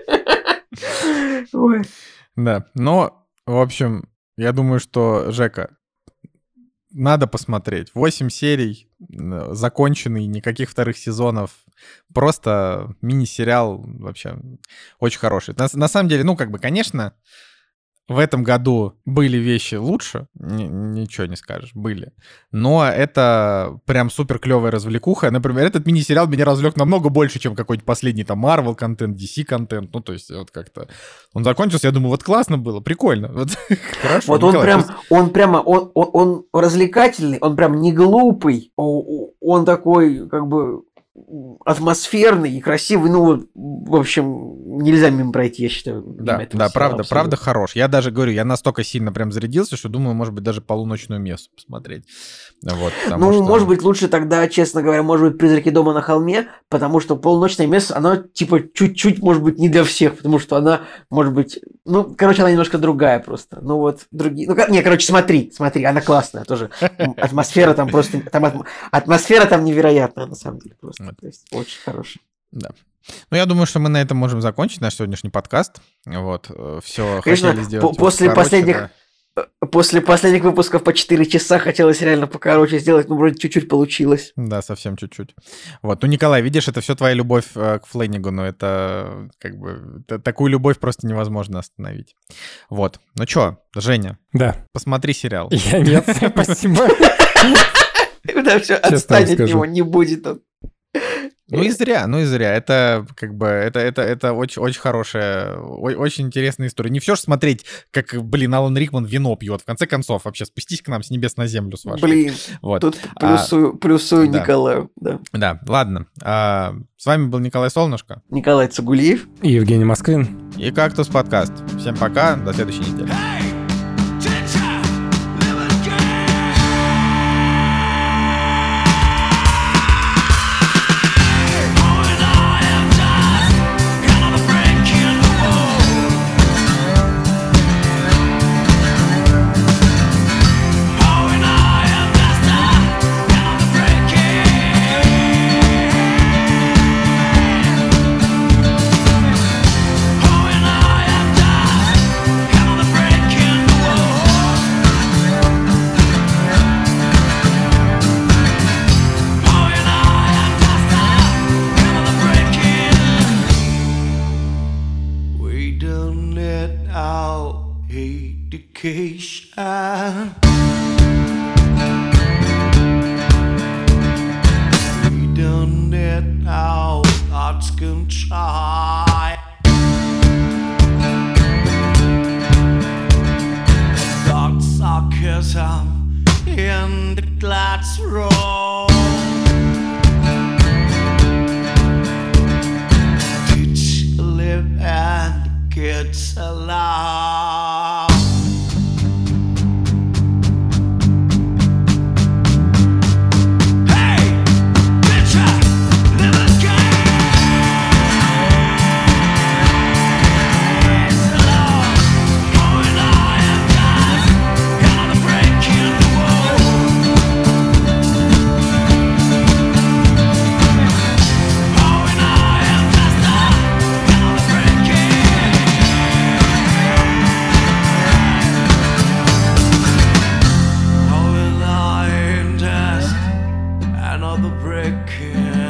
Да, но, в общем, я думаю, что, Жека, надо посмотреть. Восемь серий, законченный, никаких вторых сезонов. Просто мини-сериал вообще очень хороший. На, на самом деле, ну, как бы, конечно, в этом году были вещи лучше, Н- ничего не скажешь, были. Но это прям супер клевая развлекуха. Например, этот мини-сериал меня развлек намного больше, чем какой-нибудь последний там Marvel контент, ди си контент. Ну, то есть, вот как-то он закончился, я думаю, вот классно было, прикольно. Вот, хорошо. Вот он прям, он прямо, он, он, он развлекательный, он прям не глупый, он такой, как бы, атмосферный и красивый, ну, в общем, нельзя мимо пройти, я считаю. Да, да, сериала, правда, абсолютно. Правда хорош. Я даже говорю, я настолько сильно прям зарядился, что думаю, может быть, даже полуночную мессу посмотреть. Вот, ну, что... может быть, лучше тогда, честно говоря, может быть, «Призраки дома на холме», потому что полуночное место, оно, типа, чуть-чуть, может быть, не для всех, потому что она, может быть, ну, короче, она немножко другая просто. Ну, вот, другие... Ну, не, короче, смотри, смотри, она классная тоже. Атмосфера там просто... Там атмосфера там невероятная, на самом деле, просто. То есть очень хороший. Да. Ну, я думаю, что мы на этом можем закончить наш сегодняшний подкаст. Вот, все хотели сделать. После короче, последних... Да. После последних выпусков по четыре часа хотелось реально покороче сделать, но вроде чуть-чуть получилось. Да, совсем чуть-чуть. Вот, ну, Николай, видишь, это все твоя любовь э, к Флэнигану. Это как бы... Это, такую любовь просто невозможно остановить. Вот. Ну что, Женя? Да. Посмотри сериал. Я нет, спасибо. Да, все, отстань от него, не будет он. Ну и зря, ну и зря. Это как бы, это, это, это очень, очень хорошая, очень интересная история. Не все же смотреть, как, блин, Алан Рикман вино пьет. В конце концов, вообще спустись к нам с небес на землю с вашей. Блин, вот. Тут плюсую, а, плюсую да. Николаю. Да, да ладно. А, с вами был Николай Солнышко. Николай Цугулиев. И Евгений Москвин. И «Кактус подкаст». Всем пока, до следующей недели. In the glass room, teach, live, and kids alive. Another break.